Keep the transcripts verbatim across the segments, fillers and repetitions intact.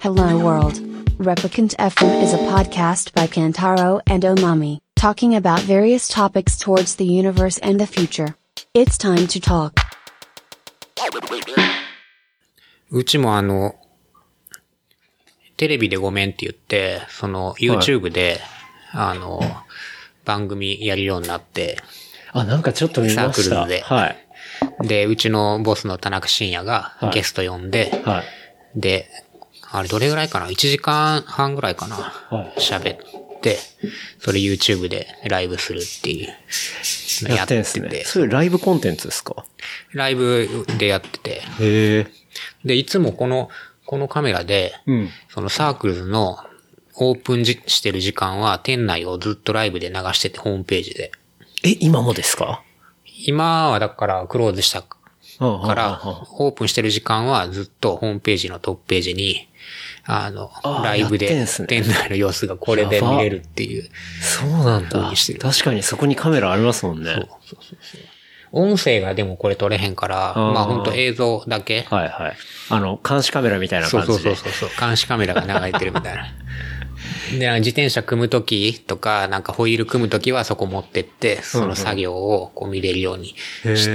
Hello World. Replicant エフエム is a podcast by Kantaro and Omami, talking about various topics towards the universe and the future. It's time to talk. うちもあの、テレビでごめんって言って、その YouTube で、はい、あの、番組やるようになって、 あ、なんかちょっと見ました。 サークルズで。 はい。 で、うちのボスの田中伸也がゲスト呼んで、はいはい、で、あれどれぐらいかな ?いちじかんはんぐらいかな喋、はい、って、それ YouTube でライブするっていうのやってて。やってんすね。 それライブコンテンツですか？ ライブでやってて。 へー。 で、いつもこの、このカメラで、うん、そのサークルズのオープンじしてる時間は店内をずっとライブで流してて、ホームページで。 え、今もですか？ 今はだからクローズしたから、オープンしてる時間はずっとホームページのトップページに、あの、ライブで店内の様子がこれで見れるっていう。 そうなんだ。確かにそこにカメラありますもんね。そうそうそうそう。 音声がでもこれ撮れへんから、あまあ本当映像だけ。 はいはい。あの、監視カメラみたいな感じで。 そうそうそうそう。監視カメラが流れてるみたいな。で、自転車組むときとか、なんかホイール組むときはそこ持ってって、その作業をこう見れるようにして、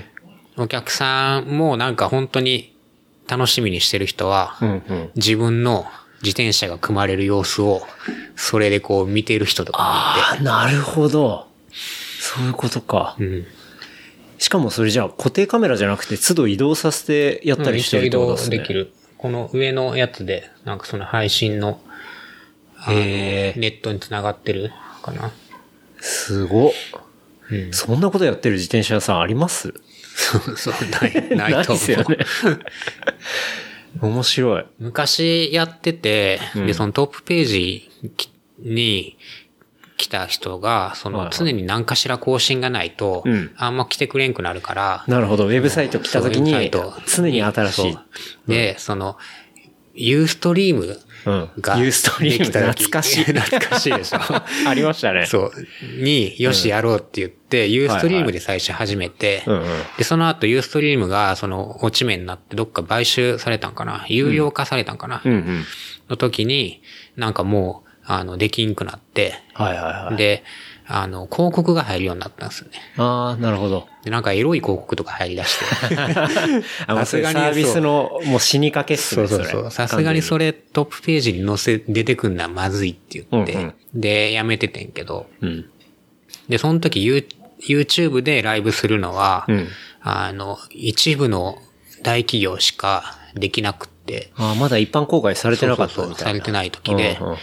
うんうん、お客さんもなんか本当に楽しみにしてる人は、うんうん、自分の自転車が組まれる様子を、それでこう見てる人とかもいて。ああ、なるほど。そういうことか。うん、しかもそれじゃあ固定カメラじゃなくて都度移動させてやったりしてるってことですね。 うん、移動できる。この上のやつで、なんかその配信の、えー、ネットに繋がってるかな。 すごっ、うん。そんなことやってる自転車屋さんあります？ そうそう、ない、ないと思う。ないですよね。 面白い。 昔やってて、うん、で、そのトップページに来た人が、その常に何かしら更新がないと、はいはい、あんま来てくれんくなるから。 なるほど。ウェブサイト来た時に、常に新しい。 で、その、ユーストリームが、 うん、ユーストリーム懐かしい。 懐かしいでしょ。 ありましたね。 そう。に、よしやろうって言って、うん、ユーストリームで最初始めて、はいはい、で、その後ユーストリームが、その、落ち目になってどっか買収されたんかな、有料化されたんかな、うんうんうん、の時に、なんかもう、あの、できんくなって、 はいはいはい。 で、あの、広告が入るようになったんですよね。 ああ、なるほど。 で、なんかエロい広告とか入り出して。 さすがにサービスのもう死にかけっすね、 そうそうそう。さすがにそれトップページに載せ、出てくんのはまずいって言って、うんうん、で、やめててんけど、うん、で、その時 YouTube でライブするのは、うん、あの、一部の大企業しかできなくって、 ああ、まだ一般公開されてなかったみたいな。そうそうそう、 されてない時で、うんうん、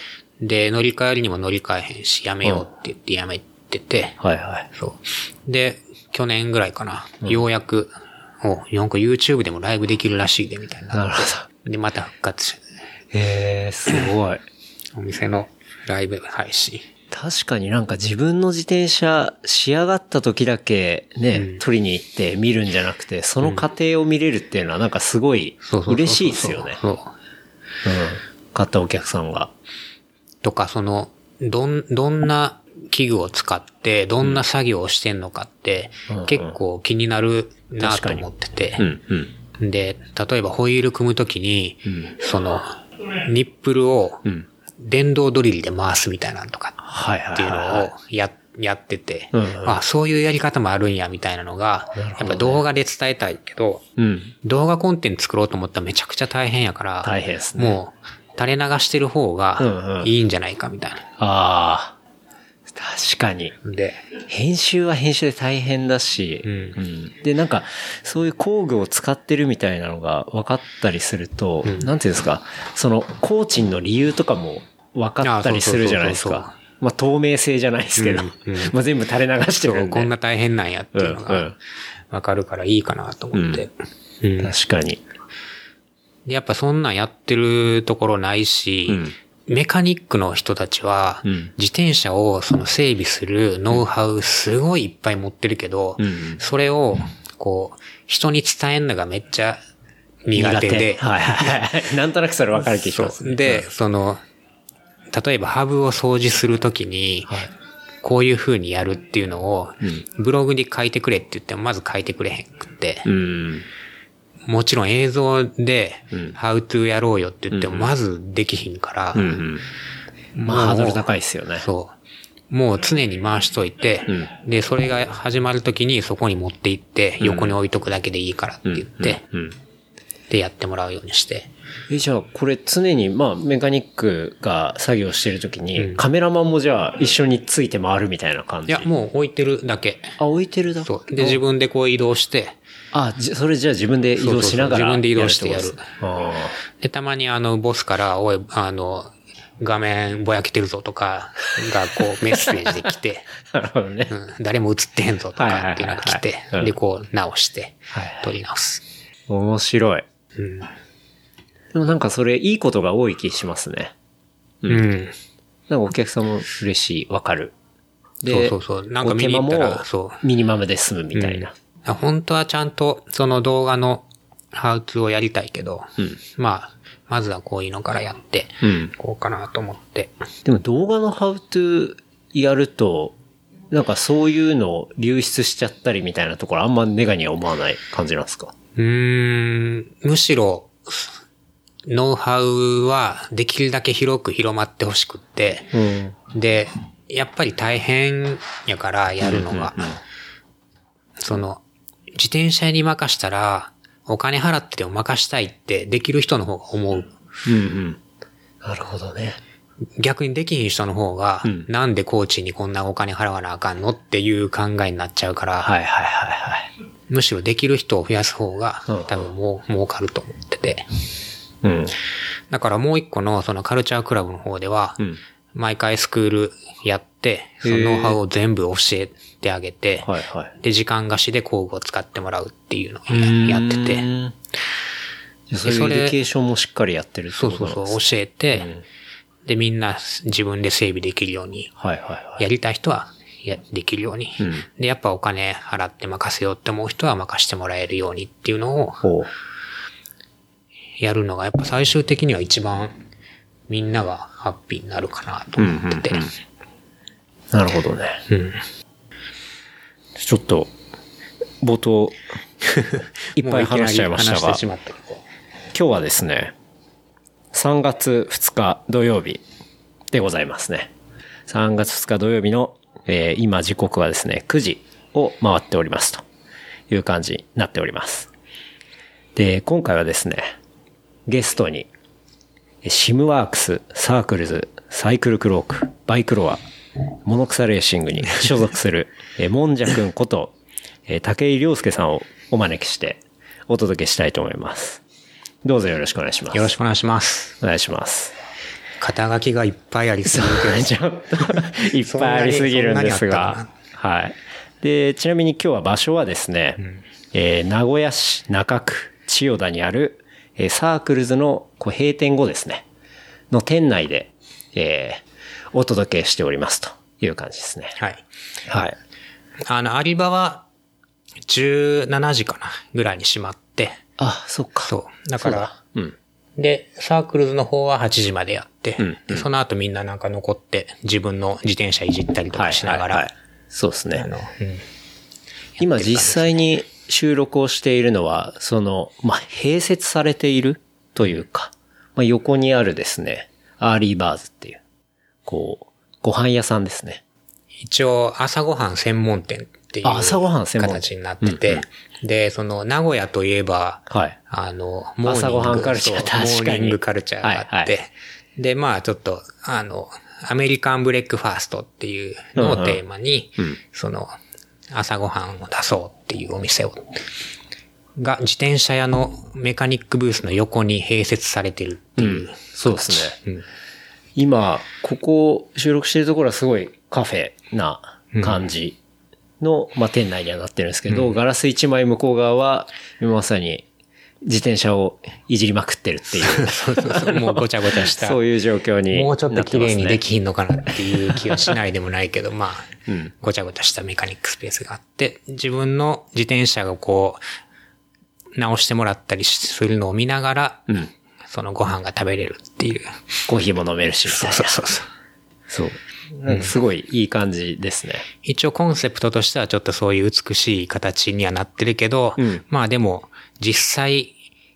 で、乗り換えるにも乗り換えへんし、やめようって言ってやめてて、 うん、はいはい。 そう。で、去年ぐらいかな、うん、ようやく、お、なんか YouTube でもライブできるらしいで、みたいな。 なるほど。で、また復活して、 ね。へー、すごい。 お店のライブ配信。 確かになんか自分の自転車仕上がった時だけね、うん、撮りに行って見るんじゃなくて、その過程を見れるっていうのはなんかすごい嬉しいですよね。そう。うん。買ったお客さんが。 とか、その、どん、どんな器具を使って、どんな作業をしてんのかって、うん、結構気になるなと思ってて。うんうん、で、例えばホイール組むときに、うん、その、ニップルを電動ドリルで回すみたいなのとかっていうのをや、やってて、うんうん、あ、そういうやり方もあるんやみたいなのが、ね、やっぱ動画で伝えたいけど、うん、動画コンテンツ作ろうと思ったらめちゃくちゃ大変やから、 大変ですね。 もう、垂れ流してる方がいいんじゃないかみたいな。うんうん、 ああ。確かに。で、編集は編集で大変だし、うんうん、で、なんか、そういう工具を使ってるみたいなのが分かったりすると、うん、なんていうんですか、その、工賃の理由とかも分かったりするじゃないですか。まあ、透明性じゃないですけど、うんうん、まあ全部垂れ流してるんで。 こんな大変なんやっていうのが分かるからいいかなと思って。 うんうん、確かに。 で、やっぱそんなんやってるところないし、うんメカニックの人たちは、自転車をその整備するノウハウすごいいっぱい持ってるけど、それを、こう、人に伝えるのがめっちゃ苦手で。 はいはい。なんとなくそれ分かる気がしますね。 で、その、例えばハブを掃除するときに、こういう風にやるっていうのを、ブログに書いてくれって言ってもまず書いてくれへんくって。 もちろん映像で、How to やろうよって言っても、まずできひんから、 うんうん、まあ、ハードル高いですよね。 そう。もう常に回しといて、うん、で、それが始まるときにそこに持って行って、横に置いとくだけでいいからって言って、うんうんうん、で、やってもらうようにして。 え、じゃあ、これ常に、まあ、メカニックが作業してるときに、うん、カメラマンもじゃあ、一緒について回るみたいな感じ？ いや、もう置いてるだけ。 あ、置いてるだけ。 そう。で、自分でこう移動して、 あ、じそれじゃあ自分で移動しながら。 そうそうそう自分で移動してやる。で、たまにあの、ボスから、おい、あの、画面ぼやけてるぞとか、がこうメッセージで来て。 なるほどね、 うん。誰も映ってへんぞとかっていうのが来て、で、こう直して、撮り直す。 面白い。 うん。 でもなんかそれいいことが多い気しますね。 うん。うん、 なんかお客さんも嬉しい、わかる。 で、そうそうそう。なんか見に行ったら、 そう。ミニマムで済むみたいな。 うん、本当はちゃんとその動画のハウツーをやりたいけど、うん、まあ、まずはこういうのからやって、こうかなと思って。 でも動画のハウトゥーやると、なんかそういうのを流出しちゃったりみたいなところあんまネガには思わない感じなんですか？ うーん、むしろ、ノウハウはできるだけ広く広まってほしくって、うん、で、やっぱり大変やからやるのが、うんうんうん、その、自転車に任したら、お金払ってでも任したいってできる人の方が思う。 うんうん。なるほどね。 逆にできひん人の方が、うん、なんでコーチにこんなお金払わなあかんのっていう考えになっちゃうから、 はいはいはいはい。 むしろできる人を増やす方が、うん、多分もう儲かると思ってて。 うん。 だからもう一個のそのカルチャークラブの方では、うん、毎回スクールやって、そのノウハウを全部教えてあげて、 はいはい、 で、時間貸しで工具を使ってもらうっていうのをやってて。 でそれエデュケーションもしっかりやってるってことそうそうそう、教えて、うん、で、みんな自分で整備できるように、 はいはいはい、 やりたい人はやできるように、うん、で、やっぱお金払って任せようって思う人は任してもらえるようにっていうのを、やるのがやっぱ最終的には一番みんながハッピーになるかなと思ってて。うんうんうん、 なるほどね。 うん、 ちょっと、冒頭、いっぱい話しちゃいましたが、 しまった今日はですね、さんがつふつか土曜日でございますね。さんがつふつか土曜日の、えー、今時刻はですね、くじを回っておりますという感じになっております。で、今回はですね、ゲストに、シムワークス、サークルズ、サイクルクローク、バイクロア、モノクサレーシングに所属する、えー、もんじゃくんこと、えー、武井亮介さんをお招きしてお届けしたいと思います。どうぞよろしくお願いします。 よろしくお願いします。 お願いします。 肩書きがいっぱいありすぎるけど。 ちょっといっぱいありすぎるんですが。はい。で、ちなみに今日は場所はですね、うん、えー、名古屋市中区千代田にある、えー、サークルズのこう閉店後ですね、の店内で、えー、お届けしておりますという感じですね。 はい。 はい。 あの、アリバはじゅうしちじかなぐらいに閉まって。 あ、そっか。 そう。だから、 うん。 で、サークルズの方ははちじまでやって、うん、でその後みんななんか残って自分の自転車いじったりとかしながら。はいはいはい、 そうですね。あの、うん、今実際に収録をしているのは、その、まあ、併設されているというか、まあ、横にあるですね、アーリーバーズっていう、こう、ご飯屋さんですね。 一応、朝ごはん専門店っていう形になってて、うんうん、で、その、名古屋といえば、 はい、 あの、モーニング、 朝ごはんカルチャー、確かに。 モーニングカルチャーがあって、はいはい、で、まあちょっと、あの、アメリカンブレックファーストっていうのをテーマに、うんうん、その、朝ごはんを出そうっていうお店を、が、自転車屋のメカニックブースの横に併設されてるっていう、うん。 そうですね。うん、今、ここ収録してるところはすごいカフェな感じの、うん、まあ、店内にはなってるんですけど、うん、ガラス一枚向こう側は、まさに自転車をいじりまくってるっていう。 そうそうそうもうごちゃごちゃした。 そういう状況になってますね。 もうちょっと綺麗にできひんのかなっていう気はしないでもないけど、まあ、うん、ごちゃごちゃしたメカニックスペースがあって、自分の自転車がこう、直してもらったりするのを見ながら、うん、そのご飯が食べれるっていう。 コーヒーも飲めるしみたいな。 そうそうそう。 そう。うん、すごいいい感じですね。 一応コンセプトとしてはちょっとそういう美しい形にはなってるけど、うん、まあでも実際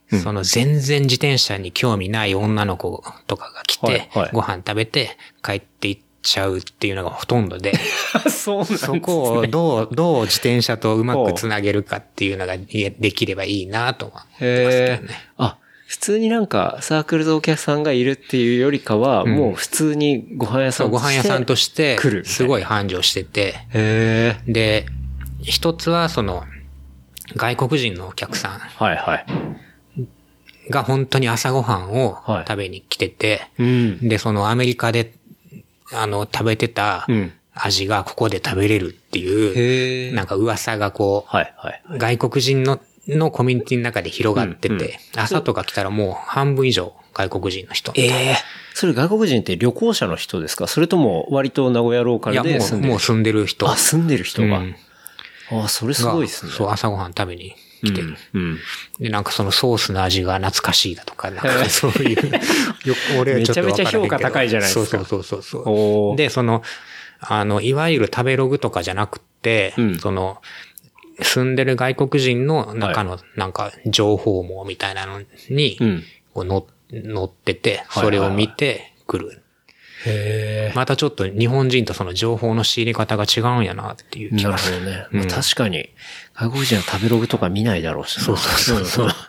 うん、その全然自転車に興味ない女の子とかが来て、はいはい、ご飯食べて帰っていっちゃうっていうのがほとんどで、 そうなんですね、 そこをどう、どう自転車とうまくつなげるかっていうのができればいいなと思ってますけどね。 あ、普通になんかサークルでお客さんがいるっていうよりかは、うん、もう普通にご飯屋さんとしてご飯屋さんとして来る。 すごい繁盛してて、 へー。 で、一つはその外国人のお客さん。 はいはい。 が本当に朝ごはんを食べに来てて、はい、うん、で、そのアメリカで、あの、食べてた味がここで食べれるっていう、うん、なんか噂がこう、はいはいはい、外国人の、のコミュニティの中で広がってて、うんうん、朝とか来たらもう半分以上外国人の人みたいな。 ええー、それ外国人って旅行者の人ですか？それとも割と名古屋ローカルで住んでる？ いや、もう、もう住んでる人。 あ、住んでる人が。うん、あ、それすごいですね。 そう、朝ごはん食べに来てる、うんうん。で、なんかそのソースの味が懐かしいだとか、なんかそういう、よく俺はちょっとわからへんけど。めちゃめちゃ評価高いじゃないですか。そうそうそうそう。で、その、あの、いわゆる食べログとかじゃなくて、うん、その、住んでる外国人の中のなんか情報網みたいなのに、こうの載ってて、それを見てくる。 へー。 またちょっと日本人とその情報の仕入れ方が違うんやなっていう気がする。 なるほどね。うん、まあ、確かに、外国人は食べログとか見ないだろうし、ね。 そうそうそうそう。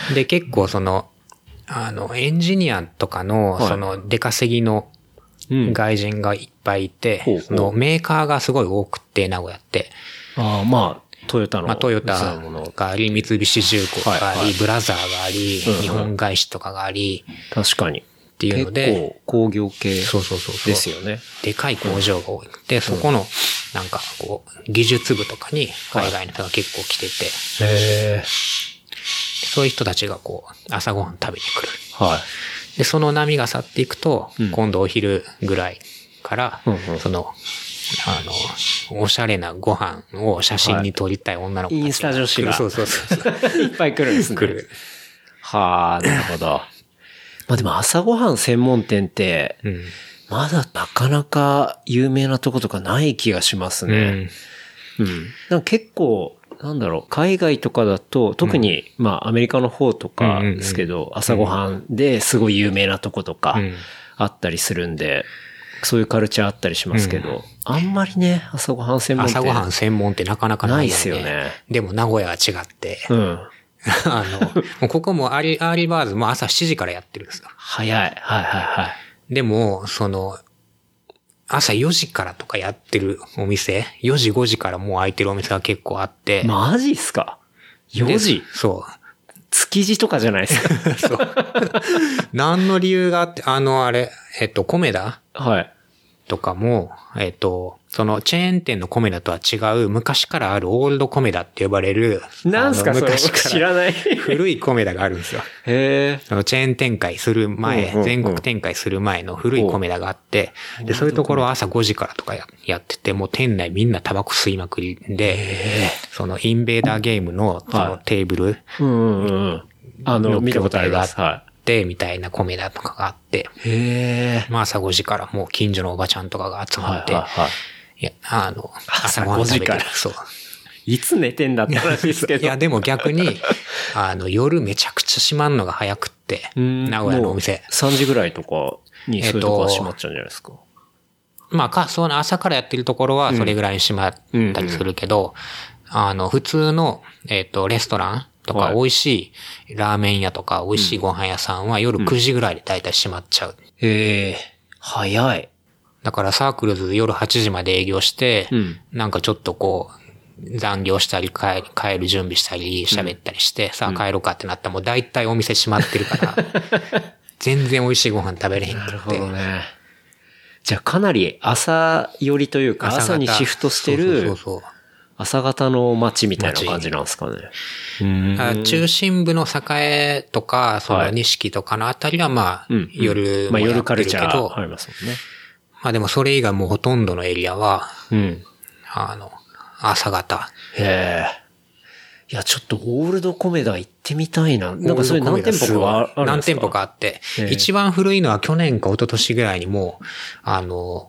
で、結構その、あの、エンジニアとかの、その、出稼ぎの外人がいっぱいいて、うん、そのメーカーがすごい多くて、名古屋って。 ああ、まあ、トヨタの。 まあ、トヨタがあり、三菱重工があり、はいはい、ブラザーがあり、うんうん、日本外資とかがあり。 確かに。 っていうので。 結構工業系。 そうそうそう。 ですよね。 でかい工場が多い。で、そこの、なんか、こう、技術部とかに海外の人が結構来てて。 はい、へー。 そういう人たちがこう、朝ごはん食べに来る。 はい。 で、その波が去っていくと、うん、今度お昼ぐらいから、うんうん、その、あの、おしゃれなご飯を写真に撮りたい女の子たちが、はい、 インスタ女子が。 そうそうそう。 いっぱい来るんですね。 来る。 はあ、なるほど。まあでも朝ごはん専門店って、うん、まだなかなか有名なとことかない気がしますね。うん。うん、なんか結構、なんだろう、海外とかだと、特に、うん、まあアメリカの方とかですけど、うんうんうん、朝ごはんですごい有名なとことかあったりするんで、そういうカルチャーあったりしますけど、うん、あんまりね、朝ごはん専門店。 朝ごはん専門ってなかなかないよね。 ないですよね。 でも名古屋は違って。 うん。 あの、もうここもアーリー、アーリーバーズも朝しちじからやってるんですよ。 早い。はいはいはい。 でも、その、朝よじからとかやってるお店、よじごじからもう開いてるお店が結構あって。 マジっすか ?よじ? そう。 築地とかじゃないですか。そう。 何の理由があって、あの、あれ、えっと、コメダはい。 とかも、えっと、そのチェーン店のコメダとは違う、昔からあるオールドコメダって呼ばれる、 なんすかそれ昔から知らない。 古いコメダがあるんですよ。 へー。チェーン展開する前、うんうんうん、全国展開する前の古いコメダがあって、で、そういうところは朝ごじからとか や, やってて、もう店内みんなタバコ吸いまくりで、そのインベーダーゲームのそのテーブル、はい、 うんうんうん、あの、見たことあります。はい。 みたいなコメダとかがあって、 へー。 まあ朝ごじからもう近所のおばちゃんとかが集まって、はいはいはい、いや、あの、 朝ごじから。 そう。 いつ寝てんだって話ですけど。 いや、でも逆に、あの、夜めちゃくちゃ閉まんのが早くって、名古屋のお店。 さんじぐらいとかにそういうとこは閉まっちゃうんじゃないですか。 えっと、まあか、そうな、朝からやってるところはそれぐらいに閉まったりするけど、うんうんうん、あの、普通の、えっと、レストランとか美味しいラーメン屋とか美味しいご飯屋さんは夜くじぐらいで大体閉まっちゃう。うん、 へえ、早い。 だからサークルズ夜はちじまで営業して、うん、なんかちょっとこう、残業したり帰、帰る準備したり喋ったりして、うん、さあ帰ろうかってなったらもう大体お店閉まってるから、全然美味しいご飯食べれへんって。 なるほどね。じゃあかなり朝寄りというか朝にシフトしてる、そうそうそう朝方の街みたいな感じなんですかね。 うん中心部の栄とか、その錦とかのあたりはまあ、はい、夜もやってるけど、まあ夜カルチャーありますもんね。まあでもそれ以外もうほとんどのエリアは、うん、あの、朝方。 へえ。いや、ちょっとオールドコメダ行ってみたいな。なんかそれ何店舗かあるんですか？ 何店舗かあって、一番古いのは去年か一昨年ぐらいにもう、あの、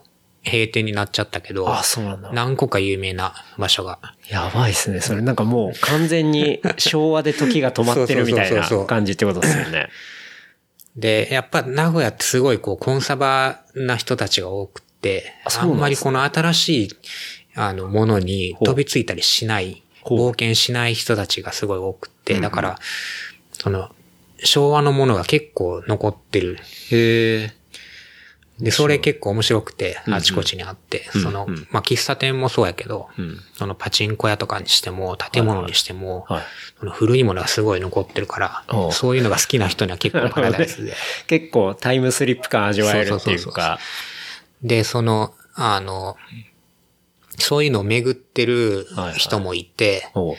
閉店になっちゃったけど、 あ、そうなんだ。 何個か有名な場所が。 やばいですね。それなんかもう完全に昭和で時が止まってるみたいな感じってことですよね。 で、やっぱ名古屋ってすごいこうコンサバな人たちが多くて、あんまりこの新しいあのものに飛びついたりしない、冒険しない人たちがすごい多くて、だから、その昭和のものが結構残ってる。 へー。 で、それ結構面白くて、あちこちにあって、うんうん、その、まあ、喫茶店もそうやけど、うん、そのパチンコ屋とかにしても、建物にしても、はいはい、その古いものがすごい残ってるから、はい、そういうのが好きな人には結構パラダイスで。 結構タイムスリップ感味わえるっていうか。そうそうそうそうで、その、あの、そういうのを巡ってる人もいて、はいはい、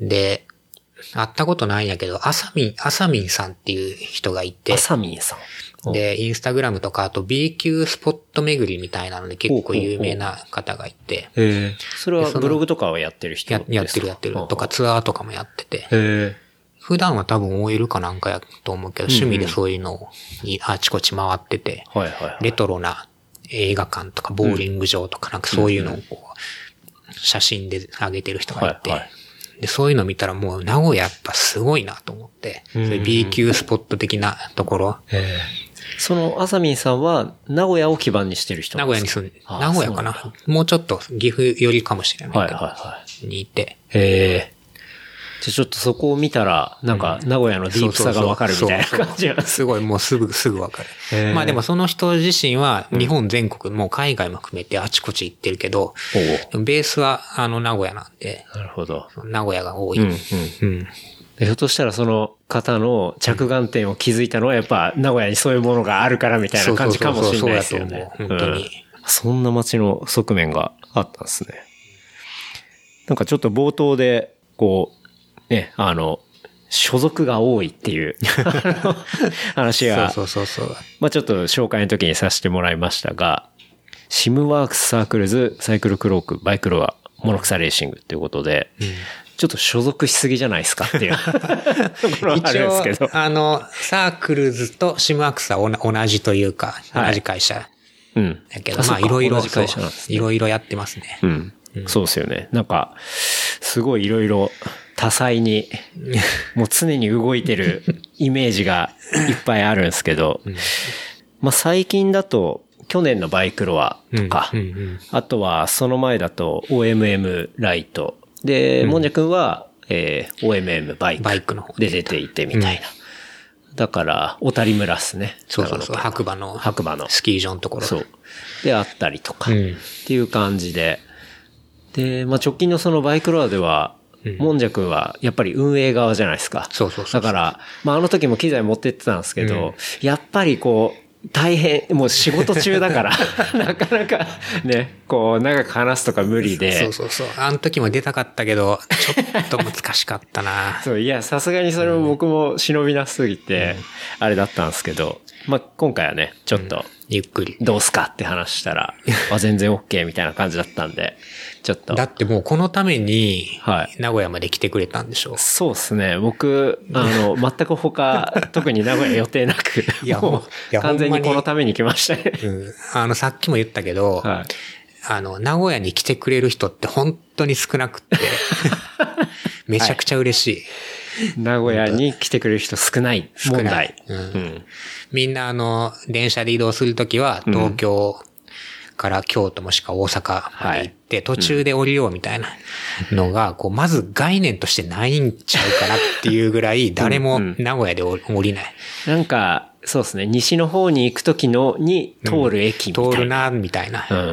で、会ったことないんやけど、あさみん、あさみんさんっていう人がいて、 あさみんさん。 で、インスタグラムとか、あと B 級スポット巡りみたいなので結構有名な方がいて。 へえ。それはブログとかをやってる人ですか？ や、やってるやってる。とかツアーとかもやってて。へえ。普段は多分 オーエル かなんかやと思うけど、趣味でそういうのにあちこち回ってて、はいはいはい、レトロな映画館とかボーリング場とかなんかそういうのをこう、写真で上げてる人がいて、はいはい、で、そういうの見たらもう名古屋やっぱすごいなと思って、それ B 級スポット的なところ。 へえ。そのあさみんさんは名古屋を基盤にしてる人なんですか？ 名古屋に住んで、名古屋かな？もうちょっと岐阜寄りかもしれないけど、はいはいはい、にいて。 へえ。じゃあちょっとそこを見たら、なんか名古屋のディープさがわかるみたいな感じが。 すごい、もうすぐ、すぐわかる。まあでもその人自身は日本全国、うん、もう海外も含めてあちこち行ってるけど、ベースはあの名古屋なんで。 なるほど。 名古屋が多い。うんうんうんひょっとしたらその方の着眼点を築いたのはやっぱ名古屋にそういうものがあるからみたいな感じかもしれないですよね。 本当に、うん。 そんな街の側面があったんですね。なんかちょっと冒頭で、こう、ね、あの、所属が多いっていう話が、 そうそうそうそう。 まあちょっと紹介の時にさせてもらいましたが、シムワークスサークルズ、サイクルクローク、バイクロア、モノクサレーシングっていうことで、うんちょっと所属しすぎじゃないですかっていうところはあるんですけど。 一応、あの、サークルズとシムワークスは同じというか、同じ会社。はい、うん。だけど、まあ、いろいろ、いろいろやってますね。 うん。うん、そうですよね。なんか、すごいいろいろ多彩に、もう常に動いてるイメージがいっぱいあるんですけど、うん、まあ最近だと、去年のバイクロアとか、うんうんうん、あとはその前だと オーエムエム ライト、で、もんじゃくんは、えー、オーエムエム バイク。 バイクの方で出ていてみたいな。うん、だから、小谷村っすね。 そうそうそう。白馬の。 白馬の。 スキー場のところ。 そう。で、あったりとか。うん、っていう感じで。で、まあ、直近のそのバイクロアでは、うん、もんじゃくんは、やっぱり運営側じゃないですか。 そうそうそう。 だから、まあ、あの時も機材持ってってたんですけど、うん、やっぱりこう、大変、もう仕事中だから、なかなかね、こう長く話すとか無理で。 そうそうそう。あの時も出たかったけど、ちょっと難しかったな。 そう、いや、さすがにそれも僕も忍びなすぎて、うん、あれだったんですけど、まあ、今回はね、ちょっと、 ゆっくり。 どうすかって話したら、あ、全然 OK みたいな感じだったんで、ちょっと。 だってもうこのために、名古屋まで来てくれたんでしょう。はい、 そうですね。僕、あの、全く他、特に名古屋予定なく、いや、もう、完全にこのために来ましたね。 うん。あの、さっきも言ったけど、はい、あの、名古屋に来てくれる人って本当に少なくって、めちゃくちゃ嬉しい。はい名古屋に来てくれる人少ない問題。 うんうん、みんなあの、電車で移動するときは東京から京都もしくは大阪まで行って、途中で降りようみたいなのが、こう、まず概念としてないんちゃうかなっていうぐらい、誰も名古屋で降りない。 なんか、そうですね。西の方に行くときのに通る駅みたいな。 うん、通るな、みたいな、うんうん。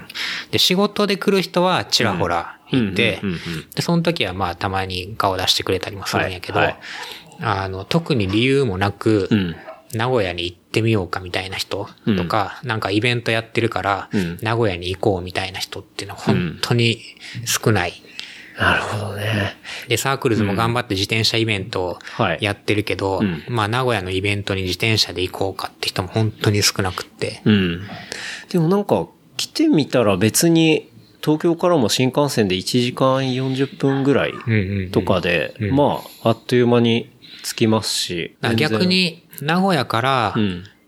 で、仕事で来る人はちらほら行って、で、その時はまあたまに顔出してくれたりもするんやけど、はいはい、あの、特に理由もなく、うん、名古屋に行ってみようかみたいな人とか、うん、なんかイベントやってるから、うん、名古屋に行こうみたいな人っていうのは本当に少ない。 うん、なるほどね。 で、サークルズも頑張って自転車イベントをやってるけど、うん、まあ名古屋のイベントに自転車で行こうかって人も本当に少なくって。 うん。でもなんか来てみたら別に東京からも新幹線でいちじかんよんじゅっぷんぐらいとかで、まああっという間に着きますし。 逆に名古屋から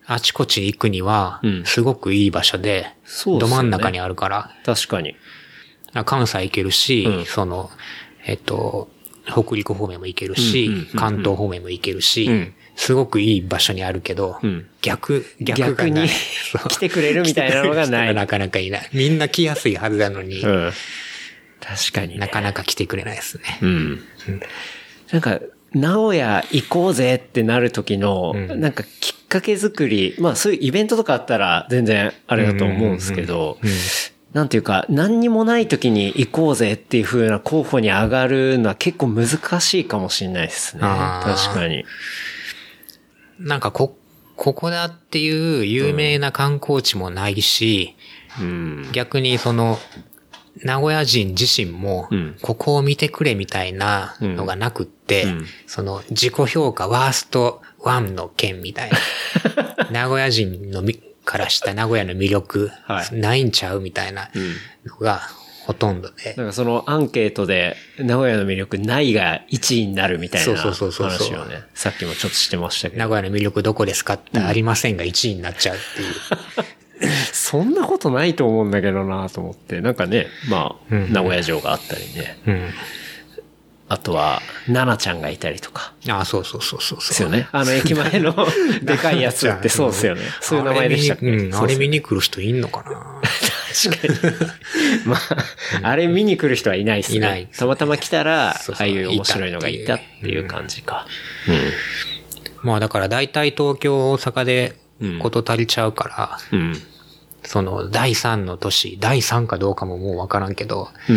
あちこち行くには、すごくいい場所で、うん、ど真ん中にあるから。 確かに。 関西行けるし、うん、その、えっと、北陸方面も行けるし、うんうんうんうん、関東方面も行けるし、うん、すごくいい場所にあるけど、うん、逆、逆が逆に来てくれるみたいなのがない。 なかなかいない。みんな来やすいはずなのに、うん、 確かに、ね。 なかなか来てくれないですね。 うんうん、なんか、名古屋行こうぜってなる時の、うん、なんかきっかけ作り、まあそういうイベントとかあったら全然あれだと思うんですけど、うんうんうんうん、なんていうか、何にもない時に行こうぜっていう風な候補に上がるのは結構難しいかもしれないですね。確かに。 なんかこ、ここだっていう有名な観光地もないし、うん、逆にその、名古屋人自身も、ここを見てくれみたいなのがなくって、うんうん、その自己評価ワーストワンの県みたいな、名古屋人のからした名古屋の魅力、ないんちゃうみたいなのがほとんどで。 なんかそのアンケートで名古屋の魅力ないがいちいになるみたいな話をね、さっきもちょっとしてましたけど。 名古屋の魅力どこですかってありませんがいちいになっちゃうっていう。 そんなことないと思うんだけどなと思って。なんかね、まあ、うんうん、名古屋城があったりね。うん、あとは、ナナちゃんがいたりとか。 ああ、そうそうそうそう。 ですよね。あの駅前のでかいやつってそうですよね。そういう名前でしたっけ、 うん、あれ見に来る人いんのかな確かに。まあ、うん、あれ見に来る人はいないですね。いない。たまたま来たら、ああいう面白いのがいたっていう感じか。うん。 まあだから大体東京、大阪でこと足りちゃうから、うん、そのだいさんの都市、だいさんかどうかももうわからんけど、うん、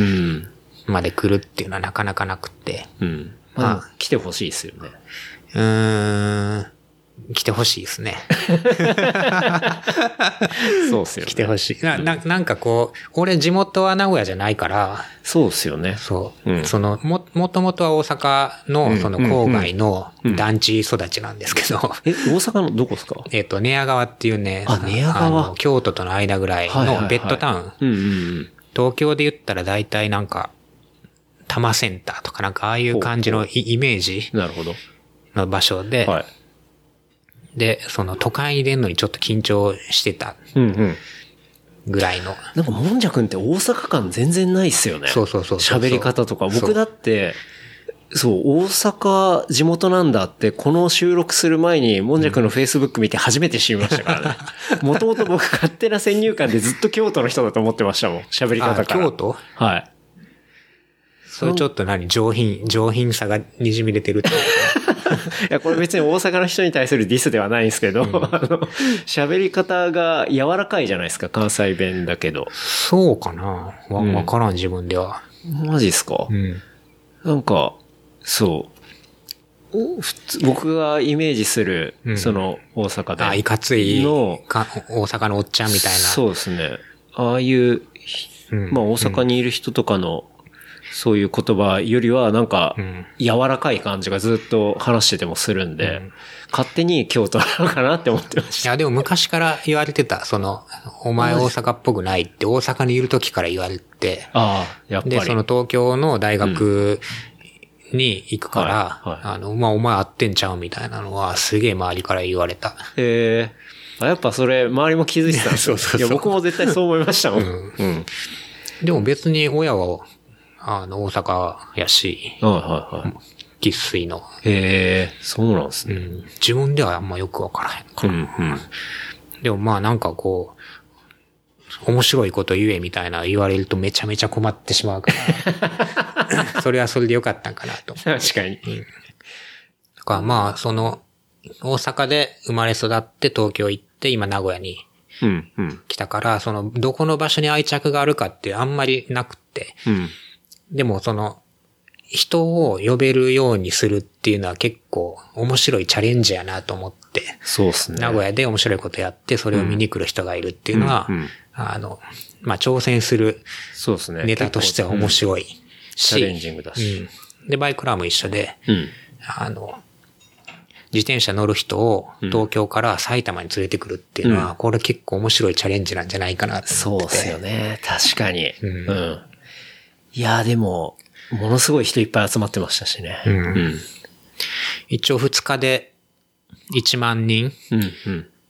まで来るっていうのはなかなかなくって。 うん、まあ、来てほしいですよね。 うーん。来てほしいですね。 そうっすよね。 来てほしい。な、な、なんかこう、俺地元は名古屋じゃないから。 そうっすよね。 そう。うん、その、も、もともとは大阪の、その郊外の団地育ちなんですけど。 え、大阪のどこですか？ えっと、寝屋川っていうね。 あ、寝屋川。 京都との間ぐらいのベッドタウン。東京で言ったら大体なんか、多摩センターとかなんかああいう感じのイメージ。 なるほど。 の場所で。はい。で、その都会に出るのにちょっと緊張してた。ぐらいの。 なんか、もんじゃくんって大阪感全然ないっすよね。 そうそうそう。 喋り方とか。僕だって、そう、大阪地元なんだって、この収録する前に、もんじゃくんの Facebook 見て初めて知りましたからね。もともと僕勝手な先入観でずっと京都の人だと思ってましたもん。喋り方から。 京都？ はい。 それちょっと何上品、上品さが滲み出てるっていや、これ別に大阪の人に対するディスではないんですけど、うん、あの、喋り方が柔らかいじゃないですか、関西弁だけど。 そうかなわ、わからん、自分では。 マジっすか？うん。なんか、そう。普通僕がイメージする、うん、その、大阪で。 あ、いかついの、大阪のおっちゃんみたいな。 そうですね。ああいう、うん、まあ大阪にいる人とかの、そういう言葉よりはなんか柔らかい感じがずっと話しててもするんで、うん、勝手に京都なのかなって思ってました。 いやでも昔から言われてた、その、お前大阪っぽくないって大阪にいる時から言われて、 ああ、やっぱり。 で、その東京の大学に行くから、うんはいはい、あの、まあ、お前合ってんちゃうみたいなのはすげえ周りから言われた。 へえ。あ、やっぱそれ周りも気づいてたんですよ。そうそうそう。いや僕も絶対そう思いましたもん。うん。うん、 でも別に親は、あの、大阪やし、 はいはいはい。 生粋の。 へえ、そうなんですね、うん。 自分ではあんまよくわからへんから。うんうん、でもまあなんかこう、面白いこと言えみたいな言われるとめちゃめちゃ困ってしまうから、それはそれでよかったんかなと。 確かに。うん、 だからまあ、その、大阪で生まれ育って東京行って今名古屋に来たから、うんうん、その、どこの場所に愛着があるかってあんまりなくって、うんでもその、人を呼べるようにするっていうのは結構面白いチャレンジやなと思って。 そうですね。 名古屋で面白いことやってそれを見に来る人がいるっていうのは、うんうん、あの、まあ、挑戦するネタとしては面白いし。 チャレンジングだし、 うん。で、バイクラーも一緒で、うん、あの、自転車乗る人を東京から埼玉に連れてくるっていうのは、うん、これ結構面白いチャレンジなんじゃないかなと思ってて。 そうですよね。確かに。うん、うんいやーでも、ものすごい人いっぱい集まってましたしね。うんうん、 一応二日でいちまんにん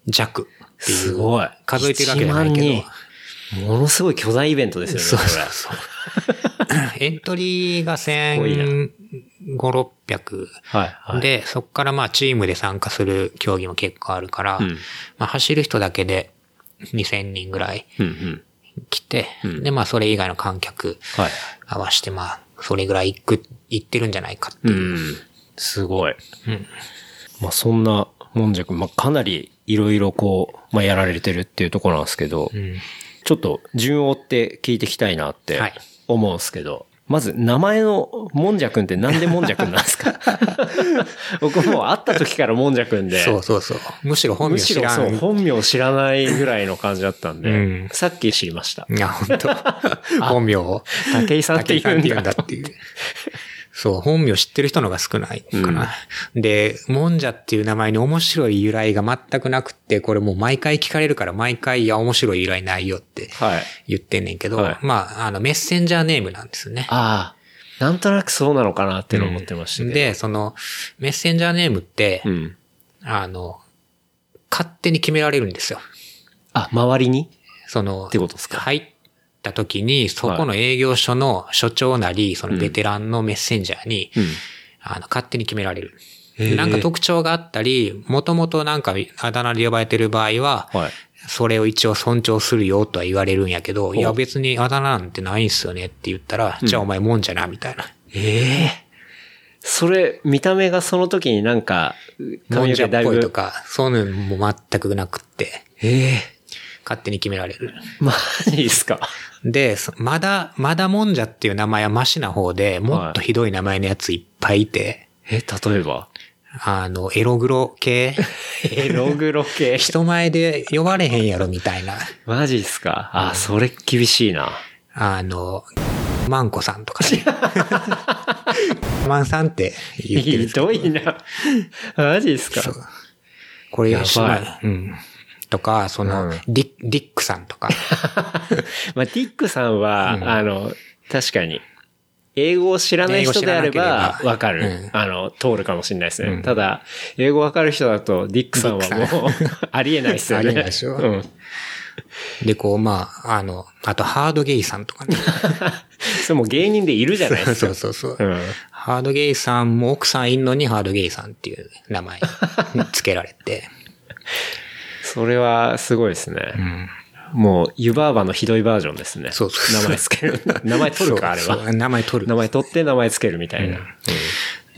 弱っていう。 すごい。 数えてるわけじゃないけど。いちまんにんものすごい巨大イベントですよね。 そうそうそう。エントリーがせんごひゃく、ろっぴゃく。 はいはい、 で、そこからまあチームで参加する競技も結構あるから、うん、まあ走る人だけでにせんにんぐらい来て、うんうん、でまあそれ以外の観客合わせてまあそれぐらい行く、行ってるんじゃないかっていう。うん、 すごい。うん、まあそんなもんじゃく、まあかなりいろいろこう、まあやられてるっていうところなんですけど、うん、ちょっと順を追って聞いていきたいなって思うんですけど、はい、まず名前のもんじゃくんってなんでもんじゃくんなんですか？僕もう会った時からもんじゃくんで。 そうそうそう。むしろ本名知らん。 むしろそう、本名知らないぐらいの感じだったんで、うん、さっき知りました。 いや、本当本名を。 武井さんって言うんだ。 言うんだっていう。そう、本名知ってる人のが少ないかな。うん、で、もんじゃっていう名前に面白い由来が全くなくって、これもう毎回聞かれるから毎回、いや、面白い由来ないよって言ってんねんけど、はい、まあ、あの、メッセンジャーネームなんですよね。 ああ、なんとなくそうなのかなっての思ってましたけど、 うん、で、その、メッセンジャーネームって、うん、あの、勝手に決められるんですよ。 あ、周りにその、 ってことですか？ はい。た時に、そこの営業所の所長なり、そのベテランのメッセンジャーに、うん、あの、勝手に決められる。なんか特徴があったり、もともとなんかあだ名で呼ばれてる場合は、はい、それを一応尊重するよとは言われるんやけど、いや別にあだ名なんてないんすよねって言ったら、うん、じゃあお前もんじゃな、みたいな。 ええー。それ、見た目がその時になんか、 もんじゃっぽいとか、そういうのも全くなくって。 ええー。 勝手に決められる。 マジですか。 で、まだ、まだもんじゃっていう名前はマシな方で、もっとひどい名前のやついっぱいいて。 はい、え、例えばあの、エログロ系エログロ系人前で呼ばれへんやろみたいな。 マジっすか。あ、うん、それ厳しいな。 あの、マンコさんとかね。マンさんって言ってる。 ひどいな。マジっすか。そう。 これやばい。うん。とか、その、うん、ディ、ディックさんとか。 まあ、ディックさんは、うん、あの、確かに、英語を知らない人であれば、わかる、うん。あの、通るかもしれないですね。うん、ただ、英語わかる人だと、ディックさんはもう、ありえないですよね。 ありえないでしょ。うん。で、こう、まあ、あの、あと、ハードゲイさんとかね。 それも芸人でいるじゃないですか。そうそうそう。うん、ハードゲイさんも奥さんいんのにハードゲイさんっていう名前付けられて。 それはすごいですね。うん、もう、湯婆婆のひどいバージョンですね。 そうそうそう。 名前つける。名前取るか、あれは。 そう名前取る。 名前取って名前つけるみたいな。うんうん 、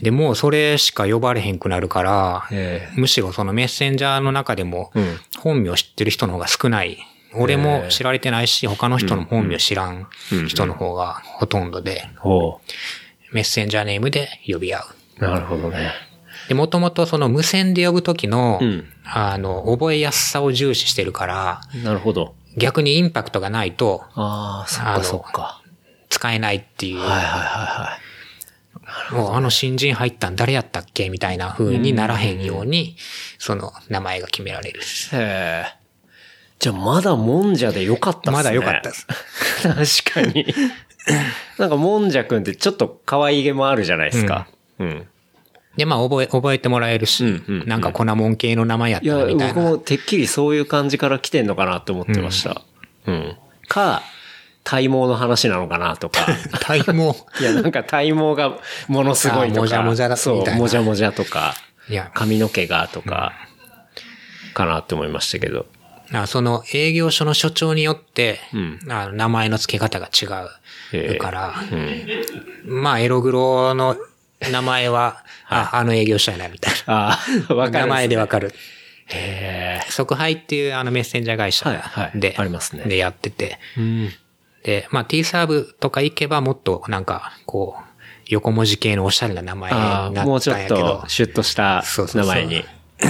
で、もうそれしか呼ばれへんくなるから、えー、むしろそのメッセンジャーの中でも、本名知ってる人の方が少ない。うん、俺も知られてないし、他の人の本名知らん人の方がほとんどで、うんうん、メッセンジャーネームで呼び合う。なるほどね。 で、もともとその無線で呼ぶときの、うん、あの、覚えやすさを重視してるから、 なるほど。 逆にインパクトがないと、 ああ、そっかそっか。 使えないっていう。 はいはいはいはい。もうあの新人入ったん誰やったっけみたいな風にならへんように、その名前が決められる。 へえ。じゃあまだもんじゃでよかったっすね。 まだよかったです。 確かに。なんかもんじゃくんってちょっと可愛げもあるじゃないですか。うん。うんで、まあ、覚え、覚えてもらえるし、うんうんうん、なんか粉もん系の名前やったらみたいな。 いや、僕もてっきりそういう感じから来てんのかなって思ってました。うん。うん、か、体毛の話なのかなとか。 体毛いや、なんか体毛がものすごいとか。 もじゃもじゃだそう、もじゃもじゃとか。いや、髪の毛がとか、かなって思いましたけど。 あその営業所の所長によって、うん、あの名前の付け方が違うから、えーうん、まあ、エログロの名前は、あ、あの営業所やな、みたいな。ああ、わかる、ね。名前でわかる。へえ。即配っていうあのメッセンジャー会社で、はいはい、ありますね。でやってて。うん、で、まあ T サーブとか行けばもっとなんか、こう、横文字系のおしゃれな名前になったんやけど。 もうちょっとシュッとした名前に。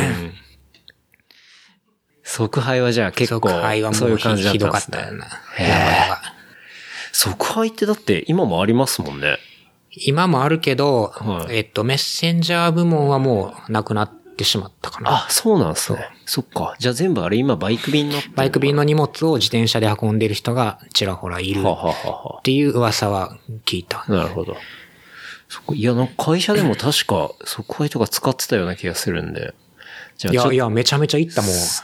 即配はじゃあ結構、そういう感じだったんですね。ひどかったよな。へえ。即配ってだって今もありますもんね。 今もあるけど、はい、えっと、メッセンジャー部門はもうなくなってしまったかな。 あ、そうなんですね。そっか。じゃあ全部あれ今バイク便のバイク便の荷物を自転車で運んでる人がちらほらいるっていう噂は聞いた。 なるほど。そこいや、なんか会社でも確か即配とか使ってたような気がするんで。 じゃあいやいや、めちゃめちゃ行ったもん。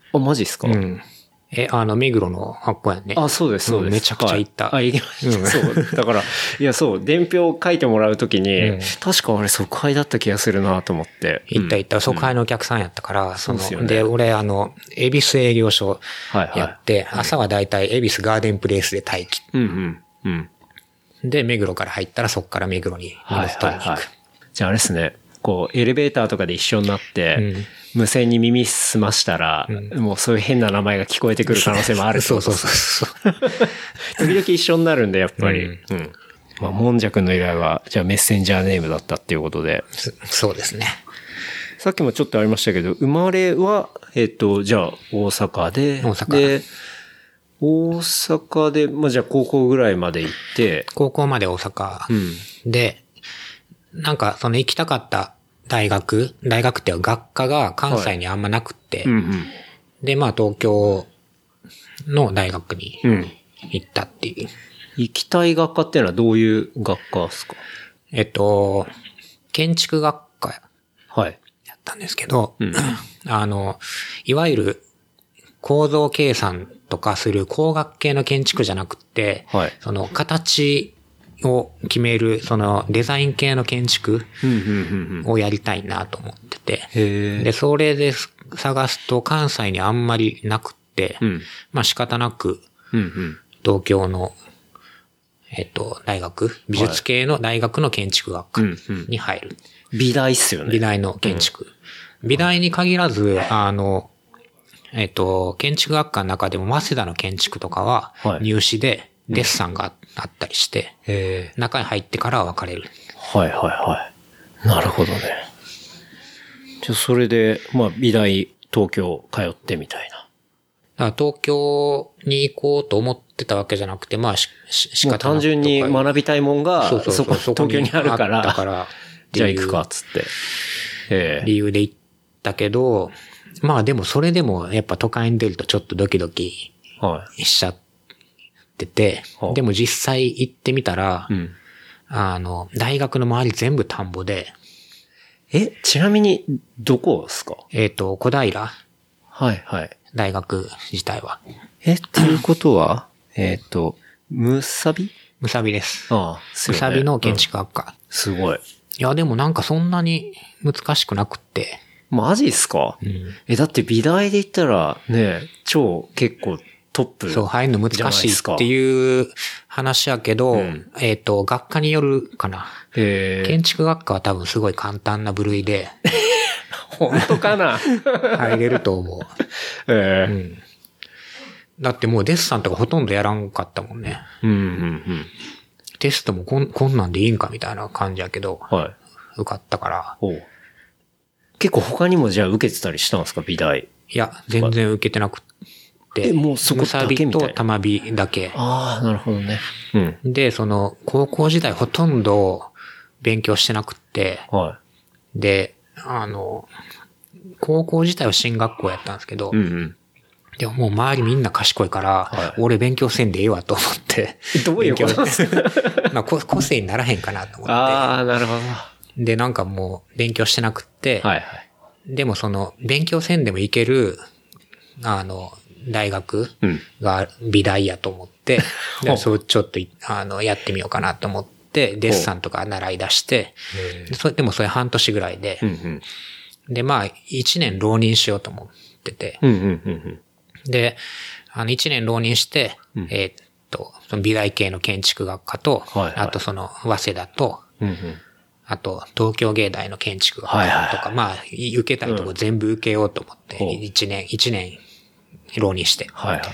あ、マジっすか？ うん。え、あの、目黒のあっこやね。 あ、そうです、そうです。 めちゃくちゃ行った。 はい、あ、行きました。うん、そう。だから、いや、そう、伝票書いてもらうときに、うん、確かあれ即配だった気がするなと思って。 行った行った。即配のお客さんやったから、その、そうですよね。で、俺、あの、恵比寿営業所やって、はいはい、朝はだいたい恵比寿ガーデンプレイスで待機。うんうん。うん。で、目黒から入ったらそっから目黒に荷物取りに行く。はいはいはい、 じゃああれですね。こう、エレベーターとかで一緒になって、うん、無線に耳澄ましたら、うん、もうそういう変な名前が聞こえてくる可能性もあるそうそうそうそう。 時々一緒になるんで、やっぱり。うん。うん、まあ、もんじゃくんの依頼は、じゃあメッセンジャーネームだったっていうことで。 そうですね。 さっきもちょっとありましたけど、生まれは、えっと、じゃあ大阪で、 大阪で、大阪で、まあ、じゃあ高校ぐらいまで行って、 高校まで大阪、うん、で、なんかその行きたかった大学、大学っていう学科が関西にあんまなくって、はい、うんうん、で、まあ東京の大学に行ったっていう、うん。 行きたい学科っていうのはどういう学科ですか？ えっと、建築学科はい。 やったんですけど、うん、あの、いわゆる構造計算とかする工学系の建築じゃなくて、はい、その形を決める、そのデザイン系の建築をやりたいなと思ってて、で、それで探すと関西にあんまりなくって、うん、まあ仕方なく、東京の、えっと、大学、美術系の大学の建築学科に入る。 美大っすよね。 美大の建築。うん、美大に限らず、あの、えっと、建築学科の中でも早稲田の建築とかは入試でデッサンがあったりして、うん、中に入ってから分かれる。 はいはいはい。なるほどね。じゃあそれで、まあ美大東京通ってみたいな。 だから東京に行こうと思ってたわけじゃなくて、まあし、し、 仕方なく。単純に学びたいもんが、そうそうそうそこ、東京にあるから、からじゃあ行くかっつって。 理由で行ったけど、まあでもそれでもやっぱ都会に出るとちょっとドキドキしちゃってて、はい、でも実際行ってみたら、うん、あの、大学の周り全部田んぼで。 え、ちなみにどこですか？ えっと、小平。 はいはい。 大学自体は。 え、っていうことは、えっと、むさび？ むさびです。 ああ、 すごい、ね。むさびの建築学科、うん。 すごい。 いや、でもなんかそんなに難しくなくって。 マジっすか？うん、え、だって美大で言ったらね、超結構トップ。 そう、入るの難しいっていう話やけど、うん、えっと、学科によるかな。えー、建築学科は多分すごい簡単な部類で。 本当かな？ 入れると思う。えーうん。だってもうデッサンとかほとんどやらんかったもんね。うんうんうん、テストもこん、こんなんでいいんかみたいな感じやけど、はい、受かったから。おう結構他にもじゃあ受けてたりしたんですか、美大？ いや、全然受けてなくて。 え、もうそこだけみたいな。むさびと玉びだけ。 ああ、なるほどね。 うん。で、その、高校時代ほとんど勉強してなくって。はい。で、あの、高校自体は進学校やったんですけど、うんうん。でももう周りみんな賢いから、はい、俺勉強せんでええわと思って。 どういうことですか？ まあ個性にならへんかなと思って。 ああ、なるほど。 で、なんかもう勉強してなくって、はいはい、でもその勉強せんでもいける、あの、大学が美大やと思って、うん、でそうちょっとあのやってみようかなと思って、デッサンとか習い出して、で, それでもそれ半年ぐらいで、うんうん、で、まあ一年浪人しようと思ってて、うんうんうんうん、で、あの一年浪人して、うん、えー、っと、その美大系の建築学科と、はいはい、あとその早稲田と、うんうんあと、東京芸大の建築学科とか、はいはいはい、まあ、受けたいとこ全部受けようと思って、一、うん、年、一年、浪人して。はいはい、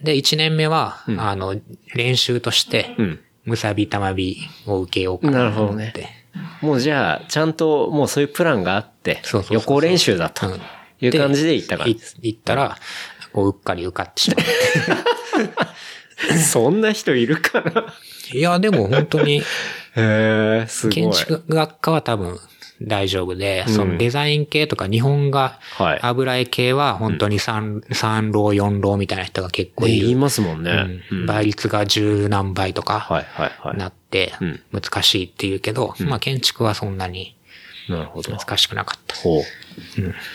で、一年目は、うん、あの、練習として、うん、むさびたまびを受けようかなと思って。なるほどね。 もうじゃあ、ちゃんともうそういうプランがあって、そうそうそうそう予行練習だという感じで行った感じです。 行ったら、こう、うっかり受かってしまって。 そんな人いるかな？ いや、でも本当に、 へー、すごい。 建築学科は多分大丈夫で、うん、そのデザイン系とか日本画、はい、油絵系は本当に三、三浪四浪みたいな人が結構いる。 言いますもんね。 うん、倍率が十何倍とかなって難しいって言うけど、うん、まあ建築はそんなに難しくなかった。ほう。 うん、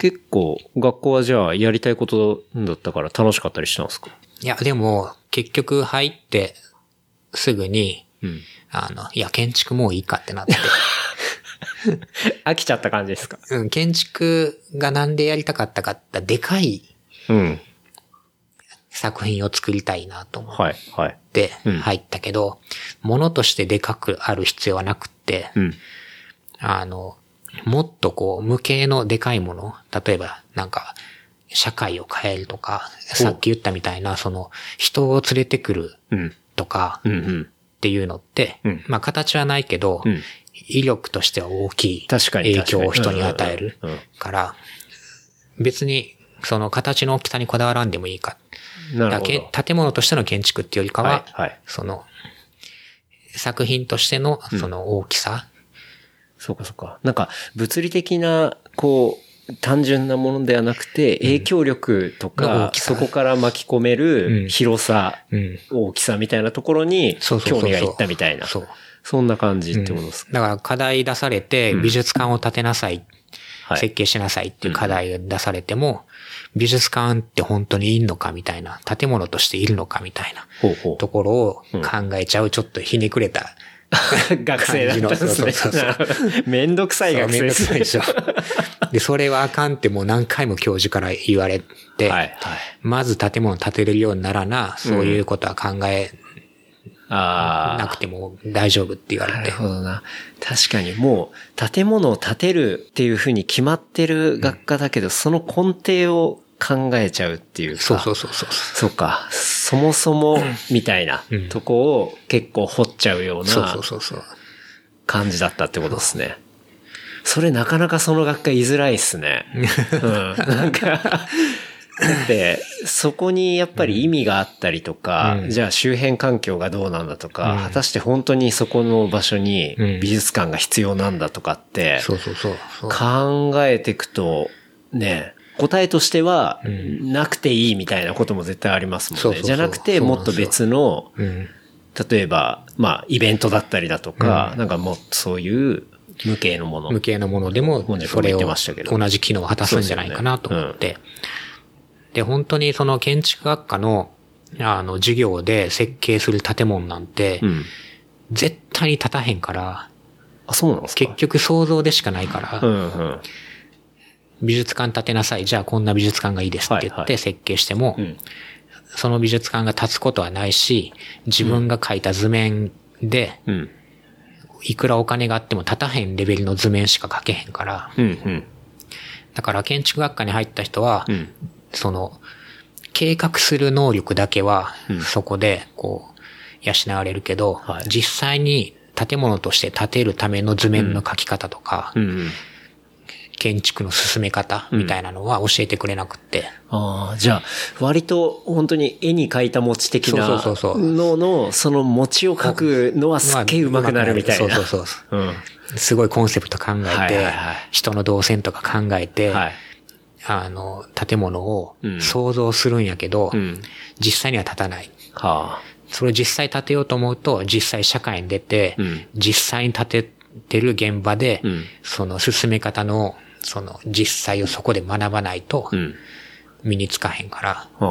結構、学校はじゃあやりたいことだったから楽しかったりしたんですか？ いや、でも、結局入ってすぐに、うん、あの、いや、建築もういいかってなって。 飽きちゃった感じですか？ うん、建築がなんでやりたかったかって、でかい、うん。作品を作りたいなと思って入ったけど、ものとしてでかくある必要はなくって、うん、あの、もっとこう無形のでかいもの、例えばなんか社会を変えるとか、さっき言ったみたいなその人を連れてくるとかっていうのって、うんうん、まあ形はないけど、うん、威力としては大きい影響を人に与えるから、別にその形の大きさにこだわらんでもいいか。なるほど。建物としての建築っていうよりかは、はいはい、その作品としてのその大きさ、 うん、そうかそうか。なんか物理的なこう単純なものではなくて影響力とか、うん、そこから巻き込める広さ、うん、大きさみたいなところに興味がいったみたいな。そうそうそうそう。そんな感じってことですか、 うん。だから課題出されて美術館を建てなさい、うん、設計しなさいっていう課題出されても、うん、美術館って本当にいいのかみたいな、建物としているのかみたいなところを考えちゃうちょっとひねくれた学生だったんですね。そうそうそうめんどくさい学生ですね。めんどくさいでしょ。で、それはあかんってもう何回も教授から言われて、はいはい、まず建物建てれるようにならな、そういうことは考え、うんなくても大丈夫って言われて。 なるほどな。確かにもう建物を建てるっていうふうに決まってる学科だけど、うん、その根底を考えちゃうっていうか。 そうそうそうそう。 そうか。そもそもみたいなとこを結構掘っちゃうような感じだったってことですね。それなかなかその学科居づらいっすね。うん。なんかだって、そこにやっぱり意味があったりとか、うん、じゃあ周辺環境がどうなんだとか、うん、果たして本当にそこの場所に美術館が必要なんだとかって、 そうそうそう。 考えていくと、ね、答えとしては、なくていいみたいなことも絶対ありますもんね。じゃなくて、もっと別の、例えば、まあ、イベントだったりだとか、うん、なんかもっとそういう無形のもの。 無形のものでも、それを同じ機能を果たすんじゃないかなと思って。で、本当にその建築学科の、あの、授業で設計する建物なんて、うん、絶対に建たへんから、 あ、そうなんですか？ 結局想像でしかないから、 うんうん、 美術館建てなさい、じゃあこんな美術館がいいですって言って設計しても、はいはいうん、その美術館が建つことはないし、自分が描いた図面で、うん、いくらお金があっても建たへんレベルの図面しか描けへんから、 うんうん、 だから建築学科に入った人は、うんその、計画する能力だけは、そこで、こう、養われるけど、うんはい、実際に建物として建てるための図面の描き方とか、うんうんうん、建築の進め方みたいなのは教えてくれなくって。 うん、ああ、じゃあ、割と本当に絵に描いた餅的なのの、その餅を描くのはすっげえ上手くなるみたいな。 そうそうそう、うん。すごいコンセプト考えて、はいはいはい、人の動線とか考えて、はいあの、建物を想像するんやけど、うん、実際には建たない。 はあ、 それを実際建てようと思うと、実際社会に出て、うん、実際に建ててる現場で、うん、その進め方の、その実際をそこで学ばないと、身につかへんから、 うん、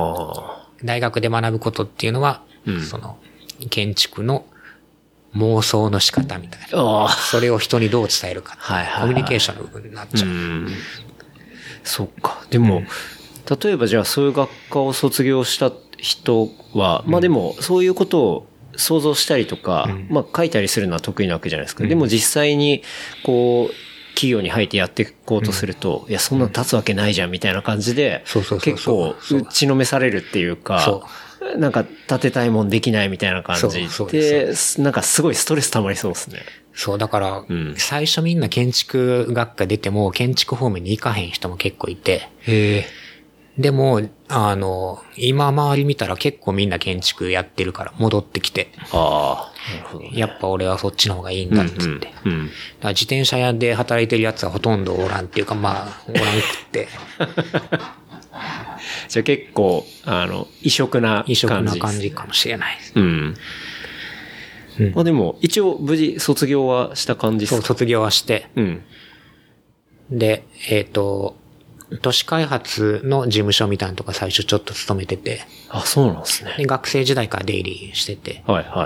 大学で学ぶことっていうのは、うん、その、建築の妄想の仕方みたいな。それを人にどう伝えるか、はいはいはい。コミュニケーションの部分になっちゃう。うんそっか。でも、うん、例えばじゃあそういう学科を卒業した人は、うん、まあでもそういうことを想像したりとか、うん、まあ書いたりするのは得意なわけじゃないですか。うん、でも実際にこう、企業に入ってやっていこうとすると、うん、いやそんな立つわけないじゃんみたいな感じで、結構打ちのめされるっていうか、なんか立てたいもんできないみたいな感じで、なんかすごいストレス溜まりそうですね。 そう、だから、うん、最初みんな建築学科出ても建築方面に行かへん人も結構いて。 へー。でも、あの、今周り見たら結構みんな建築やってるから戻ってきて。 ああ、なるほど、ね。 やっぱ俺はそっちの方がいいんだっつって。うんうんうん、だから自転車屋で働いてるやつはほとんどおらんっていうか、まあ、おらんくって。 じゃあ結構、あの、異色な感じ。 異色な感じかもしれないです。 うん。うん、まあでも、一応無事卒業はした感じですか？ そう、卒業はして。 うん。 で、えっと、 都市開発の事務所みたいなとこ最初ちょっと勤めてて。 あ、そうなんですね。 で、学生時代から出入りしてて。 はいはい。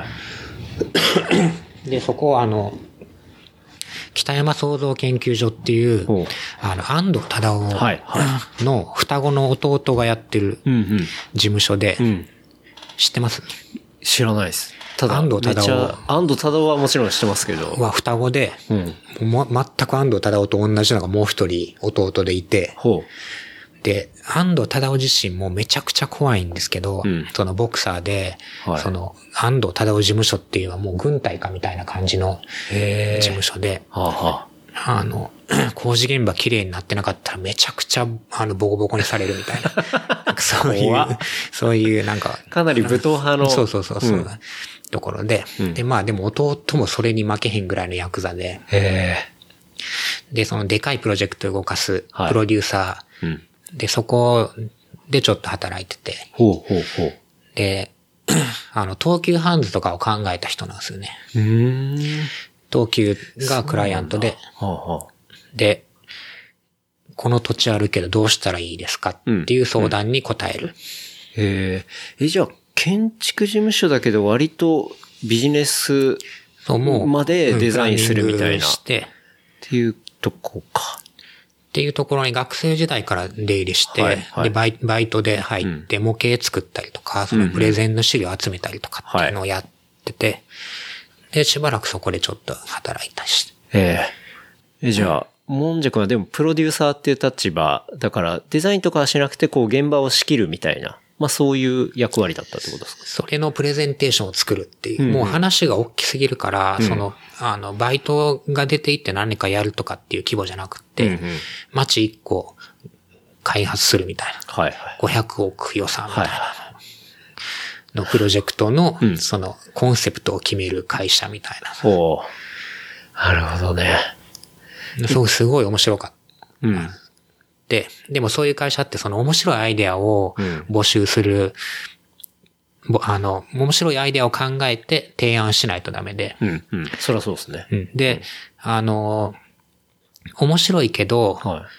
で、そこあの、北山創造研究所っていう、あの、安藤忠雄の双子の弟がやってる事務所で、知ってます？ 知らないです。ただ、 安藤忠雄。 安藤忠雄はもちろん知ってますけど。 は双子で、うん、も全く安藤忠雄と同じのがもう一人弟でいて、 ほうで、安藤忠雄自身もめちゃくちゃ怖いんですけど、うん、そのボクサーで、はい、その安藤忠雄事務所っていうのはもう軍隊かみたいな感じの事務所で、 はあはあ、あの、工事現場綺麗になってなかったらめちゃくちゃあのボコボコにされるみたいな。なんかそういう、そういうなんか。 かなり武闘派の。 そうそうそうそう、うん、ところで、うん、で、まあでも弟もそれに負けへんぐらいのヤクザで、 へで、そのでかいプロジェクトを動かすプロデューサー、 はい、うん、 で、そこでちょっと働いてて、 ほうほうほう。 で、あの、東急ハンズとかを考えた人なんですよね。 うーん、 東急がクライアントで、 はあはあ、 で、この土地あるけどどうしたらいいですかっていう相談に答える。うんうん、 へえ、え、じゃあ、建築事務所だけど割とビジネスまでデザインするみたいな。 してっていうとこか。 っていうところに学生時代から出入りして、はいはい、でバイ、バイトで入って模型作ったりとか、うん、そのプレゼンの資料集めたりとかっていうのをやってて、はい、で、しばらくそこでちょっと働いたりして。 ええ。え、じゃあ、もんじゃくんはでもプロデューサーっていう立場、だからデザインとかはしなくてこう現場を仕切るみたいな。まあそういう役割だったってことですか？ それのプレゼンテーションを作るっていう。うんうん、もう話が大きすぎるから、うん、その、あの、バイトが出ていって何かやるとかっていう規模じゃなくて、うんうん、街一個開発するみたいな。 はいはい。 ごひゃくおく予算みたいなのプロジェクトの、はい、その、コンセプトを決める会社みたいな。 ほう。なるほどね。 そう、すごい面白かった。 うん。 で、でもそういう会社ってその面白いアイデアを募集する、うん、あの、面白いアイデアを考えて提案しないとダメで。 うんうん。そりゃそうですね。 うん、で、うん、あの、面白いけど、はい、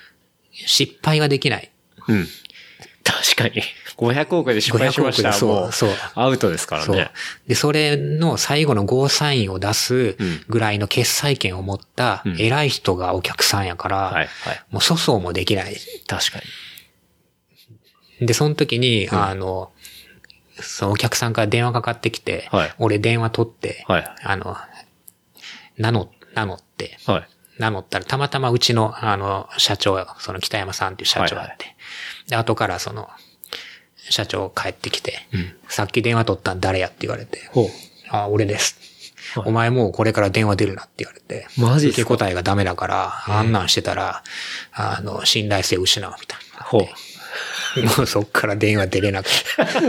失敗はできない。 うん。確かに。ごひゃくおくで失敗しましたらもうアウトですからね。そう。 で、それの最後のゴーサインを出すぐらいの決裁権を持った偉い人がお客さんやから、 うんはいはい、 もう粗相もできない。 確かに。で、その時に、うん、あの、そのお客さんから電話かかってきて、 はい、 俺電話取って、 はい、 あの、名乗、名乗って、 はい、 名乗ったらたまたまうちの、あの、社長、その北山さんっていう社長があって、はいはい、で、後からその、社長帰ってきて、うん、さっき電話取ったん誰やって言われて、ああ、俺です、はい。お前もうこれから電話出るなって言われて、 マジですか？ 受け答えがダメだから、あんなんしてたら、あの、信頼性を失うみたいな。 ほう。もうそっから電話出れなくて。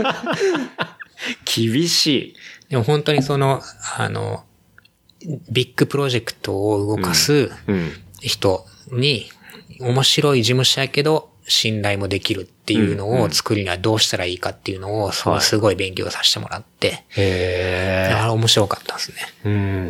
厳しい。 でも本当にその、あの、ビッグプロジェクトを動かす人に、面白い事務所やけど、信頼もできるっていうのを作るにはどうしたらいいかっていうのを、そうすごい勉強させてもらって、 へー。 あれ面白かったですね。 うん、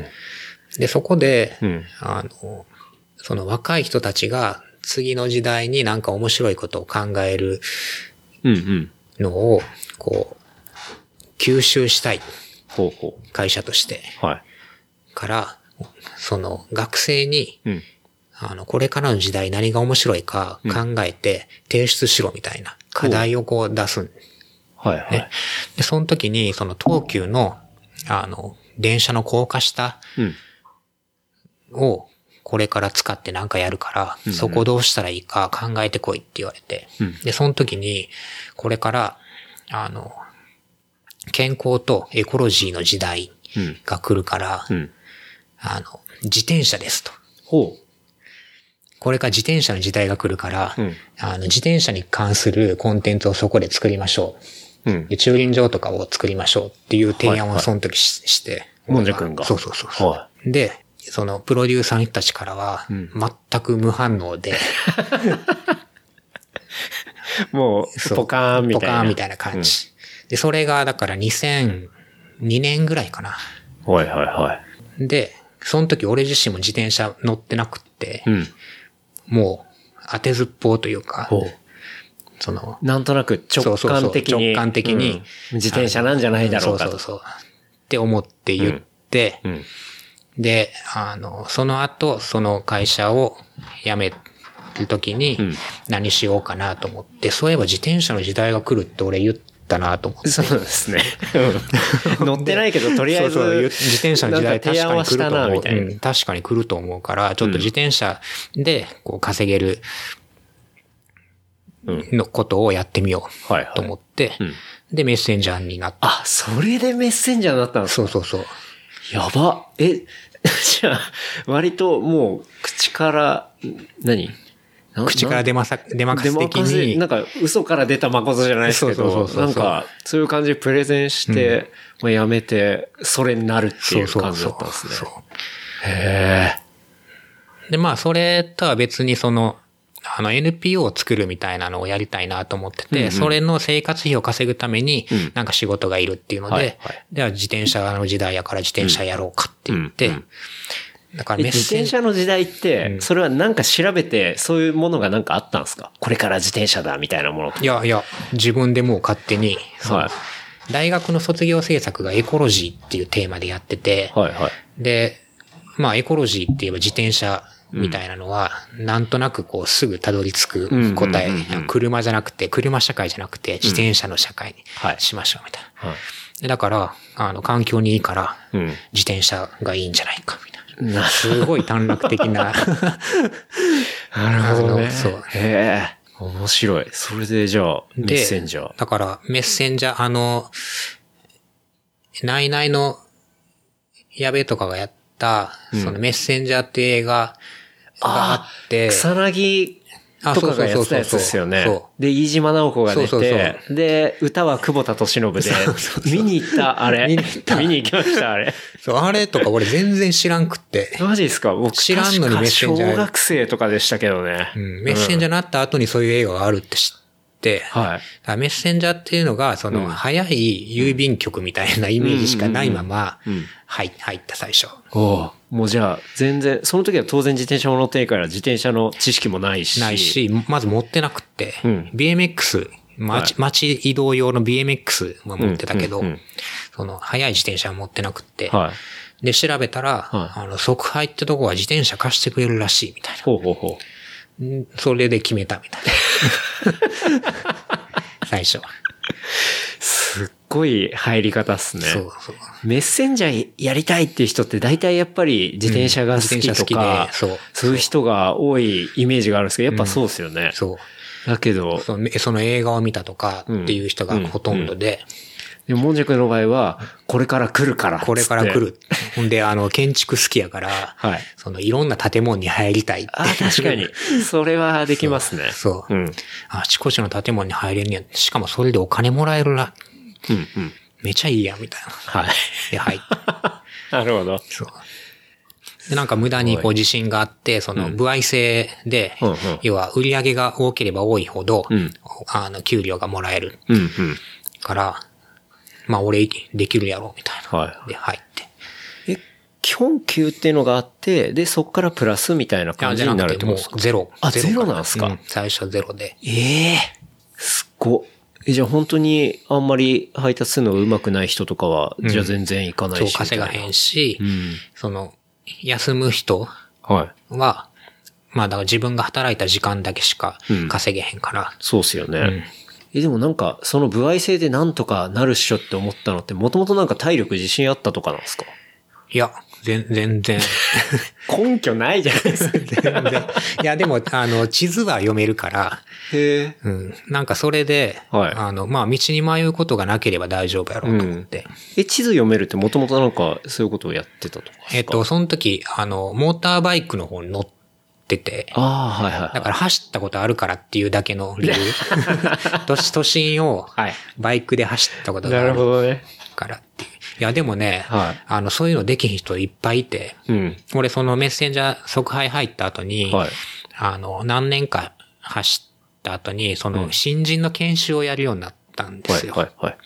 で、そこで、 うん、 あの、その若い人たちが次の時代になんか面白いことを考えるのを、こう、吸収したい。 ほうほう。 会社として。 はい。 から、その学生に、 うんあの、これからの時代何が面白いか考えて提出しろみたいな課題をこう出す、ね。 はいはい。 で、その時にその東急の、あの、電車の高架下をこれから使ってなんかやるから、うん、そこどうしたらいいか考えてこいって言われて、 うん、 で、その時にこれから、あの、健康とエコロジーの時代が来るから、 うんうん、 あの、自転車ですと。 ほう。 これから自転車の時代が来るから、 うん、 あの、自転車に関するコンテンツをそこで作りましょう。うん、 で駐輪場とかを作りましょうっていう提案をその時 し,、はいはい、して。 もんじゃくんが。 そうそうそうそう、 はい。 で、そのプロデューサーの人たちからは、全く無反応で。 うん、もう、ポカーンみたいな。 ポカーンみたいな感じ。うん、で、それがだからにせんにねんぐらいかな。 はいはいはい。 で、その時俺自身も自転車乗ってなくって、 うん、 もう、 当てずっぽうというか、その、 なんとなく直感的に。 そうそうそう直感的に、うん、 自転車なんじゃないだろうかと。 そうそうそう。って思って言って、うんうん、で、あの、その後、その会社を辞めるときに、何しようかなと思って、うん、そういえば自転車の時代が来るって俺言ったなと思って。 そうですね。乗ってないけど、とりあえず。そうそう自転車の時代確かに来ると思う。うん、確かに来ると思うから、ちょっと自転車でこう稼げる、のことをやってみようと思って、はいはいうん、で、メッセンジャーになった。 あ、それでメッセンジャーになったんですか？ そうそうそう。 やば。え、じゃあ、割ともう、口から、何口から出まさ、出まかす的に。 なんか、嘘から出た誠じゃないですけど、そうそうそうそうなんか、そういう感じでプレゼンして、うん、まあやめて、それになるっていう感じだったんですね。そうそうそうへー。で、まあ、それとは別にその、あの エヌピーオー を作るみたいなのをやりたいなと思ってて、うんうん、それの生活費を稼ぐために、なんか仕事がいるっていうので、うんはいはい、では自転車の時代やから自転車やろうかって言って、うんうんうん、だからメッセ自転車の時代って、それはなんか調べて、そういうものがなんかあったんですか？これから自転車だみたいなもの。 いやいや、自分でもう勝手に、はい、大学の卒業制作がエコロジーっていうテーマでやってて、はいはい、で、まあエコロジーって言えば自転車、みたいなのは、なんとなくこうすぐたどり着く答え、車じゃなくて、車社会じゃなくて、自転車の社会にしましょうみたいな。はい、だから、あの、環境にいいから、自転車がいいんじゃないかみたいな。すごい短絡的な。 なるほどね。そう。へえ。面白い。それでじゃあ、メッセンジャー。 だから、メッセンジャー、あの、ナイナイの矢部とかがやった、そのメッセンジャーっていう映画、があって。 草薙とかがやったやつですよね。で、飯島直子が出て、そうそうそうで、歌は久保田敏信で、そうそうそう見に行った、あれ。見に行った。見に行きました、あれ。 そう、あれとか俺全然知らんくって。 マジですか？僕知らんのにメッセンジャー。小学生とかでしたけどね。 うん。メッセンジャーになった後にそういう映画があるって知って、はい。メッセンジャーっていうのが、その、早い郵便局みたいなイメージしかないまま、入った最初。 おうもうじゃあ、全然、その時は当然自転車も乗ってないから自転車の知識もないし。 ないし、まず持ってなくって、うん、ビーエムエックス、街、街移動用の ビーエムエックス は持ってたけど、うんうんうん、その、速い自転車は持ってなくって、はい、で、調べたら、はい、あの、即配ってとこは自転車貸してくれるらしいみたいな。ほうほうほう。それで決めたみたいな。最初は。 すっごい入り方っすね。そうそう。メッセンジャーやりたいっていう人って大体やっぱり自転車が好きとか、うん、そう。そういう人が多いイメージがあるんですけど、やっぱそうですよね。うん、そう。だけどその、その映画を見たとかっていう人がほとんどで、うんうんで、もんじゃくんの場合は、これから来るから。 これから来る。ほんで、あの、建築好きやから、はい。その、いろんな建物に入りたいって。 あ、確かに。それはできますね。 そう。そううん。あちこちの建物に入れるんや。しかもそれでお金もらえるな。うんうん。めちゃいいやん、みたいな。はい。で、はい。 なるほど。 そう。で、なんか無駄にこう自信があって、その、歩合制で、うんうん、要は売り上げが多ければ多いほど、うん、あの、給料がもらえる。うんうん。から、まあ俺できるやろみたいな。はい。で入って。 え、基本給っていうのがあって、で、そこからプラスみたいな感じになるってことですか？ もうゼロ。 あ、ゼロなんですか？ うん、最初ゼロで。 ええー、すっご。え、じゃあ本当にあんまり配達するのが上手くない人とかは、うん、じゃあ全然行かないし。 そう、稼がへんし、うん、その、休む人は、はい、まあだから自分が働いた時間だけしか稼げへんから。 うん、そうっすよね。うんえ、でもなんか、その歩合制でなんとかなるっしょって思ったのって、もともとなんか体力自信あったとかなんですか？ いや、全然。 根拠ないじゃないですか。全然。いや、でも、あの、地図は読めるから。へえ。うん。なんかそれで、はい、あの、まあ、道に迷うことがなければ大丈夫やろうと思って。うん、 え、地図読めるってもともとなんか、そういうことをやってたとかですか？ えっと、その時、あの、モーターバイクの方に乗って、てああ、はいはい、はい。 だから走ったことあるからっていうだけの理由。都, 都心をバイクで走ったことがあるからっていう。いやでもね、はい、あのそういうのできひん人いっぱいいて、うん、俺そのメッセンジャー即配入った後に、はい、あの何年か走った後にその新人の研修をやるようになったんですよ。はいはいはい、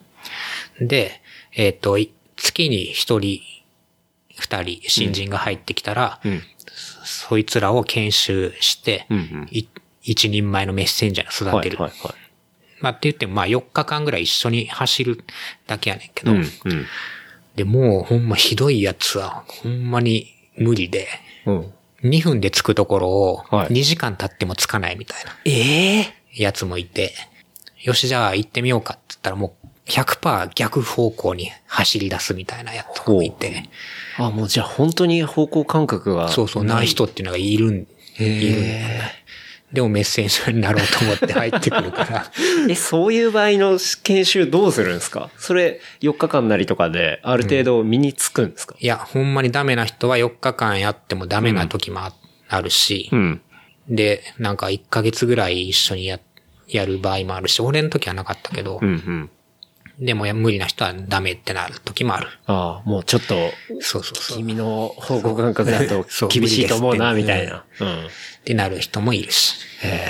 で、えっと月に一人二人新人が入ってきたら。うんうんそいつらを研修して、うんうん、 一人前のメッセンジャーに育てる。 はいはいはい。 まあって言ってもまあよっかかんぐらい一緒に走るだけやねんけど、 うんうん、 で、もうほんまひどいやつはほんまに無理で、うん、にふんで着くところをにじかん経っても着かないみたいな。ええやつもいて、よしじゃあ行ってみようかって言ったらもう ひゃくパーセント 逆方向に走り出すみたいなやつとかもいて。 あ、もうじゃあ本当に方向感覚が。 そうそう、ない人っていうのがいるん、いるんだね。でもメッセンジャーになろうと思って入ってくるから。 え、そういう場合の研修どうするんですか？それよっかかんなりとかである程度身につくんですか？ うん、いや、ほんまにダメな人はよっかかんやってもダメな時もあるし、うん、で、なんかいっかげつぐらい一緒にや、やる場合もあるし、俺の時はなかったけど、うんうんでも無理な人はダメってなる時もある。 ああ、もうちょっと、そうそうそう。君の方向感覚だと厳しいと思うな、みたいな。 うん。ってなる人もいるし。へ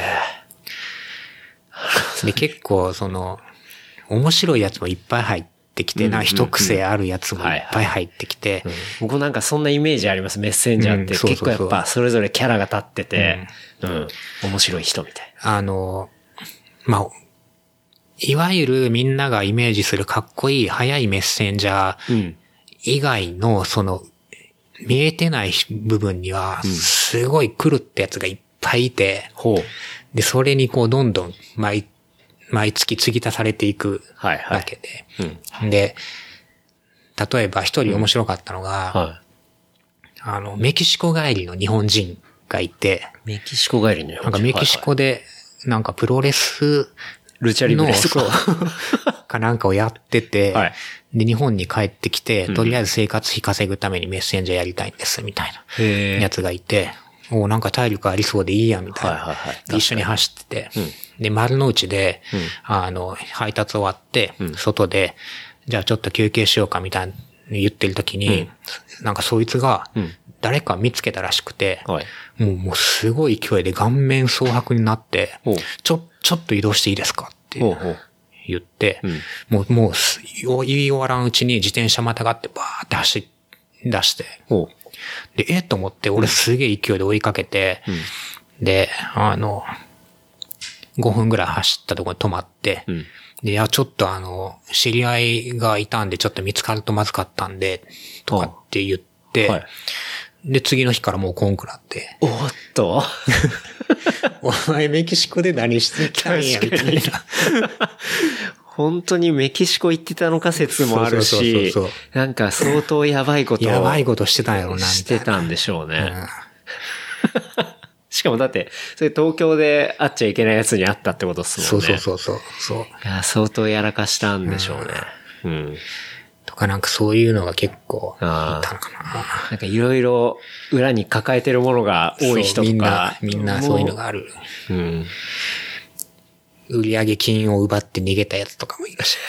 え。で、結構、その、面白いやつもいっぱい入ってきて、な、一癖あるやつもいっぱい入ってきて。 僕なんかそんなイメージあります。メッセンジャーって結構やっぱそれぞれキャラが立ってて、うん。面白い人みたいな。あの、まあ、いわゆるみんながイメージするかっこいい速いメッセンジャー以外のその見えてない部分にはすごい狂ったやつがいっぱいいて、で、それにこうどんどん毎、毎月継ぎ足されていくわけで。で、例えば一人面白かったのが、あの、メキシコ帰りの日本人がいて、 メキシコ帰りの日本人なんかメキシコでなんかプロレス、 ルチャリブレスかかなんかをやってて、はい、で、日本に帰ってきて、とりあえず生活費稼ぐためにメッセンジャーやりたいんです、みたいなやつがいて、おなんか体力ありそうでいいや、みたいな。はいはいはい、一緒に走ってて、うん、で、丸の内で、うん、あの、配達終わって、うん、外で、じゃあちょっと休憩しようか、みたいな言ってる時に、うん、なんかそいつが、誰か見つけたらしくて、はい、もう、もうすごい勢いで顔面蒼白になって、ちょ、ちょっと移動していいですかって言って、うん、もう、もう、言い終わらんうちに自転車またがってバーって走り出して、で、えと思って俺すげえ勢いで追いかけて、うん、で、あの、ごふんぐらい走ったところに止まって、うん、で、いや、ちょっとあの、知り合いがいたんでちょっと見つかるとまずかったんで、とかって言って、はいで、次の日からもうこんくなって。 おっとお前メキシコで何してたんや、みたいな。 本当にメキシコ行ってたのか説もあるし、なんか相当やばいことを。 やばいことしてたんやろな、 してたんでしょうね。うん、しかもだって、それ東京で会っちゃいけないやつに会ったってことっすもんね。 そうそうそうそう。 いや、相当やらかしたんでしょうね。うん。うんとかなんかそういうのが結構いたのかな。 なんかいろいろ裏に抱えてるものが多い人とか。 みんな、みんなそういうのがある。うん。売上金を奪って逃げたやつとかもいるし。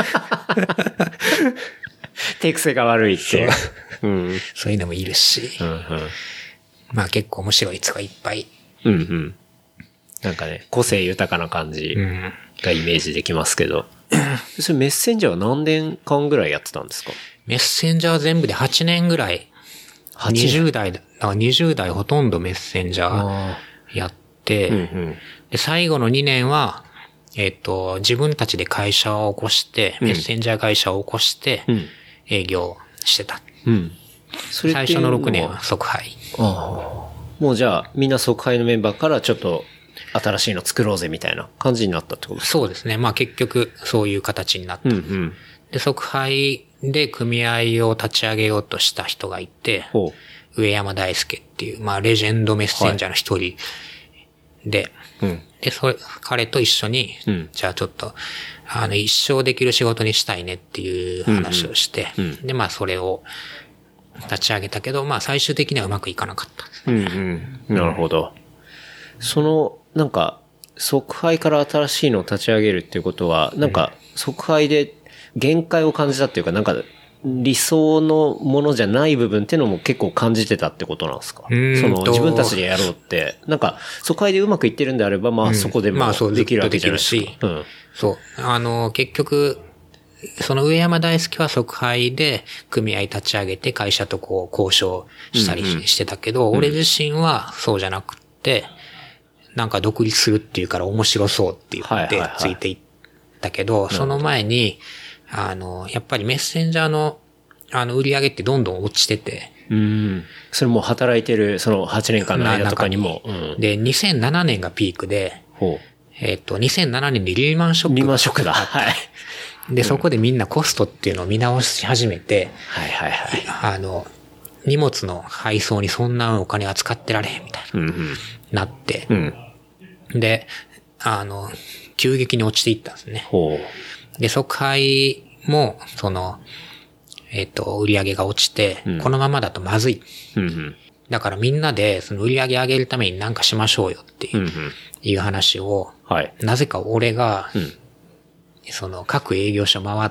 手癖が悪いって。 そう、うん、そういうのもいるし。うんうん、まあ結構面白いやつがいっぱい。 うんうん。なんかね、個性豊かな感じがイメージできますけど。それメッセンジャーは何年間ぐらいやってたんですか？ メッセンジャーは全部ではちねんぐらい。にじゅう代、にじゅう代ほとんどメッセンジャーやって、うんうん、で最後のにねんは、えっと、自分たちで会社を起こして、うん、メッセンジャー会社を起こして、営業してた。うん、それ最初のろくねんは即配。 あもうじゃあ、みんな即配のメンバーからちょっと、新しいの作ろうぜみたいな感じになったってことですか？ そうですね。まあ結局そういう形になった。うんうん、で、即配で組合を立ち上げようとした人がいて、上山大輔っていう、まあレジェンドメッセンジャーの一人で、はいうん、で、それ、彼と一緒に、うん、じゃあちょっと、あの、一生できる仕事にしたいねっていう話をして、うんうん、で、まあそれを立ち上げたけど、まあ最終的にはうまくいかなかったですね。 うんうん、なるほど。その、なんか、即配から新しいのを立ち上げるっていうことは、なんか、即配で限界を感じたっていうか、なんか、理想のものじゃない部分っていうのも結構感じてたってことなんですか？その、自分たちでやろうって、なんか、即配でうまくいってるんであれば、まあそこでもできるわけじゃないですか。 うん、そう。あの、結局、その上山大輔は即配で組合立ち上げて会社とこう交渉したりしてたけど、うんうん、俺自身はそうじゃなくて、 なんか独立するっていうから面白そうって言ってついていったけど、その前に、あの、やっぱりメッセンジャーの、あの、売り上げってどんどん落ちてて。 うん。それも働いてる、そのはちねんかんの間とかにも。 うん、で、にせんななねんがピークで、ほうえっと、にせんななねんでリーマンショック。 リーマンショックだ。はい。 で、そこでみんなコストっていうのを見直し始めて、 はいはいはい。 あの、荷物の配送にそんなお金は使ってられへんみたいな、うんうん、なって、うん、で、あの、急激に落ちていったんですね。ほうで、即配も、その、えっと、売り上げが落ちて、うん、このままだとまずい。うんうん、だからみんなで、その売り上げ上げるために何かしましょうよっていう、うんうん、いう話を、はい、なぜか俺が、うん、その各営業所回って、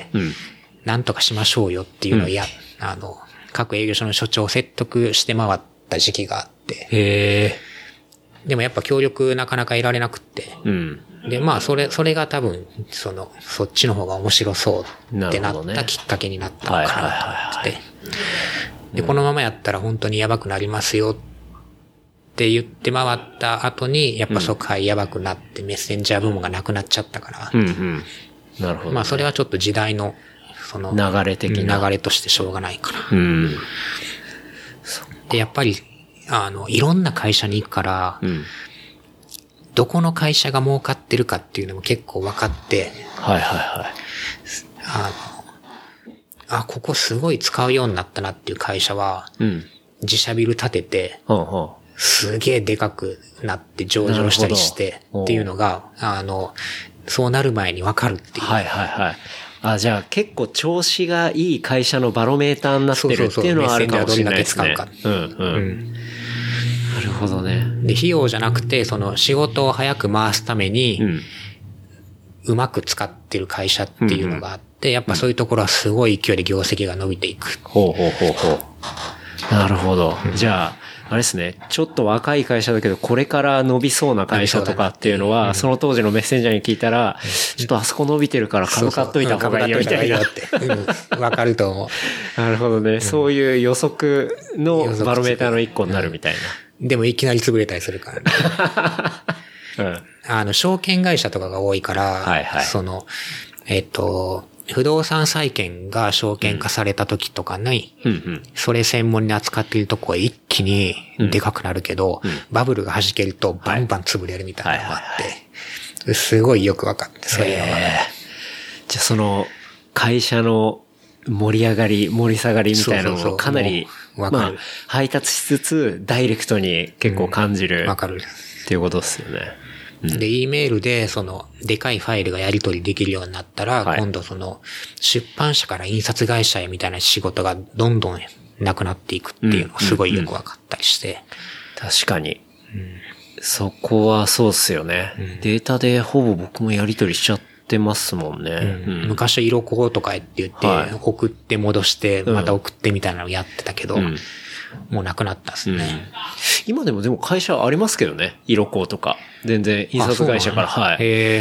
うん、何とかしましょうよっていうのをや、うん、あの、各営業所の所長を説得して回った時期があって。へー。でもやっぱ協力なかなか得られなくって。うん。で、まあそれ、それが多分、その、そっちの方が面白そうってなったきっかけになったのかなと思ってて。で、このままやったら本当にやばくなりますよって言って回った後に、やっぱ即配やばくなってメッセンジャー部門がなくなっちゃったから。うんうん。なるほど、ね。まあそれはちょっと時代の、その流れ的な流れとしてしょうがないから。うん。で、やっぱり、あの、いろんな会社に行くから、うん、どこの会社が儲かってるかっていうのも結構分かって、はいはいはい。あの、あ、ここすごい使うようになったなっていう会社は、うん、自社ビル建てて、うんうん、すげえでかくなって上場したりしてっていうのが、あの、そうなる前に分かるっていう。 はいはいはい。あ、じゃあ結構調子がいい会社のバロメーターになってるっていうのはあるかもしれないですね。そうそうそう、うんうん。うん、なるほどね。 で、費用じゃなくて、その仕事を早く回すために、うまく使ってる会社っていうのがあって、うんうん、やっぱそういうところはすごい勢いで業績が伸びていく。 ほうほうほうほう。なるほど。うん、じゃあ、あれですね。ちょっと若い会社だけど、これから伸びそうな会社とかっていうのは、その当時のメッセンジャーに聞いたら、ちょっとあそこ伸びてるから株買っといた方がいいよみたいな。 わかると思う。なるほどね。そういう予測のバロメーターの一個になるみたいな。でもいきなり潰れたりするからね。うん、あの、証券会社とかが多いから、はいはい、その、えっと、不動産債券が証券化された時とかに、うんうんうん、それ専門に扱っているとこは一気にでかくなるけど、うん、バブルが弾けるとバンバン潰れるみたいなのがあって、はいはいはい、すごいよくわかって、そういうのがね。 じゃあその会社の盛り上がり、盛り下がりみたいなのをかなり、まあ、配達しつつ、ダイレクトに結構感じる。 わ、うん、かる。 っていうことですよね。 で、E メールで、その、でかいファイルがやり取りできるようになったら、はい、今度その、出版社から印刷会社へみたいな仕事がどんどんなくなっていくっていうのがすごいよくわかったりして。 うんうんうん、確かに、うん。そこはそうっすよね、うん。データでほぼ僕もやり取りしちゃってますもんね。 うんうん、昔は色こうとかって言って、はい、送って戻して、また送ってみたいなのをやってたけど、うん、もうなくなったっすね、うん。 今でもでも会社ありますけどね。色こうとか。全然印刷会社から、はい。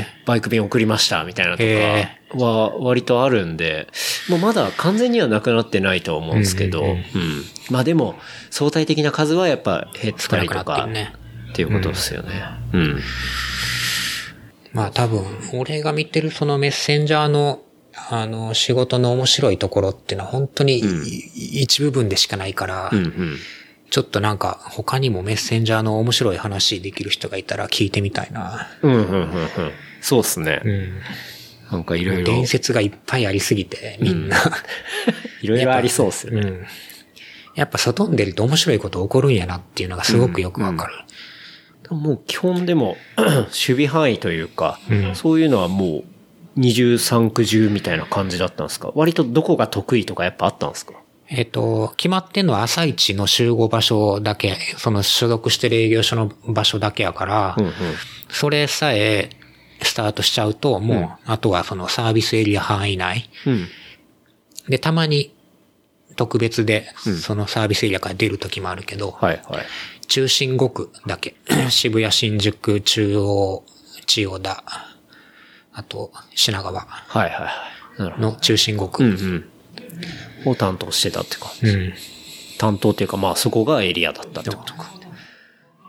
バイク便送りましたみたいなとかは割とあるんで、もうまだ完全にはなくなってないと思うんですけど、うんうんうん、まあでも相対的な数はやっぱ減ったりとか、ね、っていうことですよね。うん。うん、 まあ多分、俺が見てるそのメッセンジャーのあの仕事の面白いところっていうのは本当に一部分でしかないから、うんうんうん、ちょっとなんか他にもメッセンジャーの面白い話できる人がいたら聞いてみたいな。 うんうんうんうん。そうですね。うん。なんかいろいろ。 伝説がいっぱいありすぎて、みんな。 いろいろありそうですよね。うん。 やっぱ外に出ると面白いこと起こるんやなっていうのがすごくよくわかる。 うんうん、もう基本でも守備範囲というか、うん、そういうのはもう二重三九十みたいな感じだったんですか？割とどこが得意とかやっぱあったんですか？ えっと、決まってんのは朝一の集合場所だけ、その所属してる営業所の場所だけやから、うんうん、それさえスタートしちゃうと、もう、うん、あとはそのサービスエリア範囲内。うん、で、たまに特別で、そのサービスエリアから出る時もあるけど、うんはいはい、中心ごくだけ。渋谷、新宿、中央、千代田、あと品川の中心ごく。 うんうんを担当してたって感じ、うん。担当っていうかまあそこがエリアだったってことか。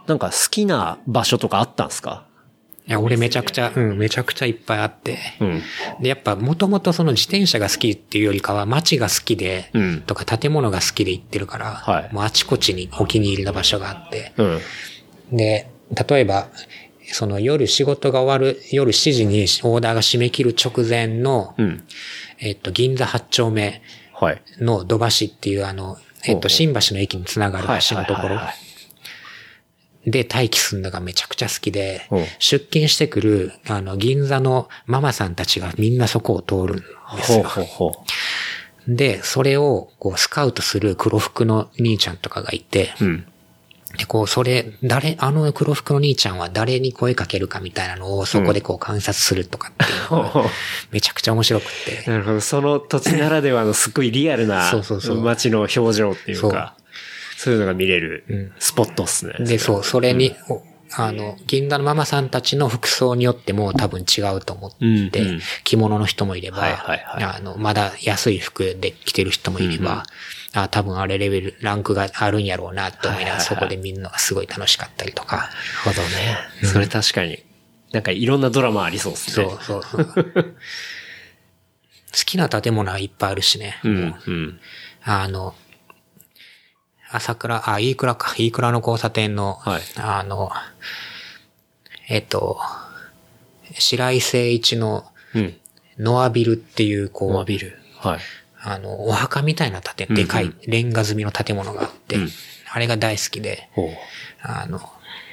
なんか好きな場所とかあったんですか？ いや、俺めちゃくちゃ、うん、めちゃくちゃいっぱいあって。 うん、 で、やっぱもともとその自転車が好きっていうよりかは街が好きで、うん、とか建物が好きで行ってるから、はい、もうあちこちにお気に入りの場所があって。うん、で、例えば、その夜仕事が終わる、夜しちじにオーダーが締め切る直前の、うん、えっと、銀座はち丁目の土橋っていうあの、えっと、新橋の駅につながる橋のところ。で待機するのがめちゃくちゃ好きで、出勤してくる、あの、銀座のママさんたちがみんなそこを通るんですよ。ほうほうほう。で、それを、こう、スカウトする黒服の兄ちゃんとかがいて、うん、で、こう、それ、誰、あの黒服の兄ちゃんは誰に声かけるかみたいなのをそこでこう観察するとかっていうのが、めちゃくちゃ面白くて。 なるほど。その土地ならではのすっごいリアルな街の表情っていうか。そういうのが見れるスポットっすね。 うん、で、そう、それに、うん、あの、銀座のママさんたちの服装によっても多分違うと思って、うんうん、着物の人もいれば、はいはいはい、あの、まだ安い服で着てる人もいれば、うんうん、あ多分あれレベル、ランクがあるんやろうなと思いながら、はいはいはい、そこで見るのがすごい楽しかったりとか。なるほどね。うん、それ確かに。なんかいろんなドラマありそうですね。 そうそうそう。好きな建物はいっぱいあるしね。うんうん、あの、朝倉、あ、飯倉か、飯倉の交差点の、はい、あの、えっと、白井誠一の、ノアビルっていう、こう、 ノアビル。はい。 あの、お墓みたいな建物、でかいレンガ積みの建物があって、うん、あれが大好きで、あの、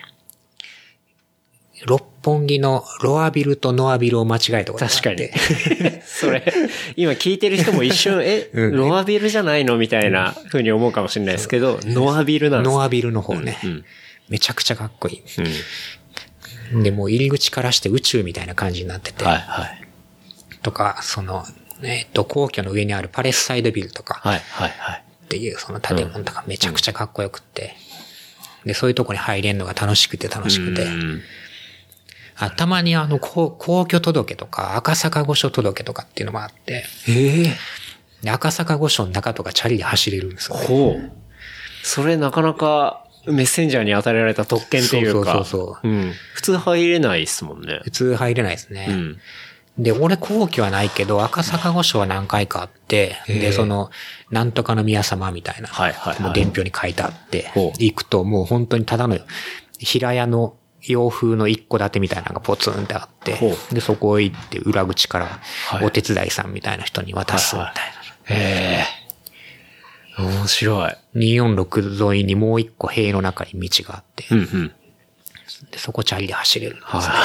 六本木のロアビルとノアビルを間違えたことがあって。 確かに。それ、今聞いてる人も一瞬、え、うん、ロアビルじゃないのみたいな風に思うかもしれないですけど、ノアビルなんです。 ノアビルの方ね、うんうん。めちゃくちゃかっこいい。うん、で、もう入り口からして宇宙みたいな感じになってて。はいはい。とか、その、えっと、皇居の上にあるパレスサイドビルとか。はいはいはい。っていうその建物とかめちゃくちゃかっこよくって。で、そういうとこに入れるのが楽しくて楽しくて。うんあたまにあの、皇居届とか、赤坂御所届とかっていうのもあって。へえ。で、赤坂御所の中とかチャリで走れるんですよ、ね。ほう。 それなかなかメッセンジャーに与えられた特権っていうか。そうそうそう。うん。普通入れないですもんね。 普通入れないですね。うん。で、俺皇居はないけど、赤坂御所は何回かあって、で、その、なんとかの宮様みたいな。はいはい、はい。もう伝票に書いてあって、行くともう本当にただの平屋の洋風の一戸建てみたいなのがポツンってあって、で、そこへ行って裏口からお手伝いさんみたいな人に渡すみたいな。はいはいはい、へえ。面白い。 にーよんろく沿いにもう一個塀の中に道があって、うんうん、でそこチャリで走れるんですね。はい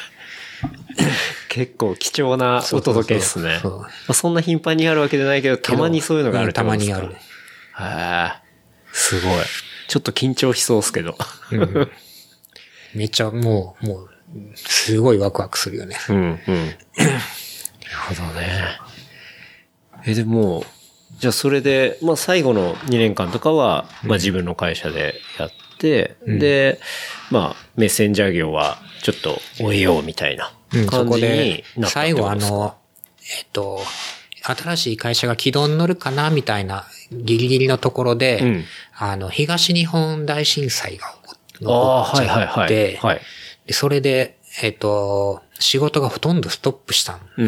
結構貴重なお届けですね。そうそうそうそう、そんな頻繁にあるわけじゃないけど、たまにそういうのがあるってことですか？うん、たまにある。へえ。すごい。ちょっと緊張しそうですけど。うんめっちゃもう、もう、すごいワクワクするよね。うん、うん。なるほどね。え、でも、じゃあそれで、まあ最後のにねんかんとかは、まあ自分の会社でやって、うん、で、まあメッセンジャー業はちょっと終えようみたいな感じになったってことですか？ 最後あの、えっと、新しい会社が軌道に乗るかなみたいなギリギリのところで、うん、あの、東日本大震災が起こって、残っちゃって、はいはいはい、でそれで、えっと、仕事がほとんどストップしたうん。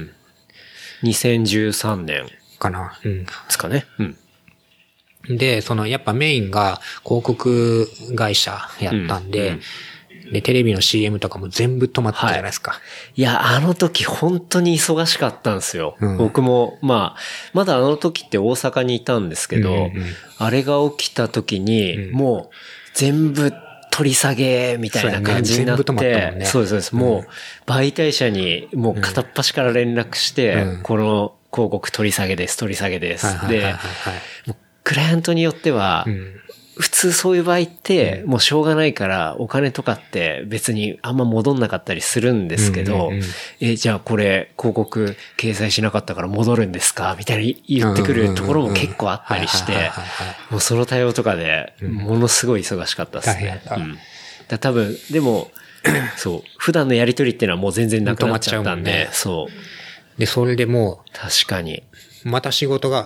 にせんじゅうさんねん。 かな。うん。ですかね。 うん。で、その、やっぱメインが広告会社やったんで、うんうん、で、テレビの シーエム とかも全部止まったじゃないですか。はい、 いや、あの時本当に忙しかったんですよ。うん、僕も、まあ、まだあの時って大阪にいたんですけど、うんうん、あれが起きた時に、うん、もう全部、取り下げみたいな感じになって、そうね、そうです、そうです。もう、媒体者にもう片っ端から連絡して、うん、この広告取り下げです、取り下げです。で、クライアントによっては、うん、普通そういう場合って、もうしょうがないからお金とかって別にあんま戻んなかったりするんですけど、うんうんうん、え、じゃあこれ広告掲載しなかったから戻るんですかみたいな言ってくるところも結構あったりして、もうその対応とかでものすごい忙しかったですね。うん、だ多分、でも、そう、普段のやりとりっていうのはもう全然なくなっちゃったんで、ね、そう。 で、それでもう、確かに。 また仕事が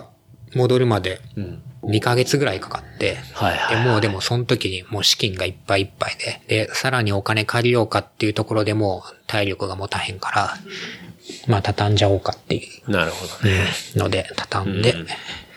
戻るまでにかげつぐらいかかって、 はいはいはい、 でもうでもその時にもう資金がいっぱいいっぱいで、で、さらにお金借りようかっていうところでもう体力が持たへんから、まあ畳んじゃおうかっていう。 なるほどね。 ので、畳んで、うん。 い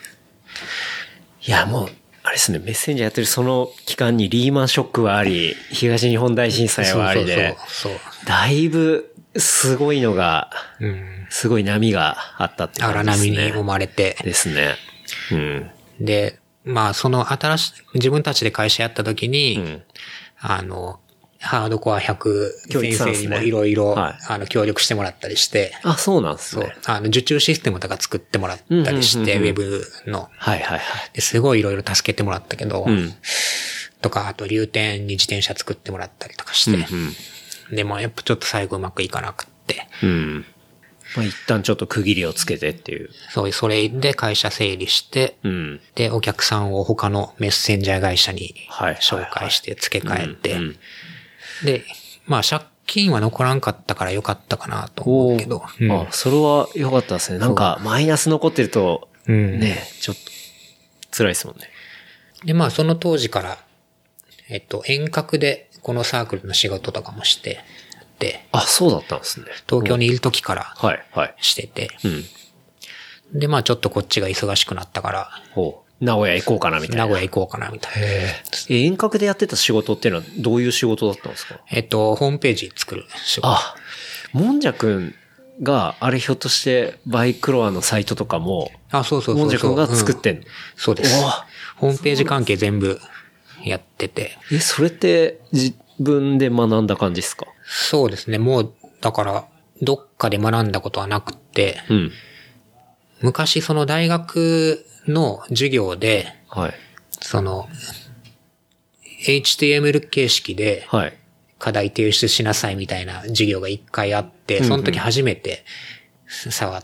や、もう、あれですね、メッセンジャーやってるその期間にリーマンショックはあり、東日本大震災はありで、 そうそうそうそうだいぶすごいのが、うん、すごい波があったって感じですね。 荒波に生まれて。 ですね。うん。 で、まあその新しい、自分たちで会社やった時に、うん、あの、ハードコアひゃく先生にもいろいろ、あの、協力してもらったりして。 あ、そうなんですね。 そう。あの、受注システムとか作ってもらったりして、ウェブの。 はいはいはい。 ですごいいろいろ助けてもらったけど、うん、とか、あと、流転に自転車作ってもらったりとかして。うんうん、でも、やっぱちょっと最後うまくいかなくって。 うん。まあ、一旦ちょっと区切りをつけてっていう。 そう、それで会社整理して、うん、で、お客さんを他のメッセンジャー会社に紹介して付け替えて、で、まあ借金は残らんかったから良かったかなと思うけど。 うん、あ、それは良かったですね。なんかマイナス残ってると、ね、うん、ちょっと辛いですもんね。 で、まあその当時から、えっと、遠隔でこのサークルの仕事とかもして、で、 あ、そうだったんですね。 東京にいる時から、 はい、はい。 してて、うん。で、まあちょっとこっちが忙しくなったから、 ほう。名古屋行こうかなみたいな。 名古屋行こうかなみたいな。 へえ。遠隔でやってた仕事っていうのはどういう仕事だったんですか？ えっと、ホームページ作る仕事。 あ、もんじゃくんが、あれひょっとしてバイクロアのサイトとかも、 あ、そうそうそうそう。 もんじゃくんが作ってんの、うん、 そうです。ホームページ関係全部やってて。 え、それって自分で学んだ感じですか？ そうですね。もう、だから、どっかで学んだことはなくて、うん、昔その大学の授業で、はい、その、エイチティーエムエル 形式で、課題提出しなさいみたいな授業が一回あって、その時初めて触って、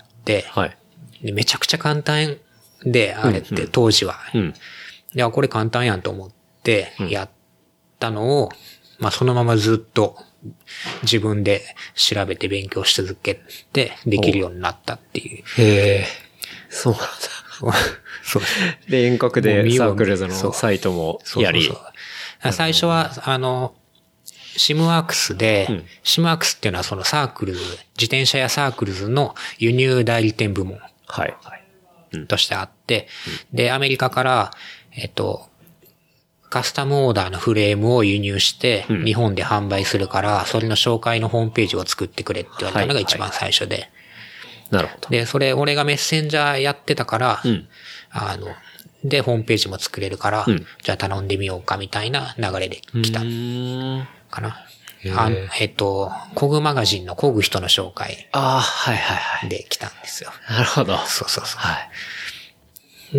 はい、でめちゃくちゃ簡単で、あれって当時は。うんうん、いや、これ簡単やんと思ってやったのを、まあそのままずっと自分で調べて勉強し続けてできるようになったっていう。 へー。そうなんだ。そうで、遠隔でサークルズのサイトもやり。 そうそうそう、最初は、あの、シムワークスで、うん、シムワークスっていうのはそのサークルズ、自転車やサークルズの輸入代理店部門。はい。うん、としてあって、うん、で、アメリカから、えっと、カスタムオーダーのフレームを輸入して、日本で販売するから、それの紹介のホームページを作ってくれって言われたのが一番最初で。はいはい、 なるほど。 で、それ、俺がメッセンジャーやってたから、うん、あの、で、ホームページも作れるから、うん、じゃあ頼んでみようかみたいな流れで来た。かな。あえっと、コグマガジンのコグ人の紹介。 ああ、はいはいはい。 で来たんですよ。 なるほど。 そうそうそう。はい。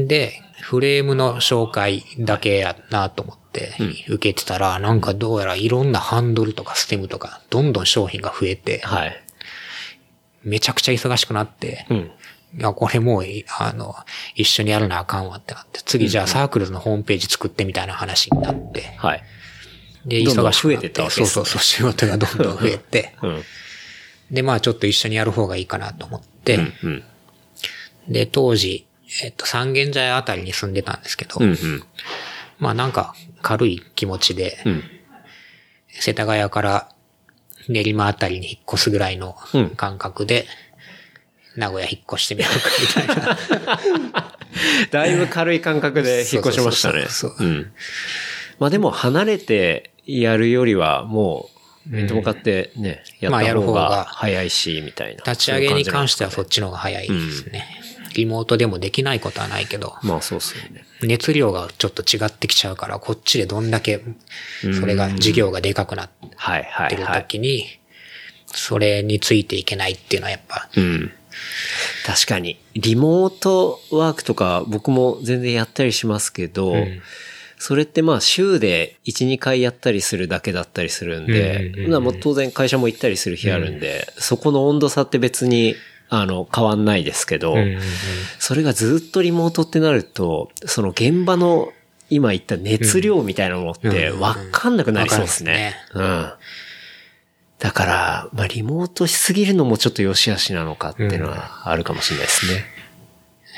で、フレームの紹介だけやなと思って受けてたら、うん、なんかどうやらいろんなハンドルとかステムとか、どんどん商品が増えて、はい。めちゃくちゃ忙しくなって、うん、いや、これもう、あの、一緒にやるなあかんわってなって、次じゃあサークルズのホームページ作ってみたいな話になって、はい。で、忙しくなって、どんどん増えてったわけですね。そうそうそう、仕事がどんどん増えて、うん、で、まあちょっと一緒にやる方がいいかなと思って、うんうん、で、当時、えっと、三軒茶屋あたりに住んでたんですけど、うんうん、まあなんか軽い気持ちで、うん、世田谷から練馬あたりに引っ越すぐらいの感覚で、うん、名古屋引っ越してみようかみたいな。 だいぶ軽い感覚で引っ越しましたね。そうそうそう、うん。まあでも離れてやるよりはもう面と向かってね、うん、やった方が早いし、みたいな。 立ち上げに関してはそっちの方が早いですね。うん、リモートでもできないことはないけど。 まあそうっすよね。 熱量がちょっと違ってきちゃうから、こっちでどんだけ、それが事業がでかくなってる時に、それについていけないっていうのはやっぱ。 うん。確かに。リモートワークとか僕も全然やったりしますけど、うん、それってまあ週でいち、にかいやったりするだけだったりするんで、うんうんうん、もう当然会社も行ったりする日あるんで、うん、そこの温度差って別にあの変わんないですけど、うんうんうん、それがずっとリモートってなると、その現場の今言った熱量みたいなものってわかんなくなりそうですね。うんうんうん、だから、まあリモートしすぎるのもちょっと良し悪しなのかっていうのはあるかもしれないですね。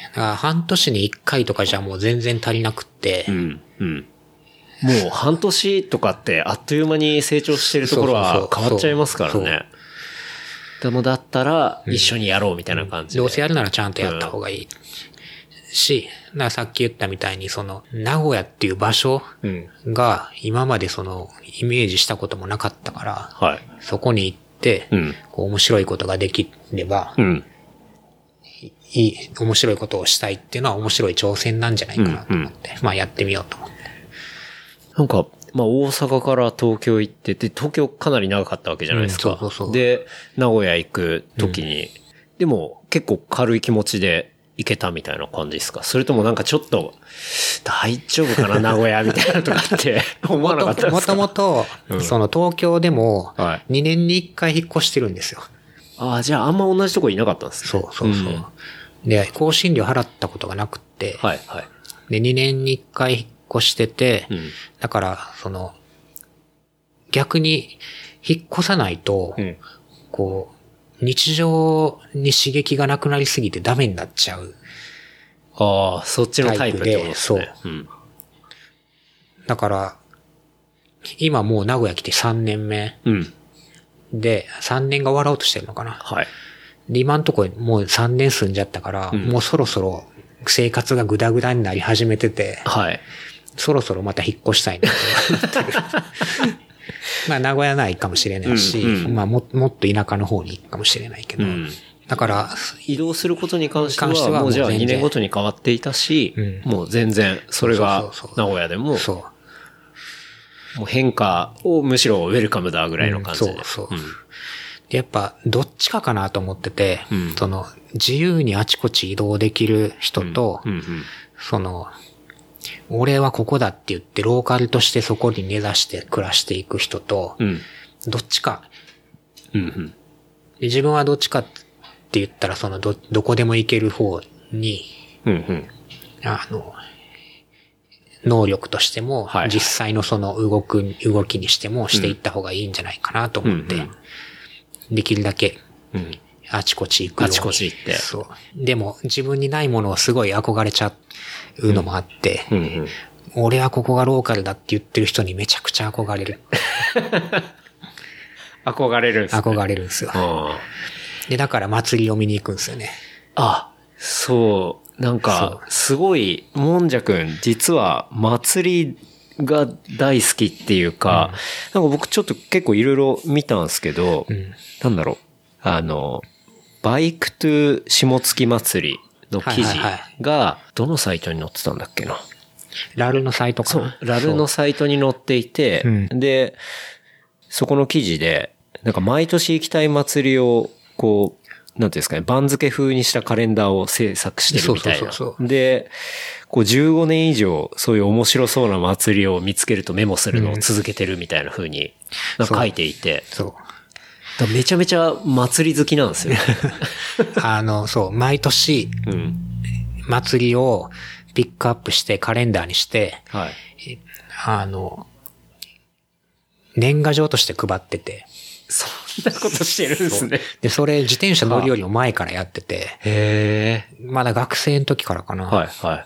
だから半年に一回とかじゃもう全然足りなくって。 うん、うん。もう半年とかってあっという間に成長してるところは変わっちゃいますからね。でもだったら一緒にやろうみたいな感じで、 うん。どうせやるならちゃんとやった方がいい。うん、し、だからさっき言ったみたいにその名古屋っていう場所が今までそのイメージしたこともなかったから、はい、そこに行って、うん、こう面白いことができれば、うん、いい、面白いことをしたいっていうのは面白い挑戦なんじゃないかなと思って、うんうん、まあやってみようと思って。 なんか、まあ大阪から東京行ってて、東京かなり長かったわけじゃないですか。うん、そうそうそう。で、名古屋行く時に、うん、でも結構軽い気持ちで行けたみたいな感じですか？それともなんかちょっと、大丈夫かな名古屋みたいなとかって思わなかったですか？ もともと、その東京でも、にねんにいっかい引っ越してるんですよ。 ああ、じゃああんま同じとこいなかったんですね。 そうそうそう。うん、で、更新料払ったことがなくって、はいはい。で、にねんにいっかい引っ越してて、うん、だから、その、逆に引っ越さないと、うん、こう、日常に刺激がなくなりすぎてダメになっちゃう。 ああ、そっちのタイプってことですね。 そう。うん、だから、今もう名古屋来てさんねんめ。うん、で、さんねんが終わろうとしてるのかな。はい。で、今んとこもうさんねん住んじゃったから、うん、もうそろそろ生活がグダグダになり始めてて、はい。そろそろまた引っ越したいなと思ってる。まあ名古屋ないかもしれないし、うんうん、まあも、もっと田舎の方に行くかもしれないけど、うん、だから、 移動することに関しては、してはもうじゃあにねんごとに変わっていたし、うん、もう全然、それが名古屋でも、そう。もう変化をむしろウェルカムだぐらいの感じで。うん、そうそう。うん、 でやっぱ、どっちかかなと思ってて、うん、その、自由にあちこち移動できる人と、うんうんうん、その、俺はここだって言ってローカルとしてそこに根ざして暮らしていく人と、うん、どっちか、うんうん、で自分はどっちかって言ったらそのど、どこでも行ける方に、うんうん、あの、能力としても、はい、実際のその動く、動きにしてもしていった方がいいんじゃないかなと思って、うんうんうん、できるだけ、うんあちこち行くように。 あちこち行って。 そう。でも自分にないものをすごい憧れちゃうのもあって、うんうんうん、俺はここがローカルだって言ってる人にめちゃくちゃ憧れる。 憧れるんですね。 憧れるんですよ。で、だから祭りを見に行くんですよね。 あ、そう。なんか、すごい、もんじゃくん、実は祭りが大好きっていうか、うん、なんか僕ちょっと結構いろいろ見たんですけど、うん、なんだろう。あの、バイクトゥ下月祭りの記事が、どのサイトに載ってたんだっけな。 ラルのサイトかな。 そう、ラルのサイトに載っていて、うん、で、そこの記事で、なんか毎年行きたい祭りを、こう、なんていうんですかね、番付風にしたカレンダーを制作してるみたいな。そうそうそうそう。で、こうじゅうごねん以上、そういう面白そうな祭りを見つけるとメモするのを続けてるみたいな風に、なんか書いていて。そう。そうだめちゃめちゃ祭り好きなんですよ。 あの、そう、毎年、祭りをピックアップしてカレンダーにして、はい、あの、年賀状として配ってて。 そんなことしてるんですね。 で、それ自転車乗るよりも前からやってて。へー。まだ学生の時からかな。はい、はい。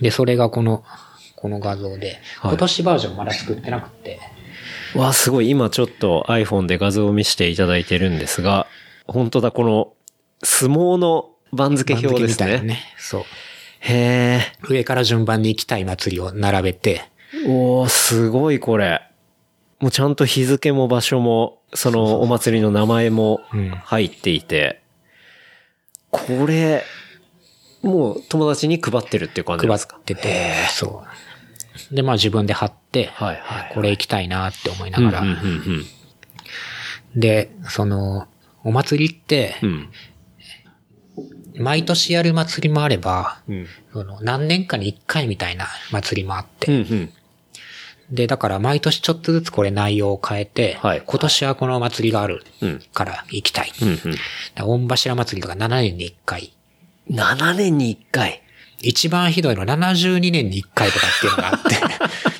で、それがこの、この画像で、今年バージョンまだ作ってなくて。 わあ、すごい。今ちょっと iPhone で画像を見せていただいてるんですが、本当だ、この相撲の番付表ですね。番付みたいなね。 そう。 へえ。 上から順番に行きたい祭りを並べて。 おー、すごいこれ。もうちゃんと日付も場所も、そのお祭りの名前も入っていて、これ、もう友達に配ってるっていう感じですか？ 配ってて、そう。で、まあ自分で貼って、はいはいはい、これ行きたいなって思いながら、うんうんうんうん、で、その、お祭りって、うん、毎年やる祭りもあれば、うん、その何年かにいっかいみたいな祭りもあって、うんうん、で、だから毎年ちょっとずつこれ内容を変えて、はい、今年はこの祭りがあるから行きたい。うんうん、御柱祭りとかななねんにいっかい。 ななねんにいっかい一番ひどいのはななじゅうにねんにいっかいとかっていうのがあって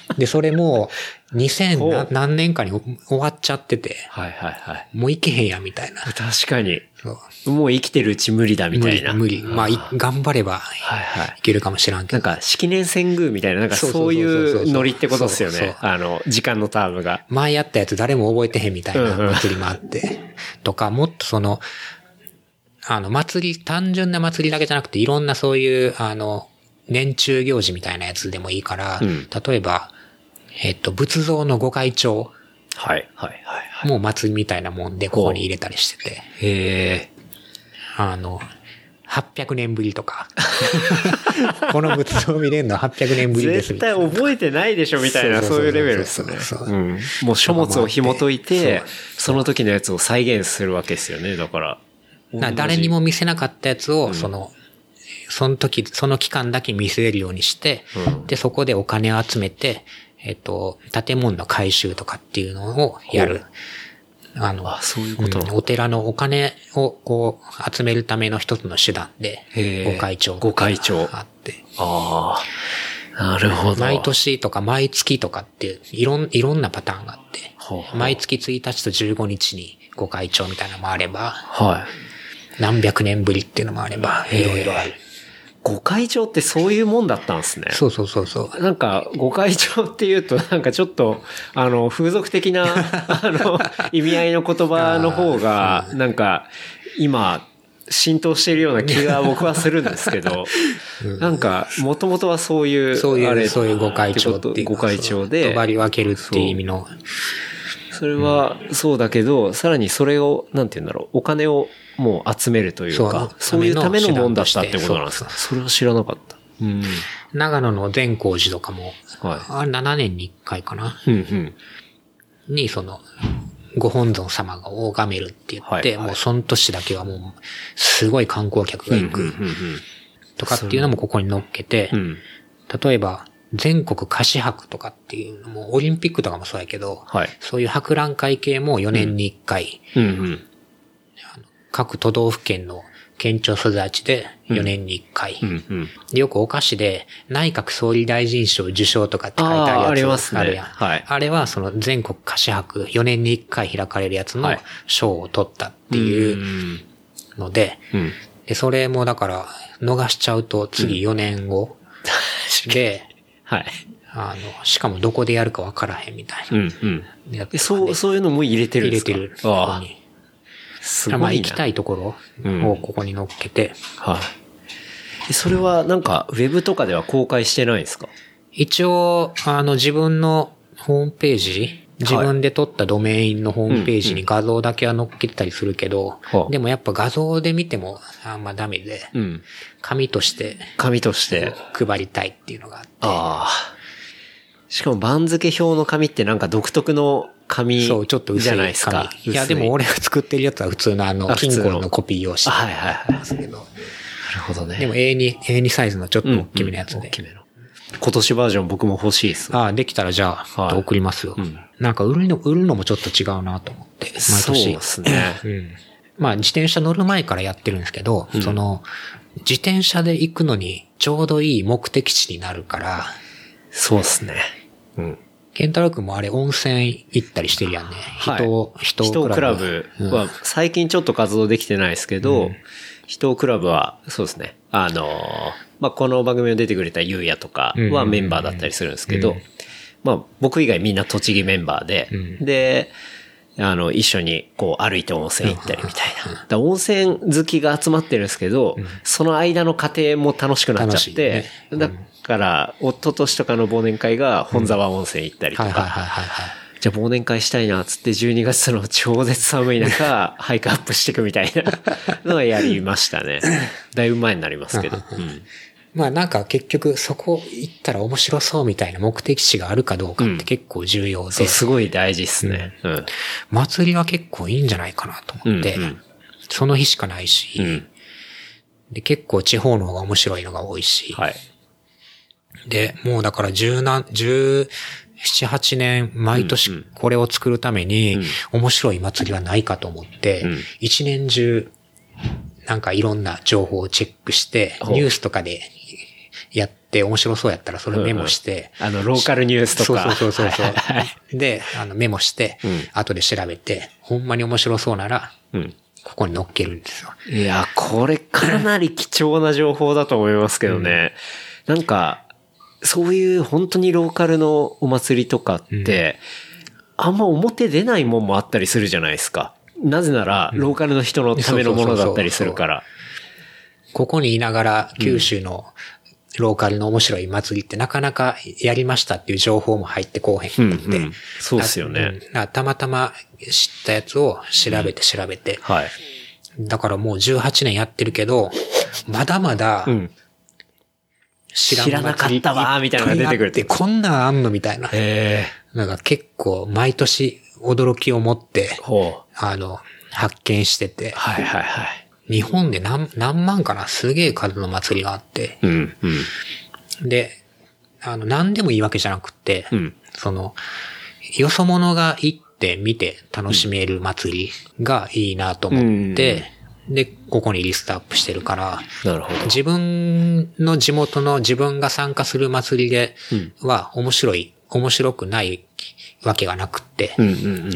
で、それもにせん何年かに終わっちゃってて。 はいはいはい。 もういけへんや、みたいな。 確かに。もう生きてるうち無理だ、みたいな。 無理、無理。まあ、頑張れば、はいはい。いけるかもしれんけど。 なんか、式年遷宮みたいな、なんかそういうノリってことですよね。あの、時間のタームが。 前やったやつ誰も覚えてへんみたいな祭りもあって。とか、もっとその、あの、祭り、単純な祭りだけじゃなくて、いろんなそういう、あの、年中行事みたいなやつでもいいから、うん、例えば、えっと、仏像の御開帳。 はい、はい、はい。 もう祭りみたいなもんで、ここに入れたりしてて。 へー。あの、はっぴゃくねんぶりとか。この仏像見れるのははっぴゃくねんぶりですみたいな。 絶対覚えてないでしょみたいな、そういうレベルですね。もう書物を紐解いて、その時のやつを再現するわけですよね、だから。 誰にも見せなかったやつを、その、その時、その期間だけ見せれるようにして、うん、で、そこでお金を集めて、えっと、建物の改修とかっていうのをやる。あの、 あ、そういうこと、うん、 お寺のお金をこう、集めるための一つの手段で、御開帳御開帳あって。 ああ、なるほど。 毎年とか毎月とかっていう、いろん、いろんなパターンがあって、ほうほう毎月ついたちとじゅうごにちに御開帳みたいなのもあれば、 はい。 何百年ぶりっていうのもあれば、いろいろある。 御開帳ってそういうもんだったんですね。 そうそうそうそう。 なんか、御開帳っていうと、なんかちょっと、あの、風俗的な、あの、意味合いの言葉の方が、なんか、今、浸透しているような気が僕はするんですけど、うん、なんか、もともとはそういう、 そういう、あれそういう御開帳っていう。 御開帳で。 帳り分けるっていう意味の。 それはそうだけど、さらにそれを、なんて言うんだろう、お金をもう集めるというか、そういうためのもんだったってことなんですか。それは知らなかった。うん、 長野の善光寺とかも、はい、あれななねんにいっかいかな。 うんうん、 に、その、ご本尊様が拝めるって言って、はいはい、もうその年だけはもう、すごい観光客が行く。とかっていうのもここに乗っけて、うん、例えば、全国菓子博とかっていうのも、オリンピックとかもそうやけど、はい、そういう博覧会系もよねんにいっかい、 うんうんうん、 各都道府県の県庁所在地でよねんにいっかい、 うんうんうん、 でよくお菓子で内閣総理大臣賞受賞とかって書いてあるやつあ, ありますね、 あるやん、 はい、 あれはその全国菓子博よねんにいっかい開かれるやつの賞を取ったっていうので、 うんうん、 でそれもだから逃しちゃうと次よねんご、うん、ではい。 あの、しかもどこでやるか分からへんみたいな。 うんうん。ね、そう、そういうのも入れてるんですか？ 入れてる。ああ。 すごいな。 まあ行きたいところをここに乗っけて。 うん、はい。それはなんか、ウェブとかでは公開してないんですか？ 一応、あの、自分のホームページ、自分で撮ったドメインのホームページに画像だけは載っけたりするけど、うんうん、でもやっぱ画像で見てもあんまダメで、 うん、 紙として、 紙として配りたいっていうのがあって。 ああ。しかも番付表の紙ってなんか独特の紙じゃないですか。そう、ちょっと薄い紙。 いやでも俺が作ってるやつは普通のあの、金庫のコピー用紙。 はいはいはい。 ますけど。なるほどね。 でも エーツー、エーツー サイズのちょっと大きめのやつで。 うんうん、大きめの。今年バージョン僕も欲しいです。 ああ、できたらじゃあ、はい、送りますよ。うん、なんか売るの、売るのもちょっと違うなと思って。毎年。 そうですね。 うん。まあ自転車乗る前からやってるんですけど、うん、その、自転車で行くのにちょうどいい目的地になるから。 そうですね。うん。 ケンタロウ君もあれ温泉行ったりしてるやんね。 はい、 人、 人クラブは最近ちょっと活動できてないですけど、うん、人クラブはそうですね。あの、まあ、この番組に出てくれたゆうやとかはメンバーだったりするんですけど、うん、まあ、僕以外みんな栃木メンバーで、うん、で、あの、一緒にこう歩いて温泉行ったりみたいな。だ温泉好きが集まってるんですけど、うん、その間の過程も楽しくなっちゃって、ねうん、だから、一昨年とかの忘年会が本沢温泉行ったりとか、じゃあ忘年会したいなっつってじゅうにがつの超絶寒い中、ハイクアップしていくみたいなのはやりましたね。だいぶ前になりますけど。うんまあなんか結局そこ行ったら面白そうみたいな目的地があるかどうかって結構重要で。うん、 そう、すごい大事っすね。うん。 祭りは結構いいんじゃないかなと思って、うんうん、その日しかないし、うん、で結構地方の方が面白いのが多いし、 はい。 で、もうだから十何、十七八年毎年これを作るために面白い祭りはないかと思って、うん、一年中なんかいろんな情報をチェックして、ニュースとかでや、 て面白そうやったらそれメモして。 うんうん、あの、ローカルニュースとか。 そうそうそうそう。で、あのメモして、うん、後で調べて、ほんまに面白そうなら、うん、ここに載っけるんですよ。 いや、これかなり貴重な情報だと思いますけどね。うん、なんか、そういう本当にローカルのお祭りとかって、うん、あんま表出ないもんもあったりするじゃないですか。なぜなら、ローカルの人のためのものだったりするから。 ここにいながら、九州のローカルの面白い祭りってなかなかやりましたっていう情報も入ってこうへんくって、うんうん。 そうですよね。 たまたま知ったやつを調べて調べて。うん、はい。だからもうじゅうはちねんやってるけど、まだまだ、うん知ら, 知らなかったわーみたいなのが出てくるって。 こんなんあんのみたいな。へー。なんか結構毎年驚きを持って、ほう。あの、発見してて。はいはいはい。日本で何、何万かなすげえ数の祭りがあって。うん、うん。で、あの、何でもいいわけじゃなくて、うん、その、よそ者が行って見て楽しめる祭りがいいなと思って、うんで、ここにリストアップしてるから、なるほど。自分の地元の自分が参加する祭りでは面白い、うん、面白くないわけがなくって、うんうんうん、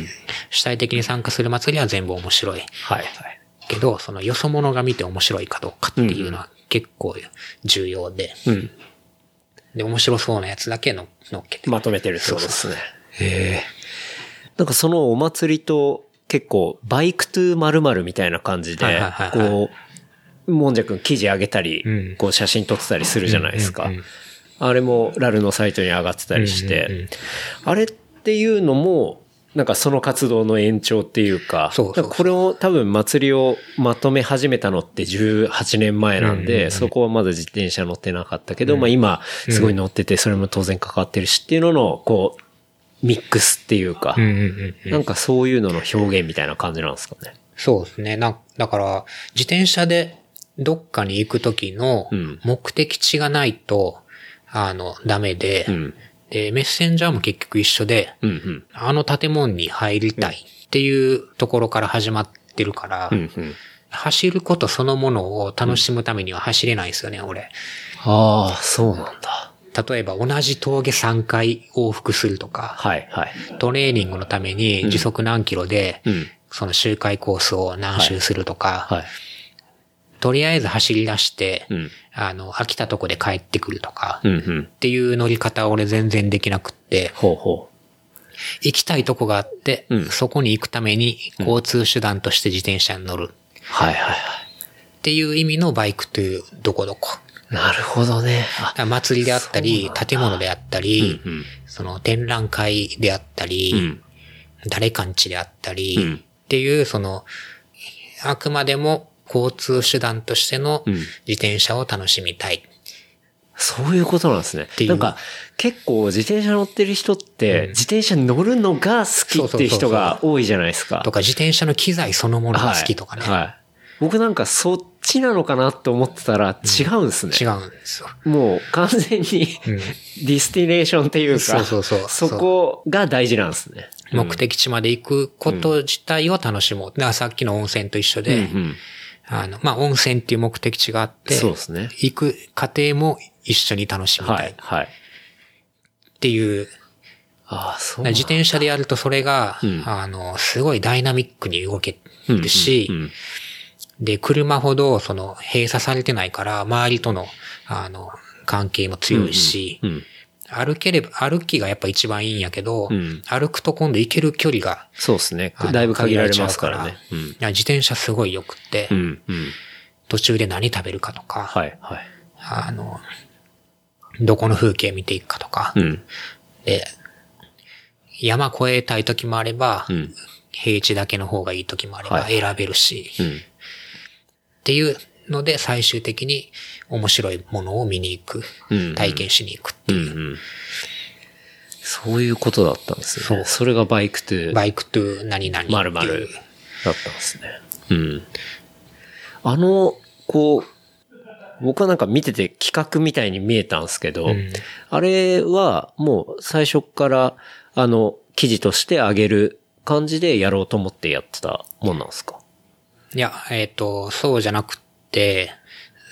主体的に参加する祭りは全部面白い。はいはい。けど、そのよそ者が見て面白いかどうかっていうのは結構重要で、うん、で、面白そうなやつだけの乗っけて。 まとめてるってことですね。へえ。なんかそのお祭りと、結構、バイクトゥー〇〇みたいな感じで、こう、もんじゃくん記事上げたり、こう写真撮ってたりするじゃないですか。あれもラルのサイトに上がってたりして、あれっていうのも、なんかその活動の延長っていうか、これを多分祭りをまとめ始めたのってじゅうはちねんまえなんで、そこはまだ自転車乗ってなかったけど、まあ今すごい乗ってて、それも当然関わってるしっていうのの、こう、ミックスっていうか、うんうんうんうん、なんかそういうのの表現みたいな感じなんですかね。 そうですね。な、だから、自転車でどっかに行くときの目的地がないと、うん、あの、ダメで、うん、で、メッセンジャーも結局一緒で、うんうん、あの建物に入りたいっていうところから始まってるから、うんうん、走ることそのものを楽しむためには走れないですよね、俺。 ああ、そうなんだ。 例えば同じ峠さんかい往復するとか、はいはい、トレーニングのために時速何キロで、うん、その周回コースを何周するとか、はいはい、とりあえず走り出して、うん、あの、飽きたとこで帰ってくるとか、うんうん、っていう乗り方俺全然できなくって、ほうほう行きたいとこがあって、うん、そこに行くために交通手段として自転車に乗る。はいはいはい。っていう意味のバイクというどこどこ。 なるほどね。 祭りであったり、建物であったり、うんうん、その展覧会であったり、うん、誰かんちであったり、うん、っていう、その、あくまでも交通手段としての自転車を楽しみたい。うん、 そういうことなんですね。なんか、結構自転車乗ってる人って、うん、自転車乗るのが好きっていう人が多いじゃないですか。 とか自転車の機材そのものが好きとかね。はいはい僕なんかそっちなのかなと思ってたら違うんですね。 うん、違うんですよ。 もう完全に、うん、ディスティネーションっていうか、そうそうそうそこが大事なんですね。 目的地まで行くこと自体を楽しもう。だからさっきの温泉と一緒で、うんうん、あの、まあ、温泉っていう目的地があって、そうですね。行く過程も一緒に楽しみたい。はい。はい。っていう、ああ、そう自転車でやるとそれが、うん、あの、すごいダイナミックに動けるし、うんうんうんで、車ほど、その、閉鎖されてないから、周りとの、あの、関係も強いし、うんうん、歩ければ、歩きがやっぱ一番いいんやけど、うん、歩くと今度行ける距離が、 そうですね。だいぶ限られますからね。 うん、自転車すごい良くって、うんうん、途中で何食べるかとか、はいはい、あの、どこの風景見ていくかとか、うん、で、山越えたい時もあれば、うん、平地だけの方がいい時もあれば選べるし、はいうんっていうので最終的に面白いものを見に行く、うんうん、体験しに行くっていう、うんうん。 そういうことだったんですね。そう。それがバイクトゥー。 バイクトゥー何々っていう。 丸々だったんですね。うん。あの、こう、僕はなんか見てて企画みたいに見えたんですけど、うん、あれはもう最初からあの記事として上げる感じでやろうと思ってやってたもんなんですか？ いや、えっと、そうじゃなくて、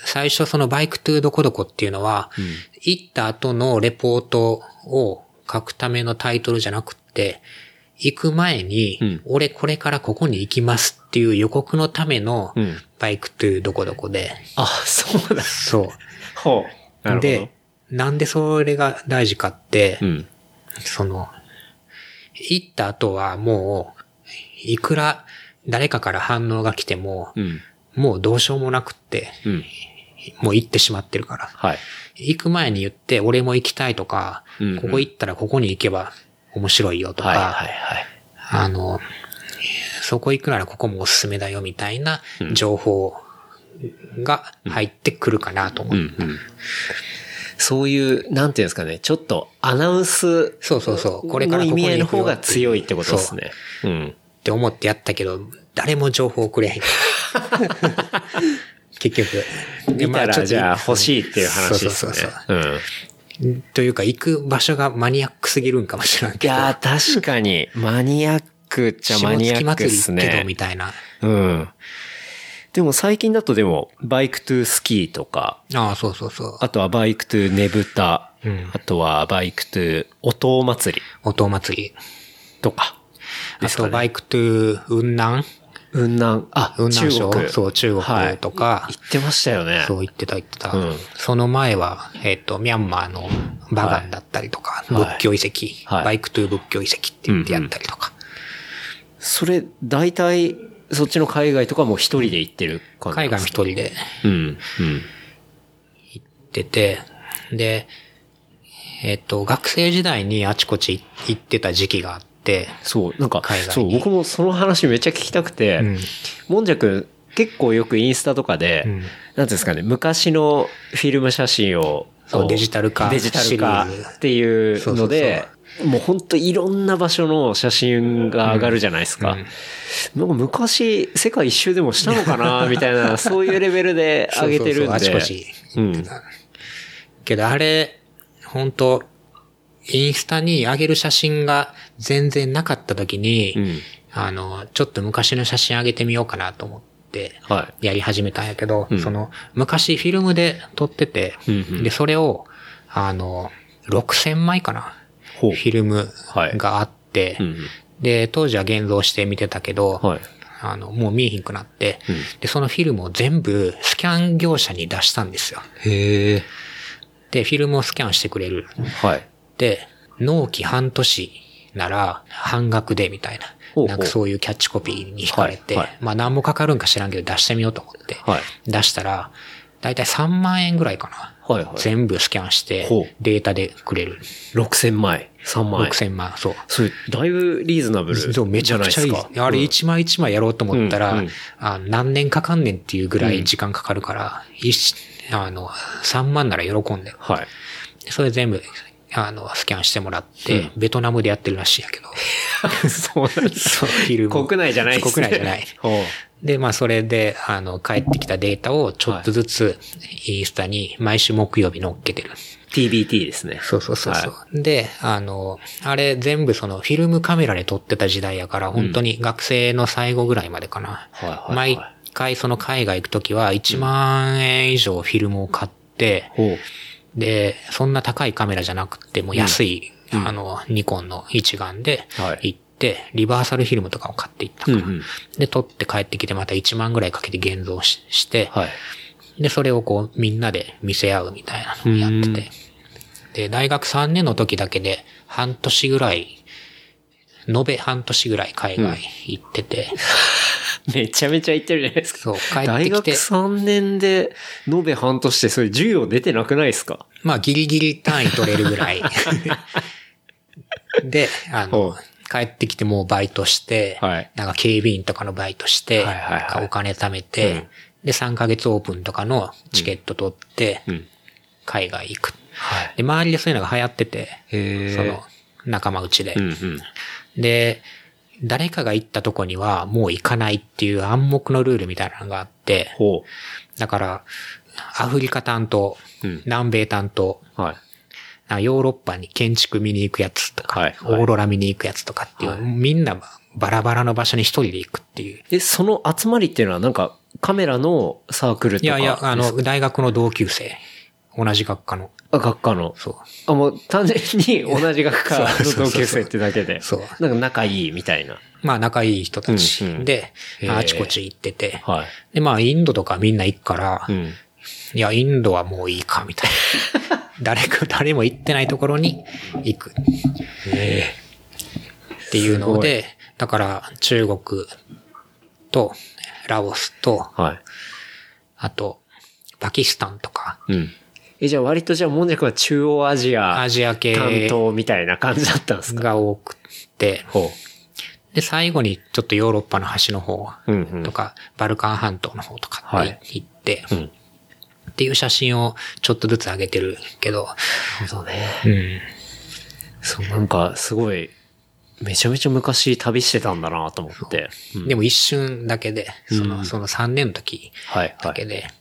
最初そのバイクトゥーどこどこっていうのは、うん、行った後のレポートを書くためのタイトルじゃなくて、行く前に、うん、俺これからここに行きますっていう予告のためのバイクトゥーどこどこで。 うん、あ、そうだ。 そう。 ほう。なるほど。 で、なんでそれが大事かって、うん、その、行った後はもう、いくら誰かから反応が来ても、うん、もうどうしようもなくって、うん、もう行ってしまってるから。はい。行く前に言って、俺も行きたいとか、うんうん、ここ行ったらここに行けば面白いよとか、はいはいはい、あの、そこ行くならここもおすすめだよみたいな情報が入ってくるかなと思う。うんうんうん、 そういう、なんていうんですかね、ちょっとアナウンス、 そうそうそう、これからここに行くよっていう意味合いの方が強いってことですね。 うん。って思ってやったけど、誰も情報をくれへん。結局。 見たらじゃあ欲しいっていう話ですね。そうそうそう。 うん。というか、行く場所がマニアックすぎるんかもしれないけど。 いやー、確かに。マニアックっちゃマニアックですね。 下月祭りけどみたいな。 うん。でも最近だとでも、バイクトゥースキーとか。 ああ、そうそうそう。 あとはバイクトゥーねぶた。うん、あとはバイクトゥー音祭り。 音祭り。 とか。 あとバイクトゥー雲南雲南。あ、 雲南省。そう、中国とか、 はい。行ってましたよね。 そう、行ってた行ってた。うん、その前は、えっと、ミャンマーのバガンだったりとか、はい、仏教遺跡、はい。バイクトゥー仏教遺跡って言ってやったりとか。うんうん、 それ、大体、そっちの海外とかも一人で行ってる感じですか？海外も一人で。 うん。うん。 行ってて、で、えっと、学生時代にあちこち行ってた時期があって、 そう、なんか、そう、僕もその話めっちゃ聞きたくて、うん、もんじゃくん結構よくインスタとかで、うん、なんていうんですかね、昔のフィルム写真を、 そうデジタル化。 デジタル化っていうので、そうそうそう、もう本当いろんな場所の写真が上がるじゃないですか。うんうん、なんか昔世界一周でもしたのかなみたいな、そういうレベルで上げてるんで。そうそうそう、あちこち。うん。 けどあれ、本当インスタに上げる写真が全然なかった時に、うん、あの、ちょっと昔の写真上げてみようかなと思って、やり始めたんやけど、はい、その、昔フィルムで撮ってて、うんうん、で、それを、あの、ろくせんまいかな。フィルムがあって、はい、うん、で、当時は現像して見てたけど、はい、あの、もう見えひんくなって、うん、で、そのフィルムを全部スキャン業者に出したんですよ。 へー。 で、フィルムをスキャンしてくれる。 はい。 で、納期半年なら半額でみたいな。ほうほう、なんかそういうキャッチコピーに惹かれて、はいはい、まあ何もかかるんか知らんけど出してみようと思って、はい、出したら、だいたいさんまんえんぐらいかな。はいはい、全部スキャンしてデータでくれる。 ろくせんまい。さんまんえん。 ろくせんまん、そう。 それ、だいぶリーズナブルじゃないですか。そう、めちゃくちゃいい。 あれ一枚一枚やろうと思ったら、うんうん、あ何年かかんねんっていうぐらい時間かかるから、うん、あの、さんまんなら喜んで。はい。それ全部、あの、スキャンしてもらって、うん、ベトナムでやってるらしいやけど。 そうなんです。 そう、フィルム。 国内じゃないですね。国内じゃない。で、まあ、それで、あの、帰ってきたデータをちょっとずつ、インスタに毎週木曜日載っけてる。 ティービーティー ですね。 そうそうそうそう、はい。で、あの、あれ全部そのフィルムカメラで撮ってた時代やから、本当に学生の最後ぐらいまでかな。うん、はいはいはい、毎回その海外行くときはいちまんえん以上フィルムを買って、うん、で、そんな高いカメラじゃなくて、もう安い、うん、あの、ニコンの一眼で行って、はい、リバーサルフィルムとかを買っていったから、うんうん、で、撮って帰ってきてまたいちまんぐらいかけて現像 し, して、はい、で、それをこうみんなで見せ合うみたいなのをやってて、で、大学さんねんの時だけで半年ぐらい、延べ半年ぐらい海外行ってて、 うん、めちゃめちゃ行ってるじゃないですか。 そう、帰ってきて。 大学さんねんで延べ半年ってそれ授業出てなくないですか？ まあギリギリ単位取れるぐらい。で、あの、帰ってきてもうバイトして、はい、なんか警備員とかのバイトして、はいはいはい、お金貯めて、うん、で、さんかげつオープンとかのチケット取って、うん、海外行く。はい、で、周りでそういうのが流行ってて、その、仲間内で、うんうん。で、誰かが行ったとこにはもう行かないっていう暗黙のルールみたいなのがあって、ほう、だから、アフリカ担当、うん、南米担当、はい、ヨーロッパに建築見に行くやつとか、はいはい、オーロラ見に行くやつとかっていう、はい、みんなバラバラの場所に一人で行くっていう。 え、その集まりっていうのはなんかカメラのサークルとか？ いやいや、あの、大学の同級生。同じ学科の。 あ、学科の。 そう。 あ、もう単純に同じ学科の同級生ってだけで。 そう。 なんか仲いいみたいな。 まあ仲いい人たちで、 うんうん、 あちこち行ってて。 はい。 で、まあインドとかみんな行くから、 うん、 いや、インドはもういいか、みたいな。誰か、誰も行ってないところに行く。 えー、っていうので、だから中国とラオスと、 はい。 あと、パキスタンとか。 うん。え、じゃあ割とじゃあもんじゃくは中央アジア。 アジア系。 担当みたいな感じだったんですか？ が多くて。 ほう。で、最後にちょっとヨーロッパの端の方とか、 うんうん、 バルカン半島の方とかって行って、 はい、うん、 っていう写真をちょっとずつ上げてるけど。 なるほどね。 うん。 そう、なんかすごい、めちゃめちゃ昔旅してたんだなと思って。 うん、でも一瞬だけで、その、うん、そのさんねんの時だけで。はいはい、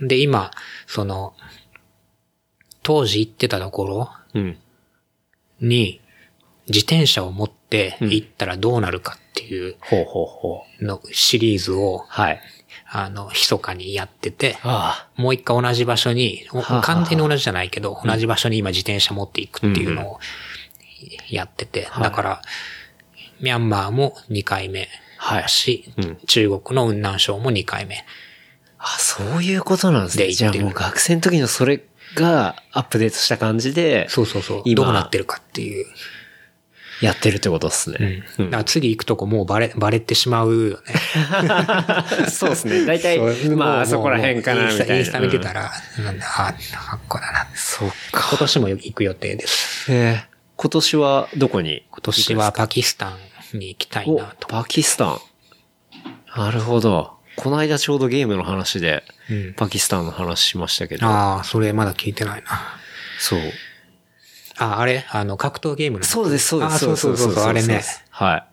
で、今、その、当時行ってたところに、自転車を持って行ったらどうなるかっていうのシリーズを、 はい、 あの、密かにやってて、 ああ、 もう一回同じ場所に、完全に同じじゃないけど、同じ場所に今自転車持っていくっていうのをやってて、だから、ミャンマーもにかいめだし、はいうん、中国の雲南省もにかいめ。 あ、そういうことなんですね。じゃあもう学生の時のそれがアップデートした感じで、 そうそうそう。どうなってるかっていう。 やってるってことですね。 うん。だから次行くとこもうバレ、バレてしまうよね。 そうですね。大体、まあそこら辺かなみたいな。 インスタ見てたら、うん、なんだ、あ、あっこだな。 そうか。 今年も行く予定です。 へえ。今年はどこに？ 今年はパキスタンに行きたいなと。 パキスタン。なるほど。この間ちょうどゲームの話で、うん、パキスタンの話しましたけど。 ああ、それまだ聞いてないな。 そう。 あ、あれあの、格闘ゲームの。 そうです、そうです。 そうそうそうそう、あれね。 はい。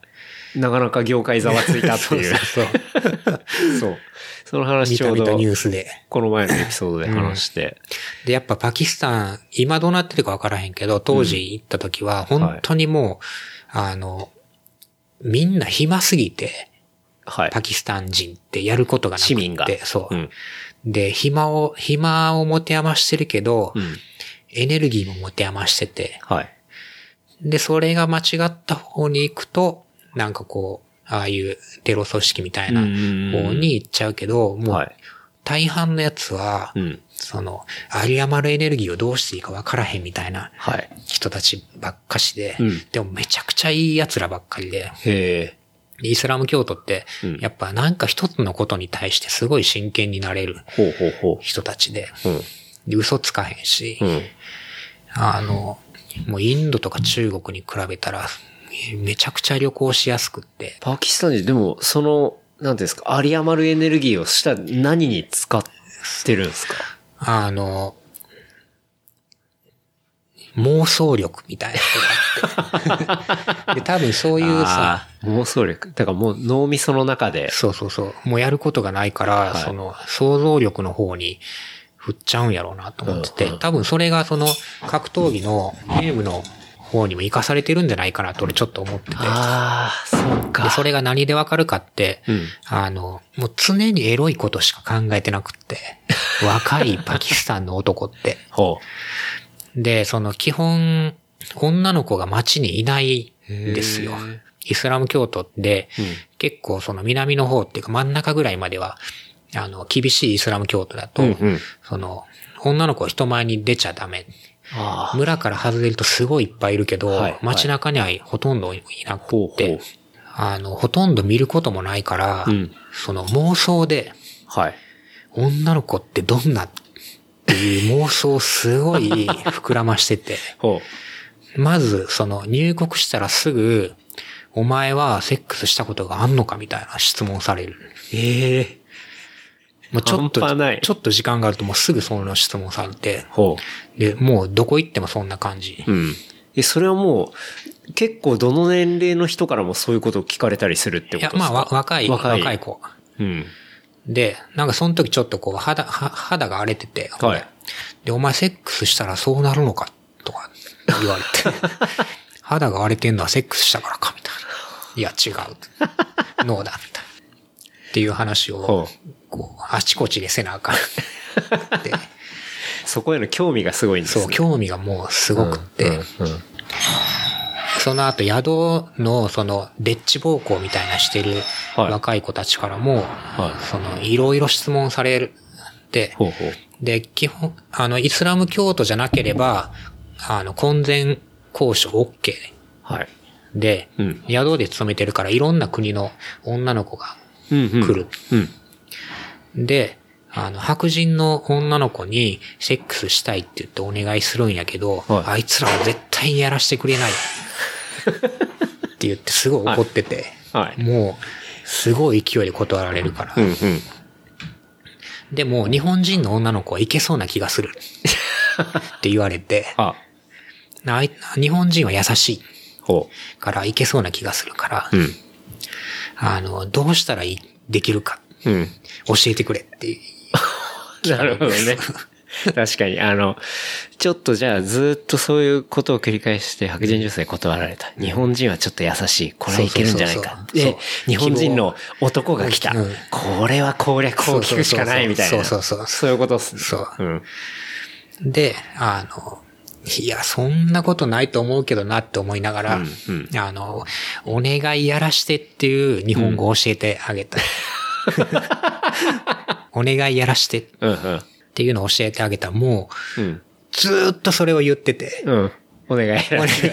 なかなか業界ざわついたっていう。そうそうそう。その話ちょうど。 見た見たニュースで。 この前のエピソードで話して。 うん、で、やっぱパキスタン、今どうなってるかわからへんけど、当時行った時は、本当にもう、はい、あの、みんな暇すぎて、はい、パキスタン人ってやることがなくて。 市民が。 そう。うん、で、暇を、暇を持て余してるけど、うん、エネルギーも持て余してて。 はい。 で、それが間違った方に行くと、なんかこう、ああいうテロ組織みたいな方に行っちゃうけど、もう、大半のやつは、うん、その、有り余るエネルギーをどうしていいか分からへんみたいな人たちばっかしで、うん、でもめちゃくちゃいい奴らばっかりで、 へー。 イスラム教徒って、やっぱなんか一つのことに対してすごい真剣になれる人たちで、で嘘つかへんし、うん、あの、もうインドとか中国に比べたら、めちゃくちゃ旅行しやすくって。 パキスタン人、でもその、なんていうんですか、有り余るエネルギーをした何に使ってるんですか？ あの、妄想力みたいなのがあって。で、多分そういうさ。 妄想力。だからもう脳みその中で。 そうそうそう。もうやることがないから、はい、その想像力の方に振っちゃうんやろうなと思ってて、うんうん、多分それがその格闘技のゲームの方にも活かされてるんじゃないかなと俺ちょっと思ってて。 ああ、そうか。 で、それが何でわかるかって、うん、あの、もう常にエロいことしか考えてなくって、若いパキスタンの男って。 ほう。 で、その基本、女の子が街にいないんですよ。イスラム教徒で、うん、結構その南の方っていうか真ん中ぐらいまでは、あの、厳しいイスラム教徒だと、うんうん、その、女の子は人前に出ちゃダメ。村から外れるとすごいいっぱいいるけど、はい、街中にはほとんどいなくて、ほうほう、あの、ほとんど見ることもないから、うん、その妄想で、 はい、 女の子ってどんなっていう妄想をすごい膨らましてて。 ほうまず、その入国したらすぐ、お前はセックスしたことがあんのかみたいな質問される。 ええー。 もうちょっと、ちょっと時間があるともうすぐその質問されて。ほう。で、もうどこ行ってもそんな感じ。 うん。え、それはもう、結構どの年齢の人からもそういうことを聞かれたりするってことですか？ いや、まあ、若い、若い、若い子。 うん。 で、なんかその時ちょっとこう肌、肌が荒れてて、 はい。 で、お前セックスしたらそうなるのかとか言われて、肌が荒れてんのはセックスしたからかみたいな。 いや違う。ノーだった。っていう話を、こう、あちこちでせなあかん。でそこへの興味がすごいんですね。 そう、興味がもうすごくって、うんうんうん、その後宿のそのデッチ暴行みたいなしてる若い子たちからも、はい、そのいろいろ質問されるって、ほうほうで、基本、あの、イスラム教徒じゃなければ、あの、婚前交渉 OK。はい。で、うん、宿で勤めてるからいろんな国の女の子が来る。うんうんうん、で、あの、白人の女の子にセックスしたいって言ってお願いするんやけど、はい、あいつらは絶対にやらせてくれない。って言ってすごい怒ってて、はいはい、もう、すごい勢いで断られるから。うんうん、でも、日本人の女の子はいけそうな気がする。って言われて、ああ日本人は優しい。からいけそうな気がするから、うん、あの、どうしたらいい、できるか、うん、教えてくれっていう。 なるほどね。確かに、あの、ちょっとじゃあずっとそういうことを繰り返して白人女性断られた。日本人はちょっと優しい。これはいけるんじゃないか。で、日本人の男が来た。うん、これは攻略を聞くしかないみたいな。そうそうそう。そういうことっすね。そう。うん、 で、あの、いや、そんなことないと思うけどなって思いながら、うんうん、あの、お願いやらしてっていう日本語を教えてあげた。うん、お願いやらしてっていうのを教えてあげたら、もう、うん、ずーっとそれを言ってて、うん、 お願いやらして。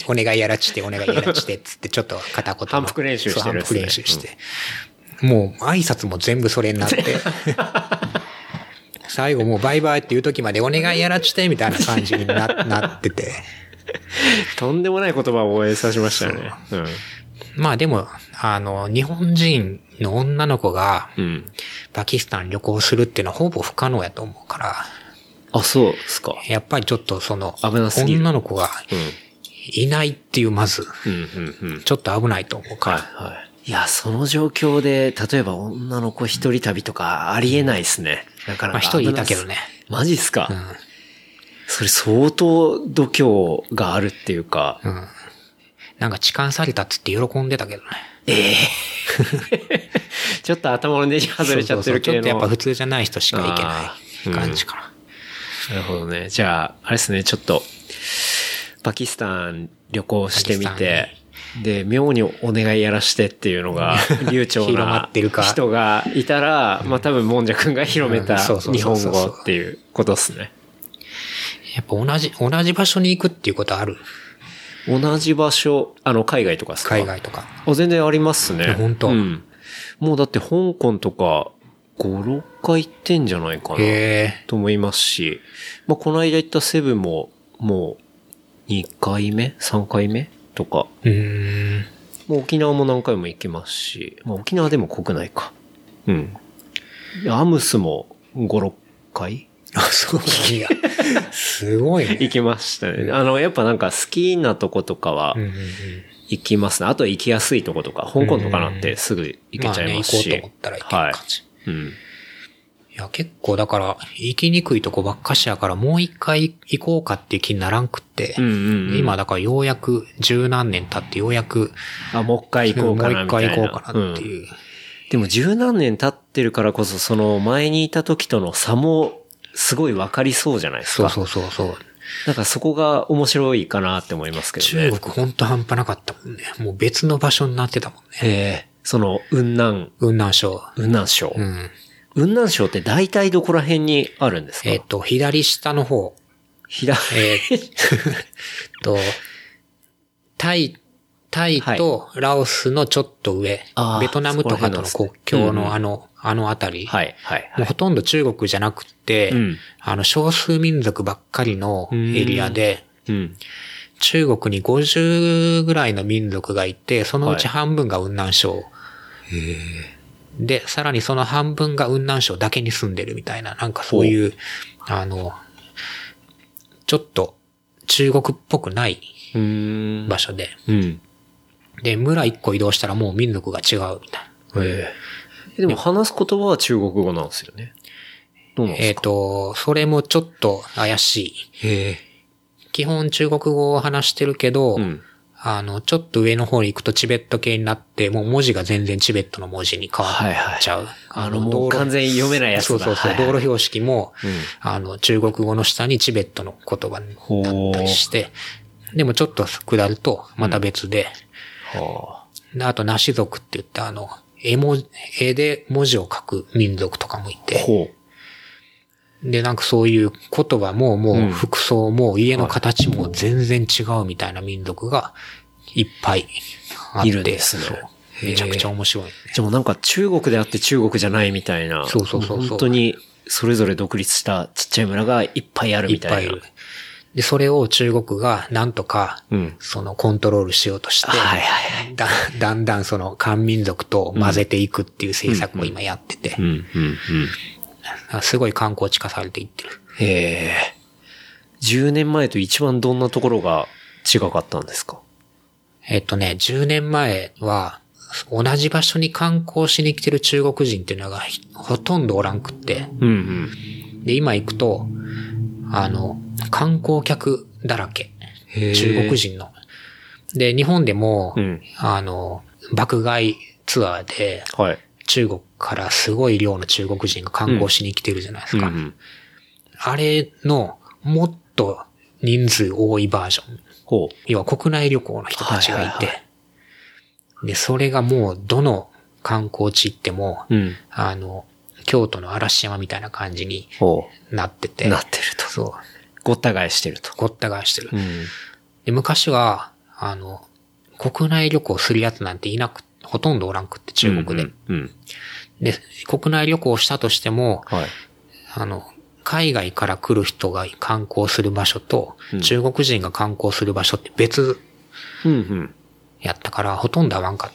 お願いやらして、お願いやらしてっつってちょっと片言の。 反復練習してるんですね。 反復練習して。うん、もう挨拶も全部それになって。最後もうバイバイっていう時までお願いやらしてみたいな感じに な, なってて。 とんでもない言葉を覚えさせましたよね。うん、 まあでも、あの、日本人の女の子が、パキスタン旅行するっていうのはほぼ不可能やと思うから。 あ、そうですか。 やっぱりちょっとその、女の子がいないっていうまず、ちょっと危ないと思うから。はいはい、 いや、その状況で、例えば女の子一人旅とかありえないですね。なかなか。 まあ一人いたけどね。 マジっすか、うん、それ相当度胸があるっていうか。うん。 なんか痴漢されたっつって喜んでたけどね。 ええー。ちょっと頭のネジ外れちゃってるけど。 ちょっとやっぱ普通じゃない人しか行けない感じかな。 うん、なるほどね。じゃあ、あれですね、ちょっと、パキスタン旅行してみて、で、妙にお願いやらしてっていうのが、流暢な人がいたら、まあ多分、もんじゃくんが広めた日本語っていうことですね。 やっぱ同じ、同じ場所に行くっていうことある？ 同じ場所、あの、海外とかですか？ 海外とか。 あ、全然ありますね。 本当。うん。 もうだって香港とか、ご、ろっかい行ってんじゃないかな。と思いますし、まあこの間行ったセブンも、もう、にかいめ ?さんかいめとか。うーん。もう沖縄も何回も行きますし、まあ沖縄でも国内か。うん。アムスもご、ろっかいあ、そういや。すごいね。 行きましたね。あの、やっぱなんか好きなとことかは、行きますね。あとは行きやすいとことか、香港とかなんてすぐ行けちゃいますし。 まあね、行こうと思ったら行ける感じ。はい。うん。いや、結構だから、行きにくいとこばっかしやから、もう一回行こうかっていう気にならんくって、うんうんうん、今だからようやく十何年経ってようやく、 あ、もう一回行こうかなみたいな。 もう一回行こうかなっていう。うん、 でも十何年経ってるからこそ、その前にいた時との差も、すごい分かりそうじゃないですか。 そうそうそうそう。 なんかそこが面白いかなって思いますけどね。 中国ほんと半端なかったもんね。もう別の場所になってたもんね。 へえ。その、雲南。 雲南省。 雲南省。うん。雲南省って大体どこら辺にあるんですか？ えっと、左下の方。 左えー、と、タイ、タイとラオスのちょっと上。はい、ベトナムとかとの国境のあの、あのあたり。はい、はい、はい。もうほとんど中国じゃなくて、うん、あの、少数民族ばっかりのエリアで、うん、中国にごじゅうぐらいの民族がいて、そのうち半分が雲南省。はい、で、さらにその半分が雲南省だけに住んでるみたいな、なんかそういう、あの、ちょっと中国っぽくない場所で。うん、で、村一個移動したらもう民族が違うみたいな。へでも話す言葉は中国語なんですよね。どうなんですか？ えっと、それもちょっと怪しい。へ基本中国語を話してるけど、うん、 あの、ちょっと上の方に行くとチベット系になって、もう文字が全然チベットの文字に変わっちゃう。はいはい、 あの、もう完全に読めないやつだ。 そうそうそう。道路標識も、うん、あの、中国語の下にチベットの言葉になったりして、でもちょっと下ると、また別で、うん、であと、ナシ族って言って、あの、絵文字、絵で文字を書く民族とかもいて、ほうで、なんかそういう言葉も、もう服装も家の形も全然違うみたいな民族がいっぱいあって。 いるんですね。 めちゃくちゃ面白い、ね。 でもなんか中国であって中国じゃないみたいな。 そうそうそうそう。 本当にそれぞれ独立したちっちゃい村がいっぱいあるみたいな。いっぱいいる。 で、それを中国がなんとか、そのコントロールしようとして、うんはいはいはい、だ, だんだんその漢民族と混ぜていくっていう政策を今やってて。うんうんうんうんすごい観光地化されていってる。 へえ。じゅうねんまえと一番どんなところが違かったんですか？ えっとね、じゅうねんまえは、同じ場所に観光しに来てる中国人っていうのがほとんどおらんくって。うんうん、で、今行くと、あの、観光客だらけ。中国人の。で、日本でも、うん、あの、爆買いツアーで、はい、中国からすごい量の中国人が観光しに来てるじゃないですか。うんうんうん、あれのもっと人数多いバージョン。ほう要は国内旅行の人たちがいて、はいはいはい、で、それがもうどの観光地行っても、うん、あの、京都の嵐山みたいな感じになってて。 なってると。そう。ごった返してると。 ごった返してる。うん、で昔は、あの、国内旅行するやつなんていなく、ほとんどおらんくって中国で。うんうんうんで、国内旅行したとしても、はい、あの、海外から来る人が観光する場所と、うん、中国人が観光する場所って別やったから、ほとんど合わんかった。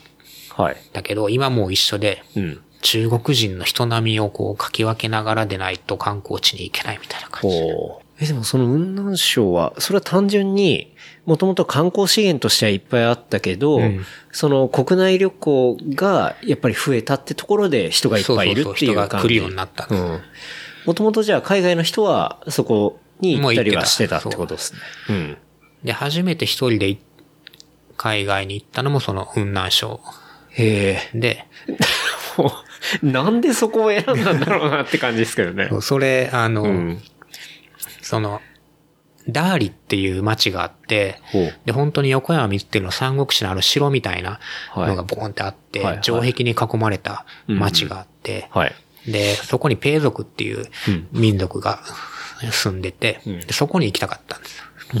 はい、だけど、今もう一緒で、うん、中国人の人並みをこう、かき分けながらでないと観光地に行けないみたいな感じ。 え、でもその雲南省は、それは単純に、もともと観光資源としてはいっぱいあったけど、うん、その国内旅行がやっぱり増えたってところで人がいっぱいいるっていう感じ。そうそうそう人が来るようになった。 もともとじゃあ海外の人はそこに行ったりはしてたってことですね。うん、 で、初めて一人で海外に行ったのもその雲南省。 へえ。 で、 もうなんでそこを選んだんだろうなって感じですけどね。 それ、あの、うん、その、ダーリっていう街があって、で、本当に横山見てるの三国志のある城みたいなのがボーンってあって、はい、城壁に囲まれた街があって、はいはい、で、そこにペイ族っていう民族が住んでて、うん、でそこに行きたかったんです。うん、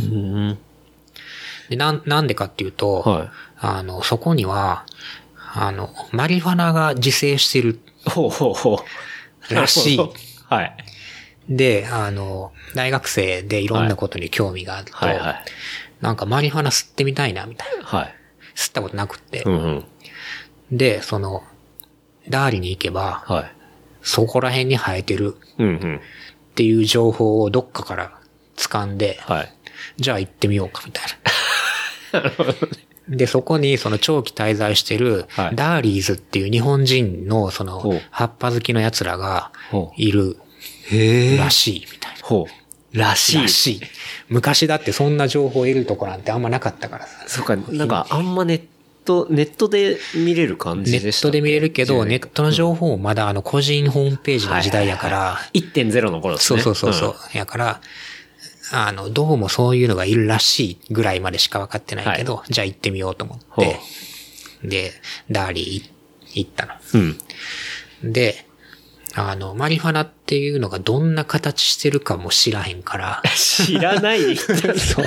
でな、なんでかっていうと、はい、あの、そこには、あの、マリファナが自生してるらしい。はい。で、あの、大学生でいろんなことに興味があると、はいはいはい、なんかマリファナ吸ってみたいな、みたいな。はい、吸ったことなくって、うんうん。で、その、ダーリに行けば、はい、そこら辺に生えてるっていう情報をどっかから掴んで、はい、じゃあ行ってみようか、みたいな。なるほどね。で、そこにその長期滞在してる、ダーリーズっていう日本人のその、葉っぱ好きの奴らがいる。らしいみたいな。ほう。らしい。らしい。昔だってそんな情報を得るとこなんてあんまなかったからさ。 そうか、なんかあんまネット、ネットで見れる感じでした、 ね。ネットで見れるけど、ネットの情報もまだあの個人ホームページの時代やから。はいはいはい、 いってんゼロ の頃ですね。 そうそうそうそう、うん。やから、あの、どうもそういうのがいるらしいぐらいまでしか分かってないけど、はい、じゃあ行ってみようと思って、で、ダーリー行ったの。うん。で、あの、マリファナっていうのがどんな形してるかも知らへんから。 知らないでそう。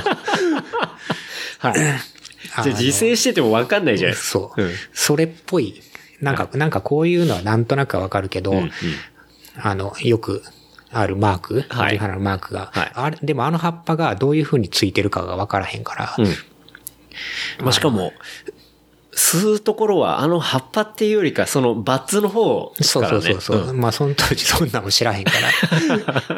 はい。じゃあ自生してても分かんないじゃないですか。そう。うん、それっぽい。なんか、なんかこういうのはなんとなくわかるけど、うんうん、あの、よくあるマーク、はい、マリファナのマークが、はい、あれ、でもあの葉っぱがどういう風についてるかが分からへんから。うん、 まあ、しかも、吸うところはあの葉っぱっていうよりかそのバッツの方ですからね。 そうそうそうそう、うん。まあその当時そんなも知らへんから。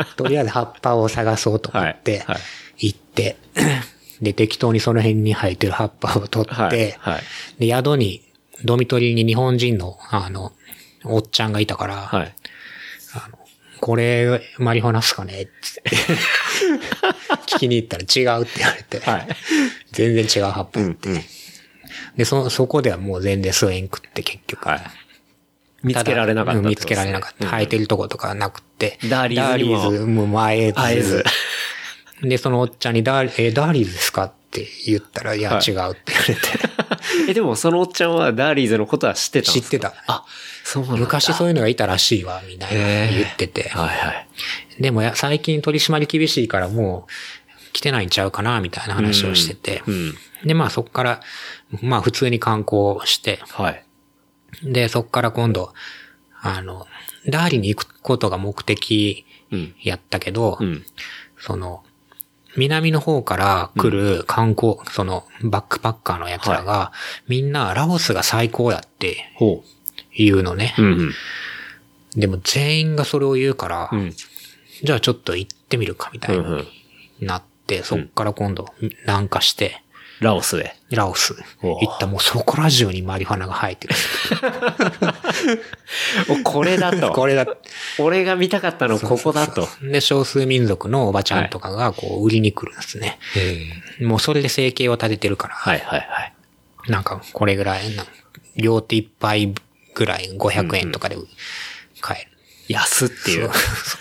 とりあえず葉っぱを探そうと思って行って、はいはい、で適当にその辺に生えてる葉っぱを取って、はいはい、で宿にドミトリーに日本人のあのおっちゃんがいたから、はい、あのこれ、マリファナっすかねって聞きに行ったら違うって言われて、はい、全然違う葉っぱって、うんうん、で、そ、そこではもう全然吸えんくって結局。はい、 見つけられなかった、 ね。見つけられなかった。生えてるとことかなくて。 ダーリーズにも。 ダーリーズも前えず。 会えず。 で、そのおっちゃんにダーリー、え、ダーリーズですかって言ったら、いや、はい、違うって言われて。 え、でもそのおっちゃんはダーリーズのことは知ってたんですか？ 知ってた。 あ、そうなんだ。 昔そういうのがいたらしいわ、みたいな言ってて。はいはい。でもや、最近取り締まり厳しいからもう来てないんちゃうかな、みたいな話をしてて。うんうん、で、まあそっから、まあ普通に観光して。はい。で、そっから今度、あの、ダーリに行くことが目的やったけど、うんうん、その、南の方から来る観光、うん、その、バックパッカーのやつらが、はい、みんなラオスが最高やって言うのね。うんうん、でも全員がそれを言うから、うん、じゃあちょっと行ってみるかみたいになって、うんうん、そっから今度南下して、 ラオスで。 ラオス。行った、もうそこら中にマリファナが生えてる。 これだと。 これだ。 俺が見たかったのここだと。 そうそうそう。で、少数民族のおばちゃんとかがこう売りに来るんですね。はい、もうそれで生計を立ててるから。はいはいはい。なんかこれぐらい、両手一杯ぐらいごひゃくえんとかで買える。 うん、安っていう。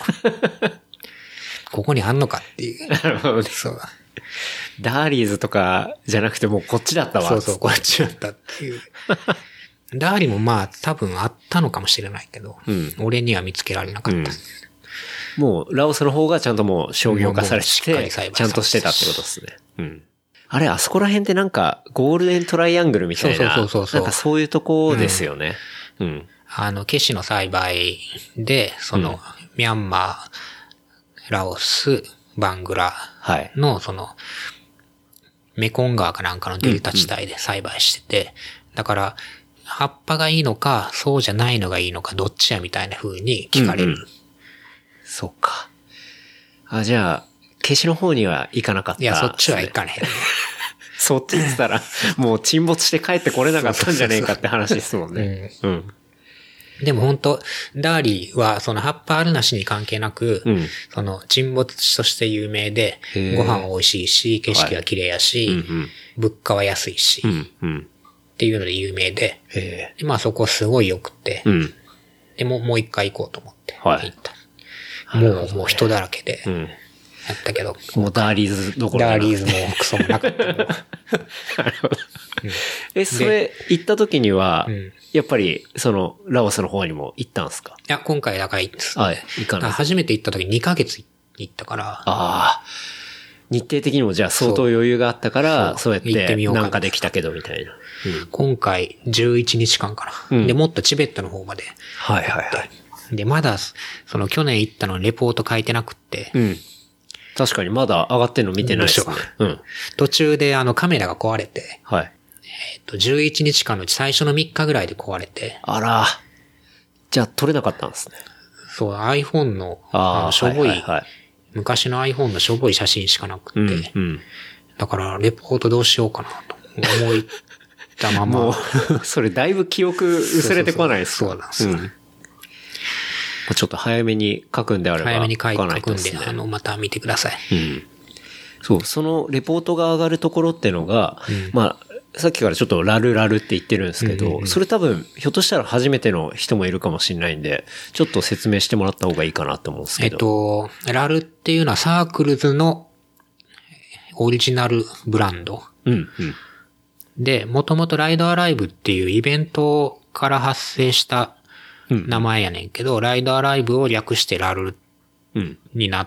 ここにあんのかっていう。なるほどね。そう。 ダーリーズとかじゃなくてもうこっちだったわ。 そうそう、こっちだったっていう。ダーリーもまあ多分あったのかもしれないけど、うん、俺には見つけられなかった、うん。 もうラオスの方がちゃんともう商業化されてて、ちゃんとしてたってことですね。うん。あれ、あそこら辺ってなんかゴールデントライアングルみたいな、そうそうそうそう。なんかそういうとこですよね。うん。うん、 あの、ケシの栽培で、その、うん、ミャンマー、ラオス、バングラの、その、メコン川かなんかのデルタ地帯で栽培してて、うんうん、だから、葉っぱがいいのか、そうじゃないのがいいのか、どっちやみたいな風に聞かれる。うんうん、 そっか。あ、じゃあ、ケシの方には行かなかった、ね。 いや、そっちは行かねえ、ね。 そっち行ったら、もう沈没して帰ってこれなかったんじゃねえかって話ですもんね。うん。 でも本当ダーリーはその葉っぱあるなしに関係なく、うん、その沈没地として有名で、ご飯は美味しいし、景色は綺麗やし、はいうんうん、物価は安いし、うんうん、っていうので有名で、でまあそこすごい良くて、うん、でももう一回行こうと思って行った。はい、もう、ね、もう人だらけで、やったけど。 もうダーリーズどころダーリーズもクソもなかった。なるほど。うん、え、それ行った時には、うん、やっぱりそのラオスの方にも行ったんですか？ いや、今回だから行った。 はい、行かない。 初めて行った時にかげつ行ったから。ああ。日程的にもじゃあ相当余裕があったから、そうやってなんかできたけどみたいな。 うん、今回じゅういちにちかんかな、うん。で、もっとチベットの方まで。 はいはいはい。 で、まだ、その去年行ったのレポート書いてなくって。うん。 確かにまだ上がってんの見てないですね。うん。 途中であのカメラが壊れて。はい。えっと、じゅういちにちかんのうち最初のみっかぐらいで壊れて。 あら。じゃあ撮れなかったんですね。 そう、iPhone の、あの、しょぼい、はいはいはい、昔の iPhone のしょぼい写真しかなくて。うんうん、だから、レポートどうしようかなと思ったまま。もう、それだいぶ記憶薄れてこないですか？ そうなんですよ。うんちょっと早めに書くんであれば早めに書いて書くんで、あの、また見てください。うん。 そう、そのレポートが上がるところってのが、うん、まあ、さっきからちょっとラルラルって言ってるんですけど、うんうんうん、それ多分、ひょっとしたら初めての人もいるかもしれないんで、ちょっと説明してもらった方がいいかなと思うんですけど。 えっと、ラルっていうのはサークルズのオリジナルブランド。うんうん。で、もともとライドアライブっていうイベントから発生した名前やねんけど、うん、ライドアライブを略してラルになって、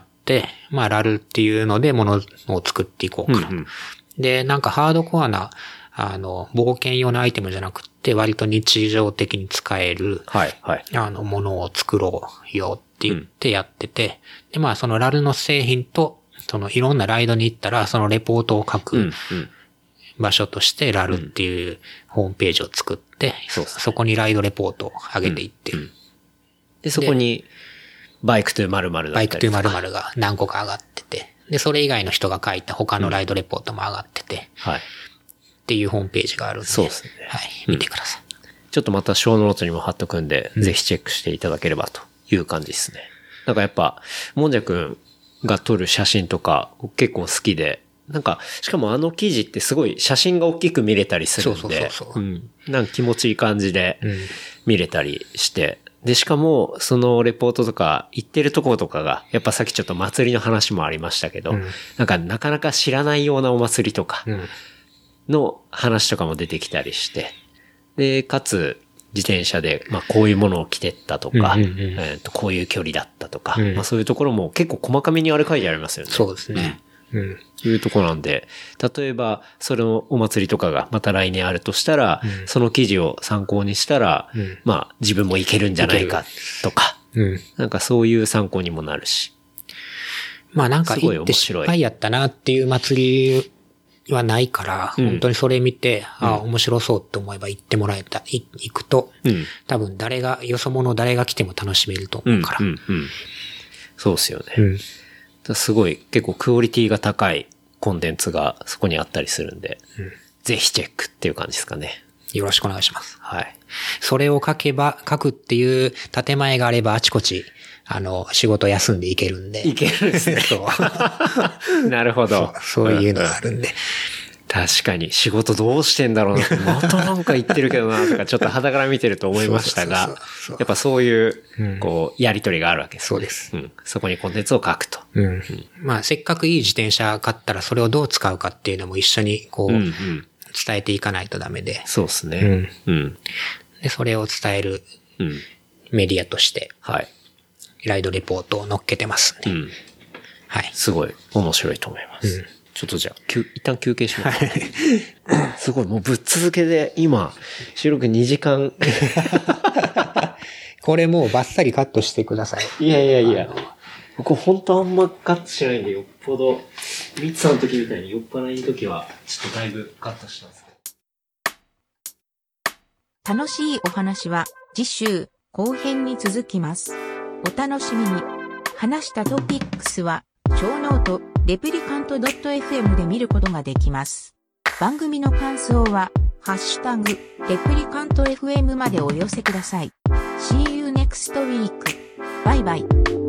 うん、まあラルっていうのでものを作っていこうかな、うんうん。で、なんかハードコアな、あの、冒険用のアイテムじゃなくって割と日常的に使える、はいはい、あの、ものを作ろうよって言ってやってて、うん、で、まあそのラルの製品と、そのいろんなライドに行ったらそのレポートを書く、うんうん場所としてラルっていうホームページを作って、うん そ, そこにライドレポートを上げていってる。うんうん、 で、そこにバイクトゥー〇〇だったりとか。 バイクトゥー〇〇が何個か上がってて、で、それ以外の人が書いた他のライドレポートも上がってて、うん、はい。っていうホームページがあるんで。 そうですね。 はい。見てください。 うん、ちょっとまたショーノートにも貼っとくんで、うん、ぜひチェックしていただければという感じですね。 なんかやっぱ、もんじゃくんが撮る写真とか結構好きで、なんか、しかもあの記事ってすごい写真が大きく見れたりするんで、 そうそうそうそう、うん、 なんか気持ちいい感じで見れたりして、うん、で、しかもそのレポートとか行ってるところとかが、やっぱさっきちょっと祭りの話もありましたけど、うん、なんかなかなか知らないようなお祭りとかの話とかも出てきたりして、で、かつ自転車で、まあこういうものを着てったとか、うんうんうん、えーと、こういう距離だったとか、うん、まあそういうところも結構細かめにあれ書いてありますよね。 そうですね。うんうん、 いうところなんで、例えば、それのお祭りとかがまた来年あるとしたら、うん、その記事を参考にしたら、うん、まあ自分もいけるんじゃないかとか、うん、なんかそういう参考にもなるし。 まあなんか行って失敗やったなっていう祭りはないから、うん、本当にそれ見て、うん、ああ面白そうって思えば行ってもらえた、行くと、うん、多分誰が、よそ者誰が来ても楽しめると思うから。うんうんうん、 そうですよね。うんすごい結構クオリティが高いコンテンツがそこにあったりするんで、うん、ぜひチェックっていう感じですかね。 よろしくお願いします。 はい。 それを書けば、書くっていう建前があればあちこち、あの、仕事休んでいけるんで。 いけるんですね。そう。なるほどそう。そういうのがあるんで。 確かに仕事どうしてんだろうなって、またなんか言ってるけどなとかちょっと肌から見てると思いましたが、やっぱそういう、こう、やりとりがあるわけですね。 そうです。 うん。そこにコンテンツを書くと。 うん。うん、まあ、せっかくいい自転車買ったらそれをどう使うかっていうのも一緒にこう、うんうん、伝えていかないとダメで。 そうですね。うん。うん。 で、それを伝えるメディアとして、 はい。 ライドレポートを載っけてますんで。うん。はい。 すごい面白いと思います。うんちょっとじゃあ、一旦休憩します。すごい、もうぶっ続けで今、収録にじかん。 これもうバッサリカットしてください。 いやいやいや。僕本当あんまカットしないんで、よっぽど、ミツさんの時みたいに酔っ払いの時は、ちょっとだいぶカットしたんですけど。楽しいお話は、次週、後編に続きます。お楽しみに。話したトピックスは、小ノート、レプリカント .fm で見ることができます。番組の感想は、ハッシュタグ、レプリカント エフエム までお寄せください。See you next week. バイバイ。